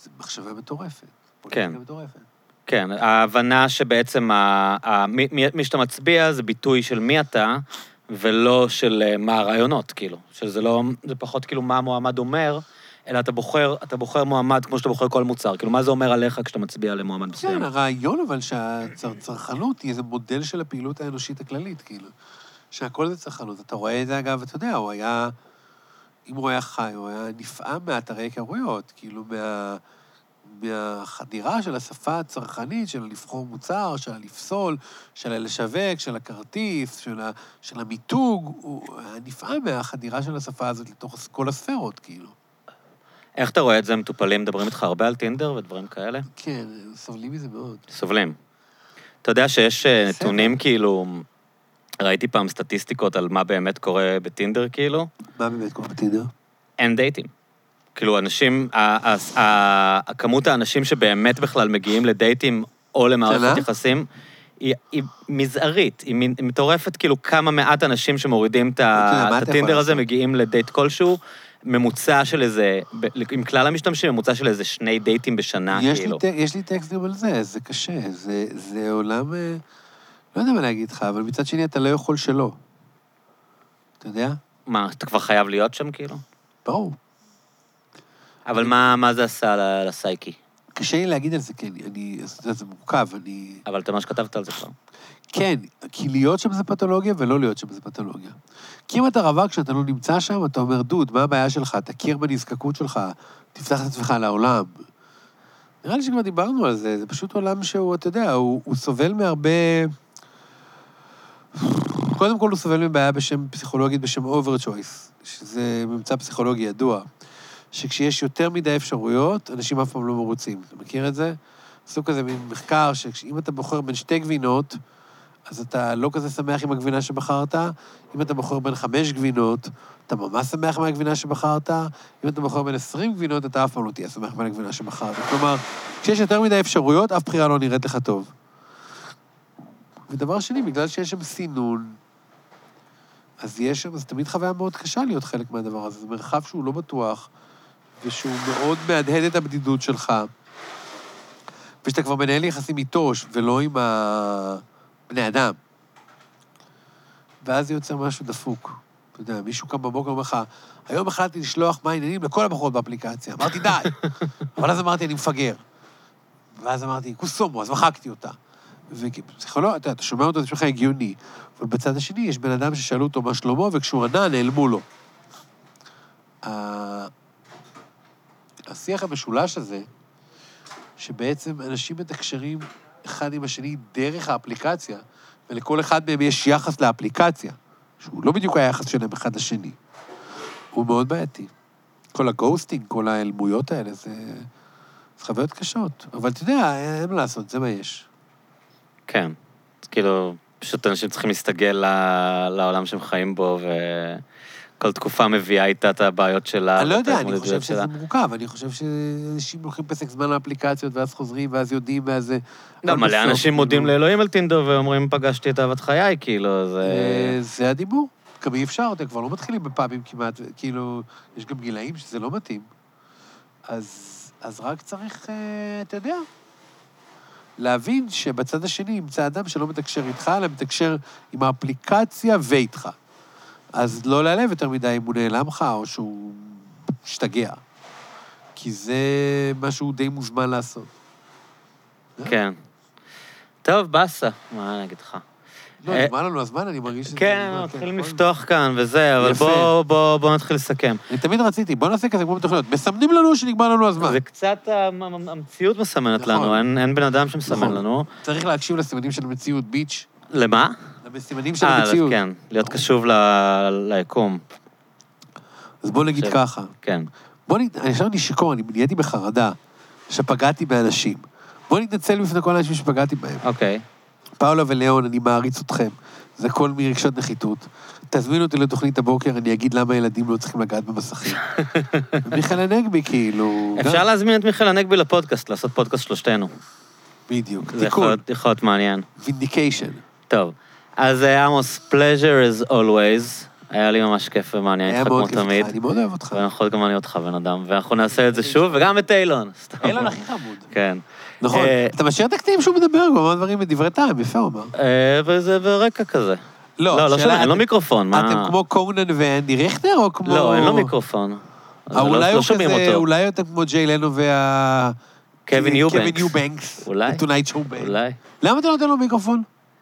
זה מחשבה מטורפת. כן. מטורפת. כן, ההבנה שבעצם ה, ה, מי, מי שאתה מצביע זה ביטוי של מי אתה, ולא של מה הרעיונות, כאילו. שזה לא, זה פחות כאילו מה המועמד אומר, אלא אתה בוחר, אתה בוחר מועמד כמו שאתה בוחר כל מוצר. כאילו, מה זה אומר עליך כשאתה מצביע למועמד מסוים? כן, הרעיון אבל שהצרכנות היא איזה מודל של הפעילות האנושית הכללית, כאילו. שהכל זה צרכנות. אתה רואה את זה, אגב, אתה יודע, הוא היה, אם הוא היה חי, הוא היה נפעם מאתרי היכרויות, כאילו, מה, מהחדירה של השפה הצרכנית, של לבחור מוצר, של לפסול, של לשווק, של הכרטיס, של, ה, של המיתוג, הוא היה נפעם מהחדירה של השפה הזאת לתוך כל הספרות, כאילו. איך אתה רואה את זה? מטופלים, מדברים איתך הרבה על טינדר ודברים כאלה? כן, סובלים מזה מאוד. סובלים. אתה יודע שיש נתונים כאילו, ראיתי פעם סטטיסטיקות על מה באמת קורה בטינדר כאילו? מה באמת קורה בטינדר? אין דייטים. כאילו, אנשים, כמות האנשים שבאמת בכלל מגיעים לדייטים או למערכת יחסים, היא, היא מזערית, היא מטורפת, כאילו כמה מעט אנשים שמורידים את הטינדר הזה, מגיעים לדייט כלשהו, ממוצע של איזה, עם כלל המשתמשים, ממוצע של איזה שני דייטים בשנה, יש כאילו. לי, יש לי טקסט גם על זה, זה קשה, זה, זה עולם, לא יודע מה להגיד לך, אבל מצד שני אתה לא יכול שלא. אתה יודע? מה, אתה כבר חייב להיות שם, כאילו? ברור. אבל מה, מה זה עשה לסייקי? קשה לי להגיד על זה, כן, אני, זה מורכב, אני... אבל אתה מה שכתבת על זה כבר. כן, כי להיות שם זה פתולוגיה ולא להיות שם זה פתולוגיה. כי אם אתה רווק כשאתה לא נמצא שם, אתה אומר, דוד, מה הבעיה שלך? תכיר בנזקקות שלך, תפתח את עצמך לעולם. נראה לי שכבר דיברנו על זה, זה פשוט עולם שהוא, אתה יודע, הוא, הוא סובל מהרבה... קודם כל הוא סובל מבעיה בשם פסיכולוגית, בשם overchoice, שזה ממצא פסיכולוגי ידוע, שכשיש יותר מדי אפשרויות, אנשים אף פעם לא מרוצים. אתה מכיר את זה? עשו כזה מחקר, שאם אתה בוחר בין שתי גבינות, אז אתה לא כזה שמח עם הגבינה שבחרת, אם אתה בוחר בין חמש גבינות, אתה ממש שמח מהגבינה שבחרת, אם אתה בוחר בין עשרים גבינות, אתה אף פעם לא תהיה שמח מהגבינה שבחרת. כלומר, כשיש יותר מדי אפשרויות, אף בחירה לא נראית לך טוב. ודבר שני, בגלל שיש שם סינון, אז יש שם, אז תמיד חוויה מאוד קשה להיות חלק מהדבר הזה. זה מרחב שהוא לא בטוח, ושהוא מאוד מהדהד את הבדידות שלך, ושאתה כבר מנהל יחסים איתו, ולא עם בני אדם. ואז זה יוצא משהו דפוק. אתה יודע, מישהו קם בבוקר אומר לך, היום החלטתי לשלוח מה העניינים לכל הבחורות באפליקציה. אמרתי, די. אבל אז אמרתי, אני מפגר. ואז אמרתי, קוסומו, אז מחקתי אותה. ופסיכולוג, אתה, אתה שומע אותו, זה שלך הגיוני. אבל בצד השני, יש בן אדם ששאלו אותו מה שלמה, וכשהוא ענה, נעלמו לו. השיח המשולש הזה, שבעצם אנשים מתקשרים אחד עם השני דרך האפליקציה, ולכל אחד מהם יש יחס לאפליקציה, שהוא לא בדיוק היחס שלהם אחד לשני. הוא מאוד בעייתי. כל הגוסטינג, כל האלמויות האלה, זה, זה חוויות קשות. אבל אתה יודע, אין מה לעשות, זה מה יש. כן. כאילו, פשוט אנשים צריכים להסתגל לעולם שהם חיים בו, וכל תקופה מביאה איתה את הבעיות שלה. אני לא יודע, אני חושב שזה מורכב, אני חושב שאנשים הולכים פסק זמן לאפליקציות, ואז חוזרים, ואז יודעים, ואז... לא, מלא אנשים מודים לאלוהים על טינדר, ואומרים, פגשתי את אהבת חיי, כאילו, זה... זה הדיבור. גם אי אפשר, אתם כבר לא מתחילים בפאבים כמעט, כאילו, יש גם גילאים שזה לא מתאים. אז רק צריך, אתה יודע, להבין שבצד השני ימצא אדם שלא מתקשר איתך, אלא מתקשר עם האפליקציה ואיתך. אז לא להלב יותר מדי אם הוא נעלם לך, או שהוא משתגע. כי זה משהו די מוזמן לעשות. כן. טוב, בסה, מה אני אגיד לך? לא, נגמר לנו הזמן, אני מרגיש שזה... כן, מתחילים לפתוח כאן וזה, אבל בואו נתחיל לסכם. אני תמיד רציתי, בואו נעשה כזה כמו בתוכניות. מסמנים לנו שנגמר לנו הזמן. זה קצת, המציאות מסמנת לנו, אין בן אדם שמסמן לנו. צריך להקשיב לסימנים של המציאות, ביץ'. למה? לסימנים של המציאות. כן, להיות קשוב ליקום. אז בואו נגיד ככה. כן. בואו נגיד, אני עכשיו נשיקור, אני נהייתי בחרדה, שפגעתי באנשים. בואו נתנצל בפני כל האנשים שפגעתי בהם. אוקיי. פאולה וליאון, אני מעריץ אתכם. זה כל מרגשות נחיתות. תזמינו אותי לתוכנית הבוקר, אני אגיד למה ילדים לא צריכים לגעת במסכים. מיכאל הנגבי, כאילו... אפשר להזמין את מיכאל הנגבי לפודקאסט, לעשות פודקאסט שלושתנו. בדיוק. זה יכול להיות מעניין. וינדיקיישן. טוב. אז עמוס, pleasure as always. היה לי ממש כיף ומעניין איתך כמו תמיד. אני מאוד אוהב אותך. ואנחנו יכולים גם מעניין אותך, בן אדם, ואנחנו נעשה את זה שוב, וגם את אילון. אילון הכי חמוד. כן. נכון, אתה משאיר את הקטעים שהוא מדבר, הוא אמר דברים בדברי טעם, יפה הוא אמר. וזה ברקע כזה. לא, לא, לא שומע, אין לו מיקרופון. אתם כמו קונן ואנדי ריכטר, או כמו... לא, אין לו מיקרופון. לא שומעים אותו. אולי אתם כמו ג'יי לנו וה... קווין יובנקס. קווין יובנקס. אולי. טונייט שואו בן. אולי. למה אתה נותן לו מיקרופון?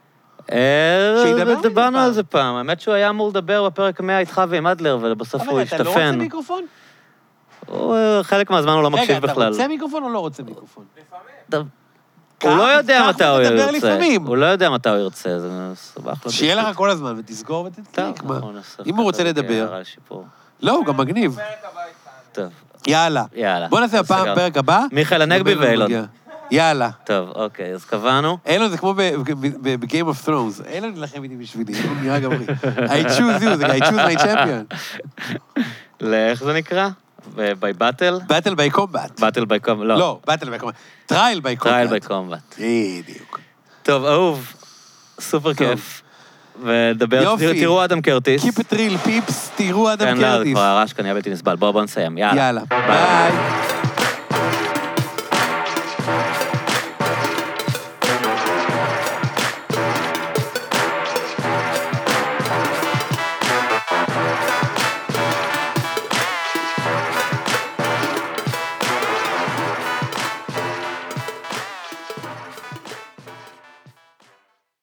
דיברנו על זה פעם. האמת שהוא היה אמור לדבר בפרק מאה איתך ועם אדלר, ובסוף הוא השתפן. אבל אתה לא רוצה מיקרופון? חלק מהזמן הוא לא מקשיב בכלל. רגע, אתה רוצה מיקרופון או לא רוצה מיקרופון? הוא לא יודע מתי הוא ירצה. הוא לא יודע מתי הוא ירצה, זה סבח לו. שיהיה לך כל הזמן, ותסגור ותתקליק. אם הוא רוצה לדבר. לא, הוא גם מגניב. טוב. יאללה. יאללה. בוא נעשה הפעם פרק הבא. מיכאל הנגבי ואילון. יאללה. טוב, אוקיי, אז קבענו. אילון זה כמו ב-Game of Thrones. אילון נלחם איתי בשבילי, הוא נראה גמרי. I choose you, זה I choose my champion. לאיך זה נקרא? by battle? battle by combat. battle by combat, לא. לא, battle by combat. trial by combat. trial by combat. בדיוק. טוב, אהוב, סופר כיף. ודבר, תראו אדם קרטיס. Keep it real, peeps, תראו אדם קרטיס. כן, לא, זה כבר הרעש כאן היה בלתי נסבל. בואו בואו נסיים, יאללה. יאללה, ביי.